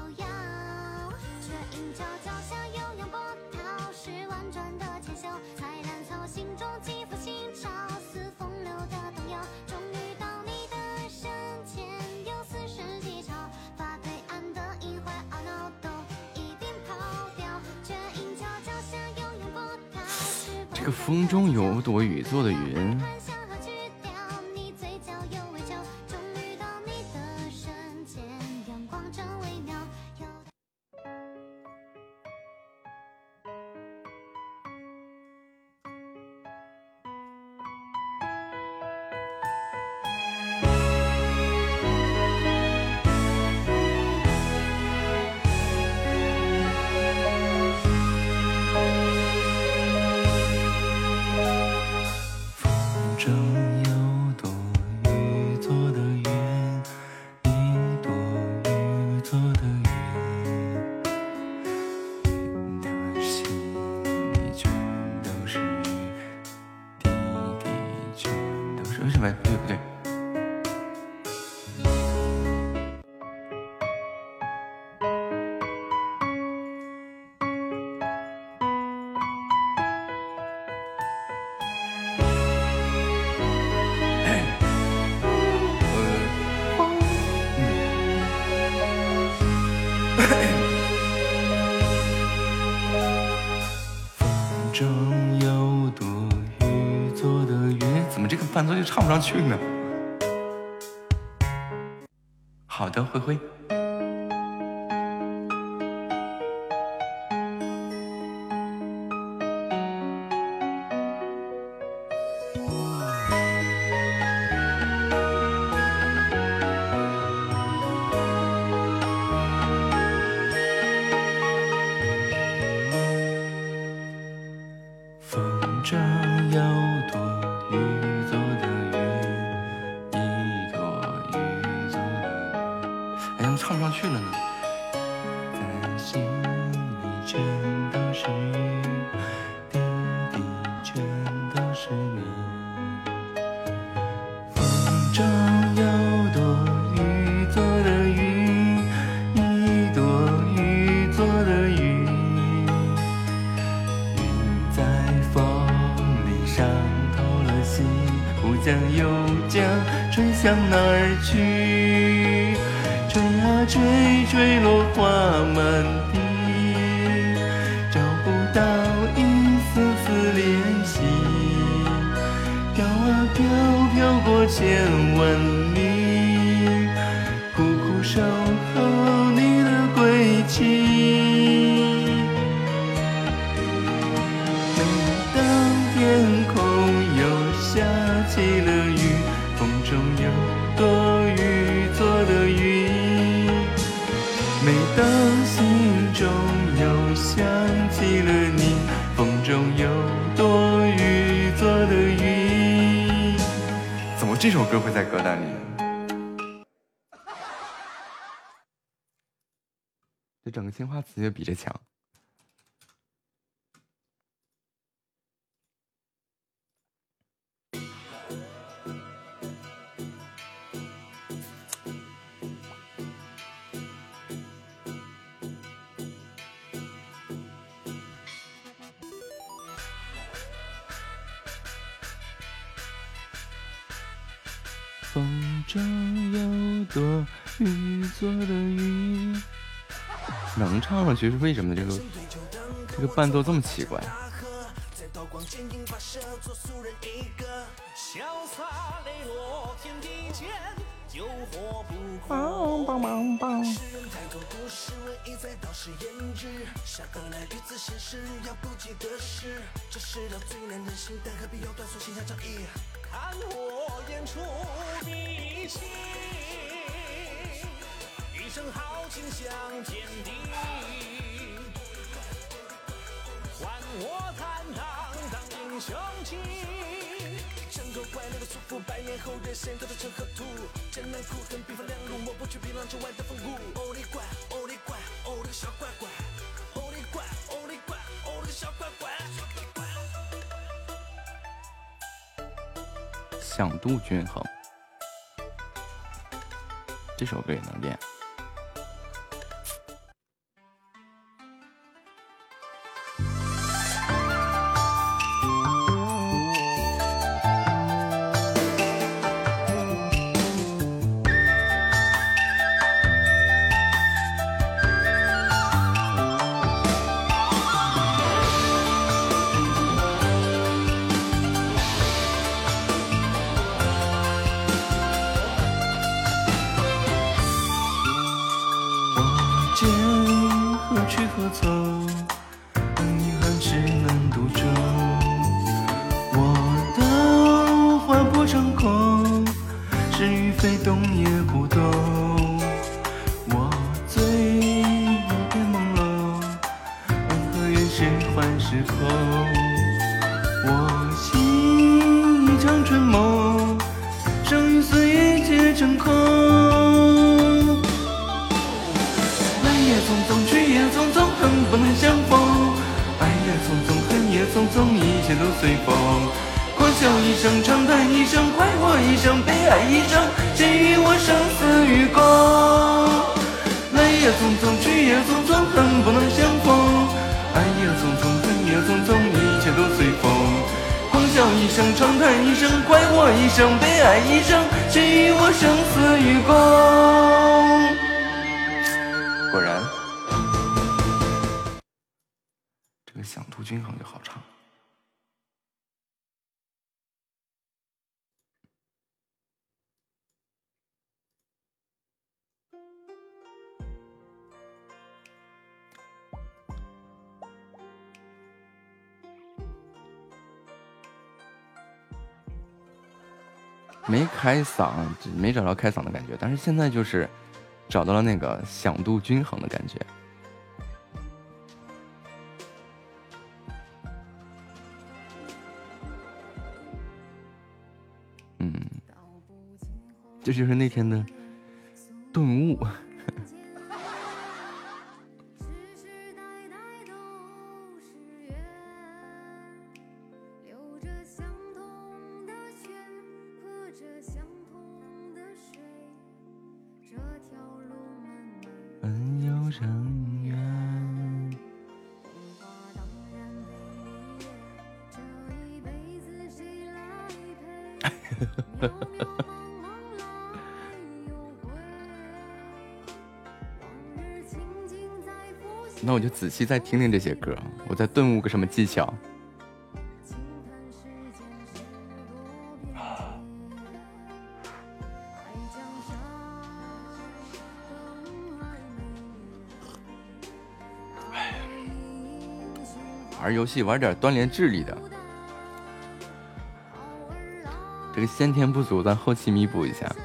这个风中有朵雨做的云。伴奏就唱不上去呢。好的，灰灰。这首歌会在歌单里，这整个青花瓷就比这强。 风筝有朵雨做的云。能唱上去是为什么？这个这个伴奏这么奇怪。 梆梆梆梆。看我演出的戏，一声豪情向天地，换我坦荡当英雄气。整个怪那个束缚，百年后人先都的成河图，艰难苦恨兵分两路，我不去比浪之外的风骨。哦你怪，哦你怪，哦那个小怪怪，哦你怪，哦你怪，哦那个小怪怪。 响度均衡，这首歌也能练。没开嗓，没找到开嗓的感觉，但是现在就是找到了那个响度均衡的感觉。嗯，这就是那天的顿悟。那我就仔细再听听这些歌，我再顿悟个什么技巧。玩游戏玩点锻炼智力的，这个先天不足咱后期弥补一下。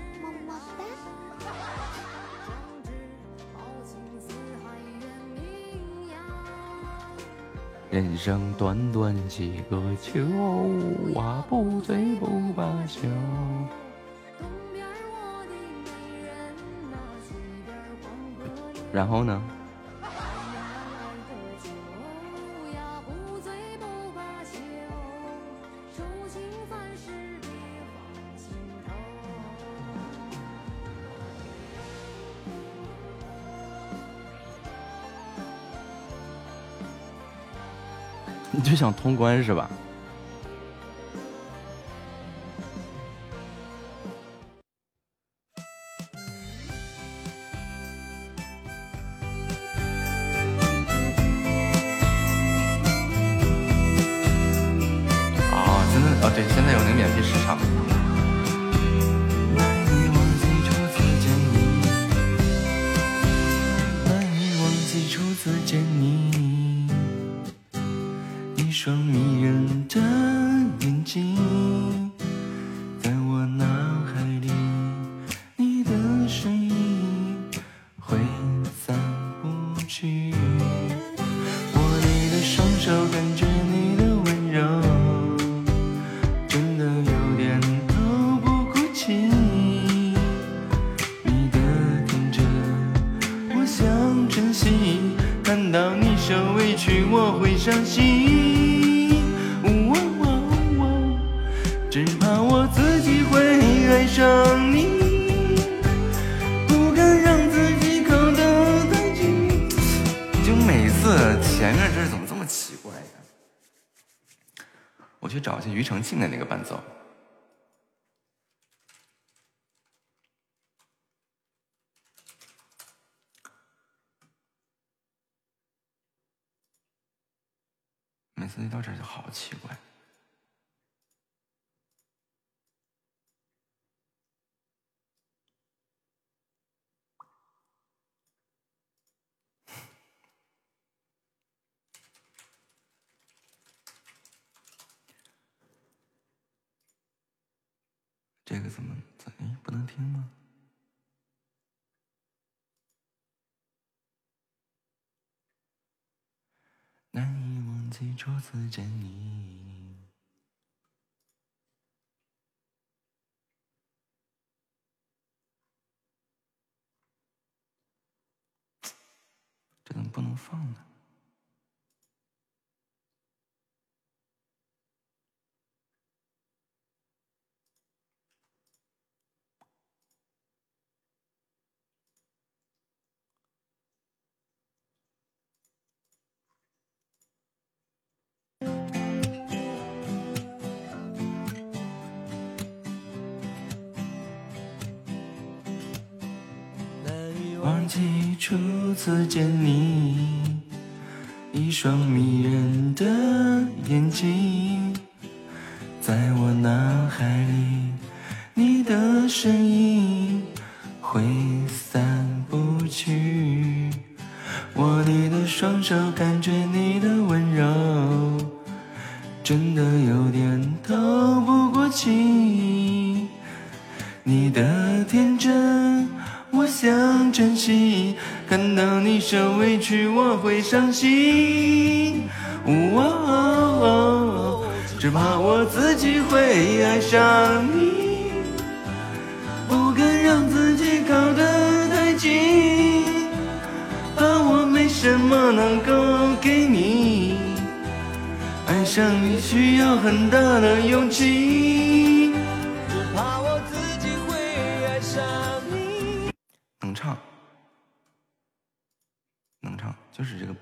人生短短几个秋啊，不醉不罢休。然后呢？你就想通关是吧？ 有那个免费试唱。 难以忘记初次见你，难以忘记初次见你，一双迷人的眼睛，在我脑海里，你的身影挥散不去。握你的双手，感觉你的温柔，真的有点透不过气。你的天真，我想珍惜，看到你受委屈，我会伤心。哦哦哦，只怕我自己会爱上你。 前面这怎么这么奇怪呀？我去找一下庾澄庆的那个伴奏。每次一到这儿就好奇怪。这个怎么怎么不能听吗？难以忘记初次见你，这怎么不能放呢？忘记初次见你，一双迷人的眼睛，在我脑海里，你的身影挥散不去。握你的双手，感觉你的温柔，真的有点透不过气。你的天真，我想珍惜，看到你受委屈，我会伤心。哦哦哦，只怕我自己会爱上你，不敢让自己靠得太近，怕我没什么能够给你，爱上你需要很大的勇气，只怕我自己会爱上你。能唱，能唱，就是这个，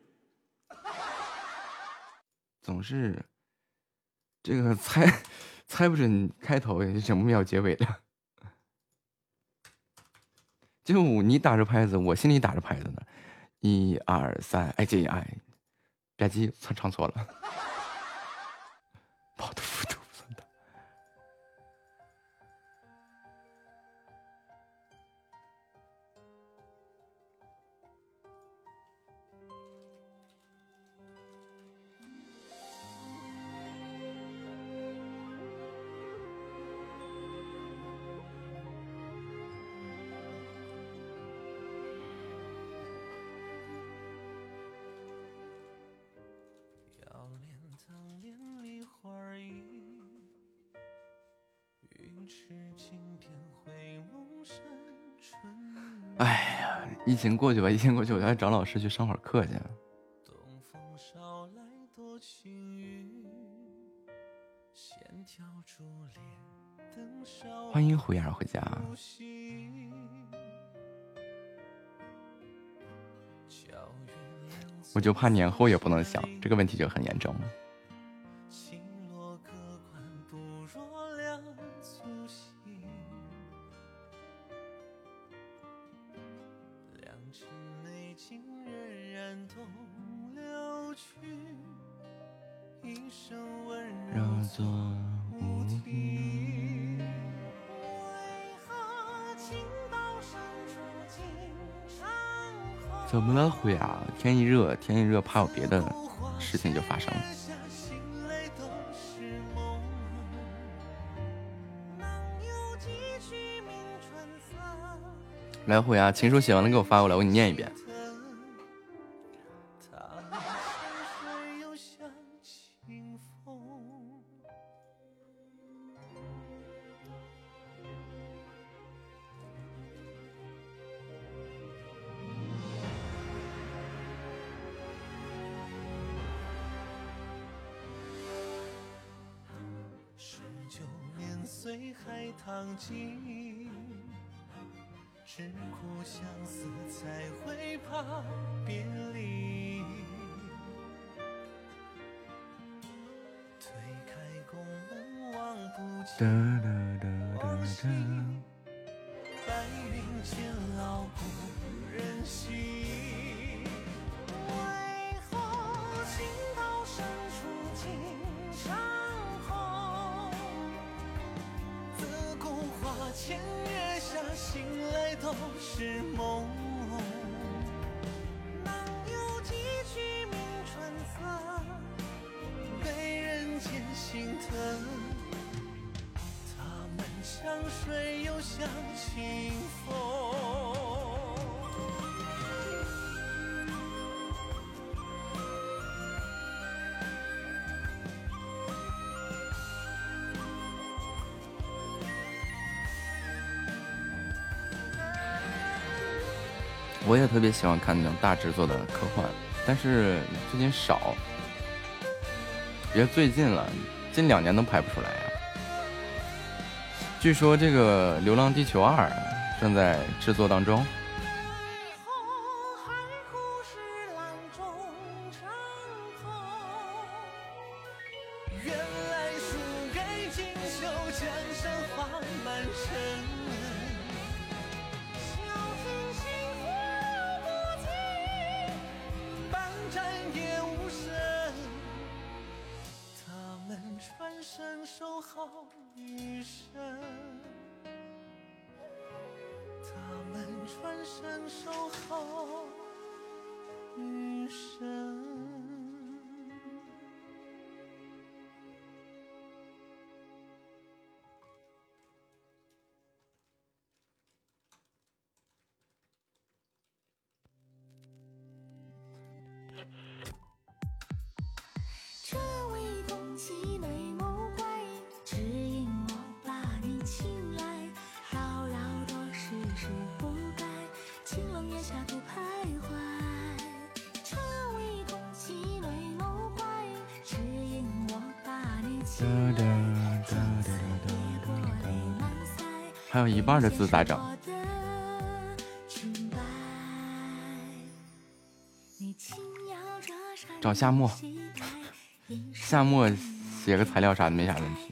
总是这个猜猜不准开头，也整不了结尾了。就你打着拍子，我心里打着拍子呢。一二三，哎这哎，吧唧，唱唱错了，跑的幅度算大。哎呀，疫情过去吧，疫情过去，我要找老师去上会儿课去。欢迎胡雅回家。我就怕年后也不能想，这个问题就很严重了。让做无怎么了灰啊？天一热，天一热，怕有别的事情就发生了。来灰啊，情书写完了给我发过来，我给你念一遍。 只苦相思才会怕别离，推开宫门望不见往昔，白云间老故人稀，为何情到深处尽长虹，自古花前月下醒来都是梦，哪有几曲鸣春色，被人间心疼。他们像水又像清风。 我也特别喜欢看那种大制作的科幻，但是最近少，别最近了，近两年都拍不出来呀。据说这个《流浪地球二》正在制作当中。还有一半的字咋整？找夏末，夏末写个材料啥的没啥问题。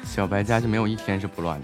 小白家就没有一天是不乱的。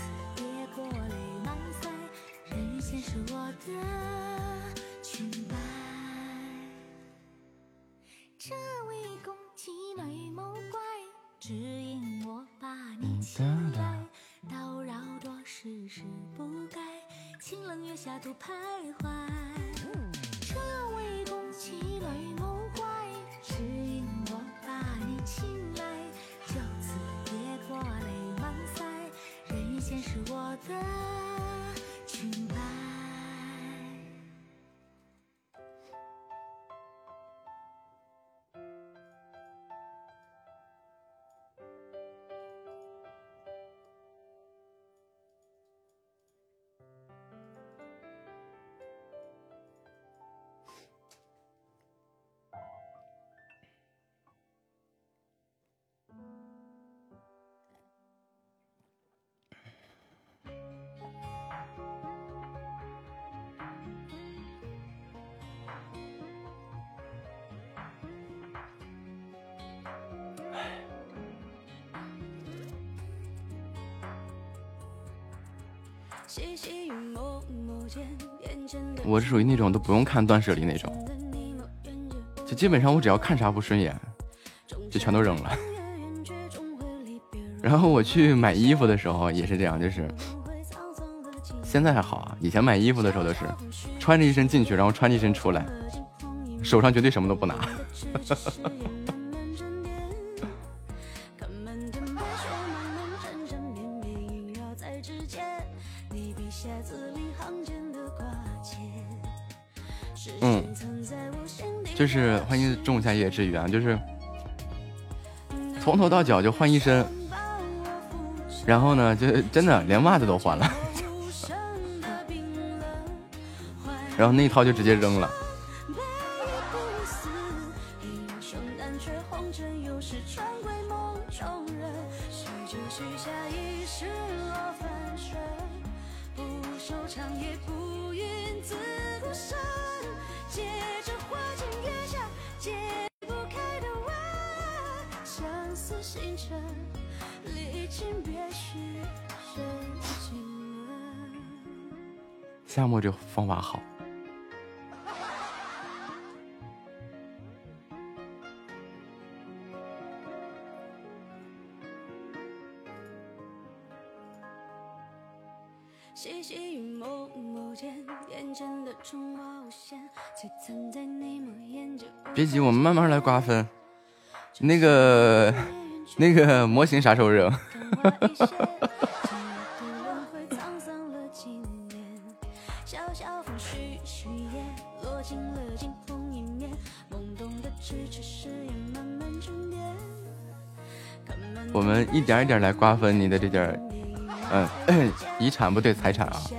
我是属于那种都不用看断舍离那种，就基本上我只要看啥不顺眼，就全都扔了。然后我去买衣服的时候也是这样，就是现在还好啊，以前买衣服的时候都是穿着一身进去，然后穿着一身出来，手上绝对什么都不拿。嗯，就是欢迎仲夏夜之语啊，就是从头到脚就换一身，然后呢，就真的连袜子都换了，然后那一套就直接扔了。夏末这方法好。别急，我们慢慢来瓜分。那个那个模型啥时候扔？我们一点一点来瓜分你的这点，嗯，遗产不对，财产啊。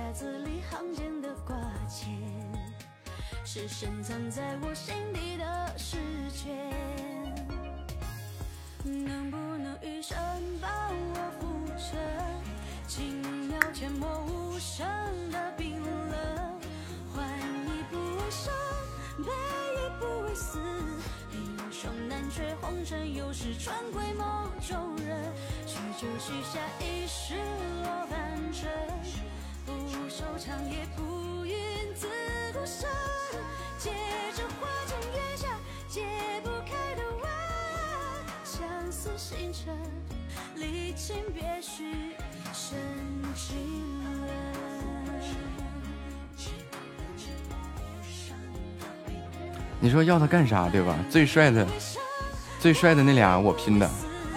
你说要他干啥，对吧？最帅的，最帅的那俩我拼的。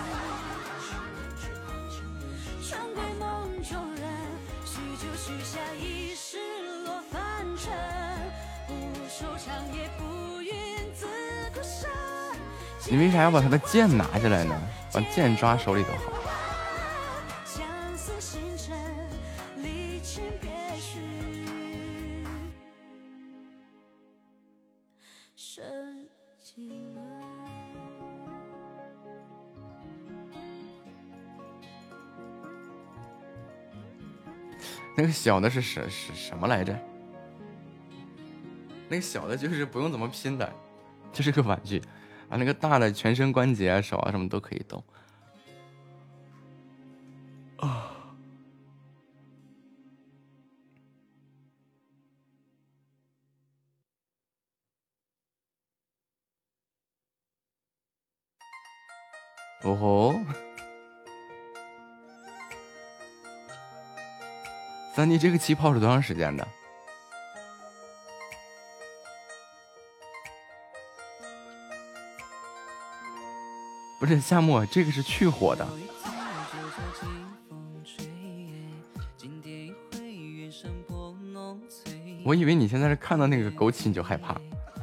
你为啥要把他的剑拿下来呢？把剑抓手里头好。那个小的是什是什么来着？那个小的就是不用怎么拼的，就是个玩具啊。那个大的全身关节啊、手啊什么都可以动。 啊。哦吼，三弟这个气泡是多长时间的？不是夏末，这个是去火的。我以为你现在是看到那个枸杞你就害怕。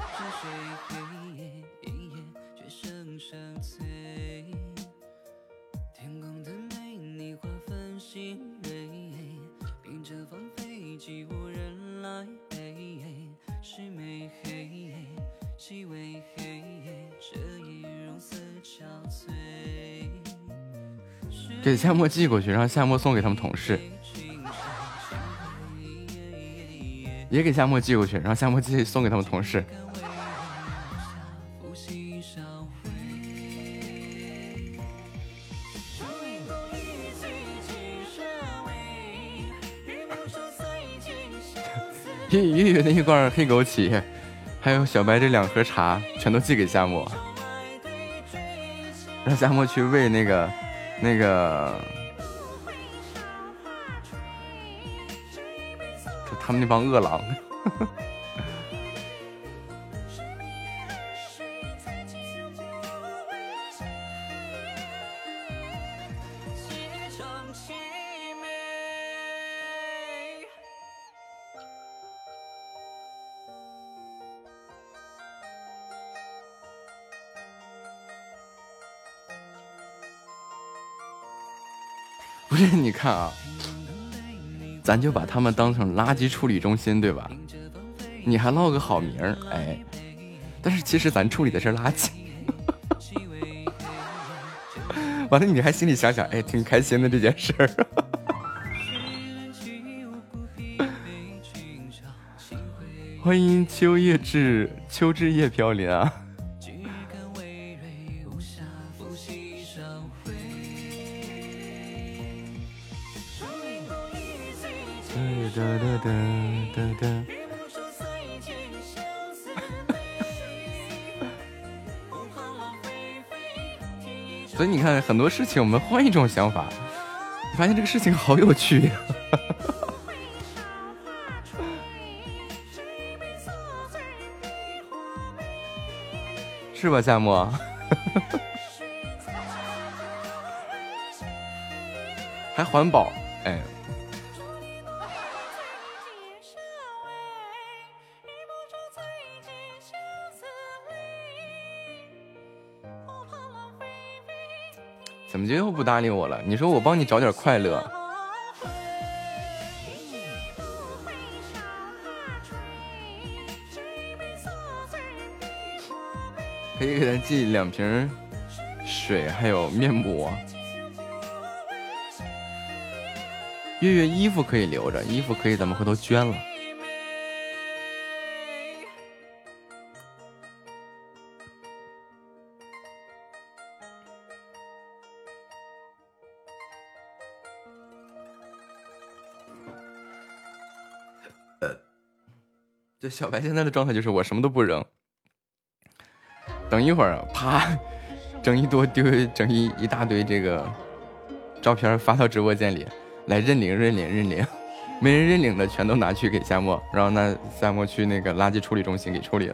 给夏末寄过去，让夏末送给他们同事，也给夏末寄过去，让夏末寄送给他们同事。月月月那一罐黑枸杞，还有小白这两盒茶，全都寄给夏末，让夏末去喂那个。那个，就他们那帮饿狼。不是，你看啊，咱就把他们当成垃圾处理中心，对吧？你还落个好名儿，哎，但是其实咱处理的是垃圾。完了，你还心里想想，哎，挺开心的这件事儿。欢迎秋叶至秋枝叶飘零啊！哒哒哒哒哒。所以你看，很多事情我们换一种想法，你发现这个事情好有趣呀。是吧，夏末？还环保，哎。怎么就又不搭理我了？你说我帮你找点快乐。可以给他寄两瓶水，还有面膜。月月衣服可以留着，衣服可以咱们回头捐了。这小白现在的状态就是我什么都不扔，等一会儿啪整一多丢整一一大堆这个照片发到直播间里来认领认领认领，没人认领的全都拿去给夏末，然后那夏末去那个垃圾处理中心给处理了。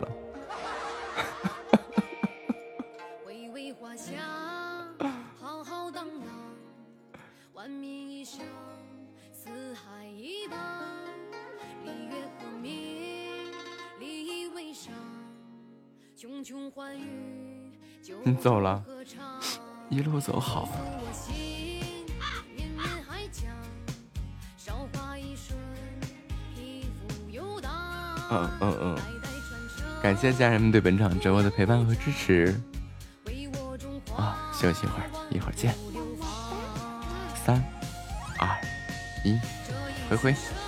你走了，一路走好。嗯嗯嗯，感谢家人们对本场直播的陪伴和支持。啊，休息一会儿，一会儿见。三、二、一，回回。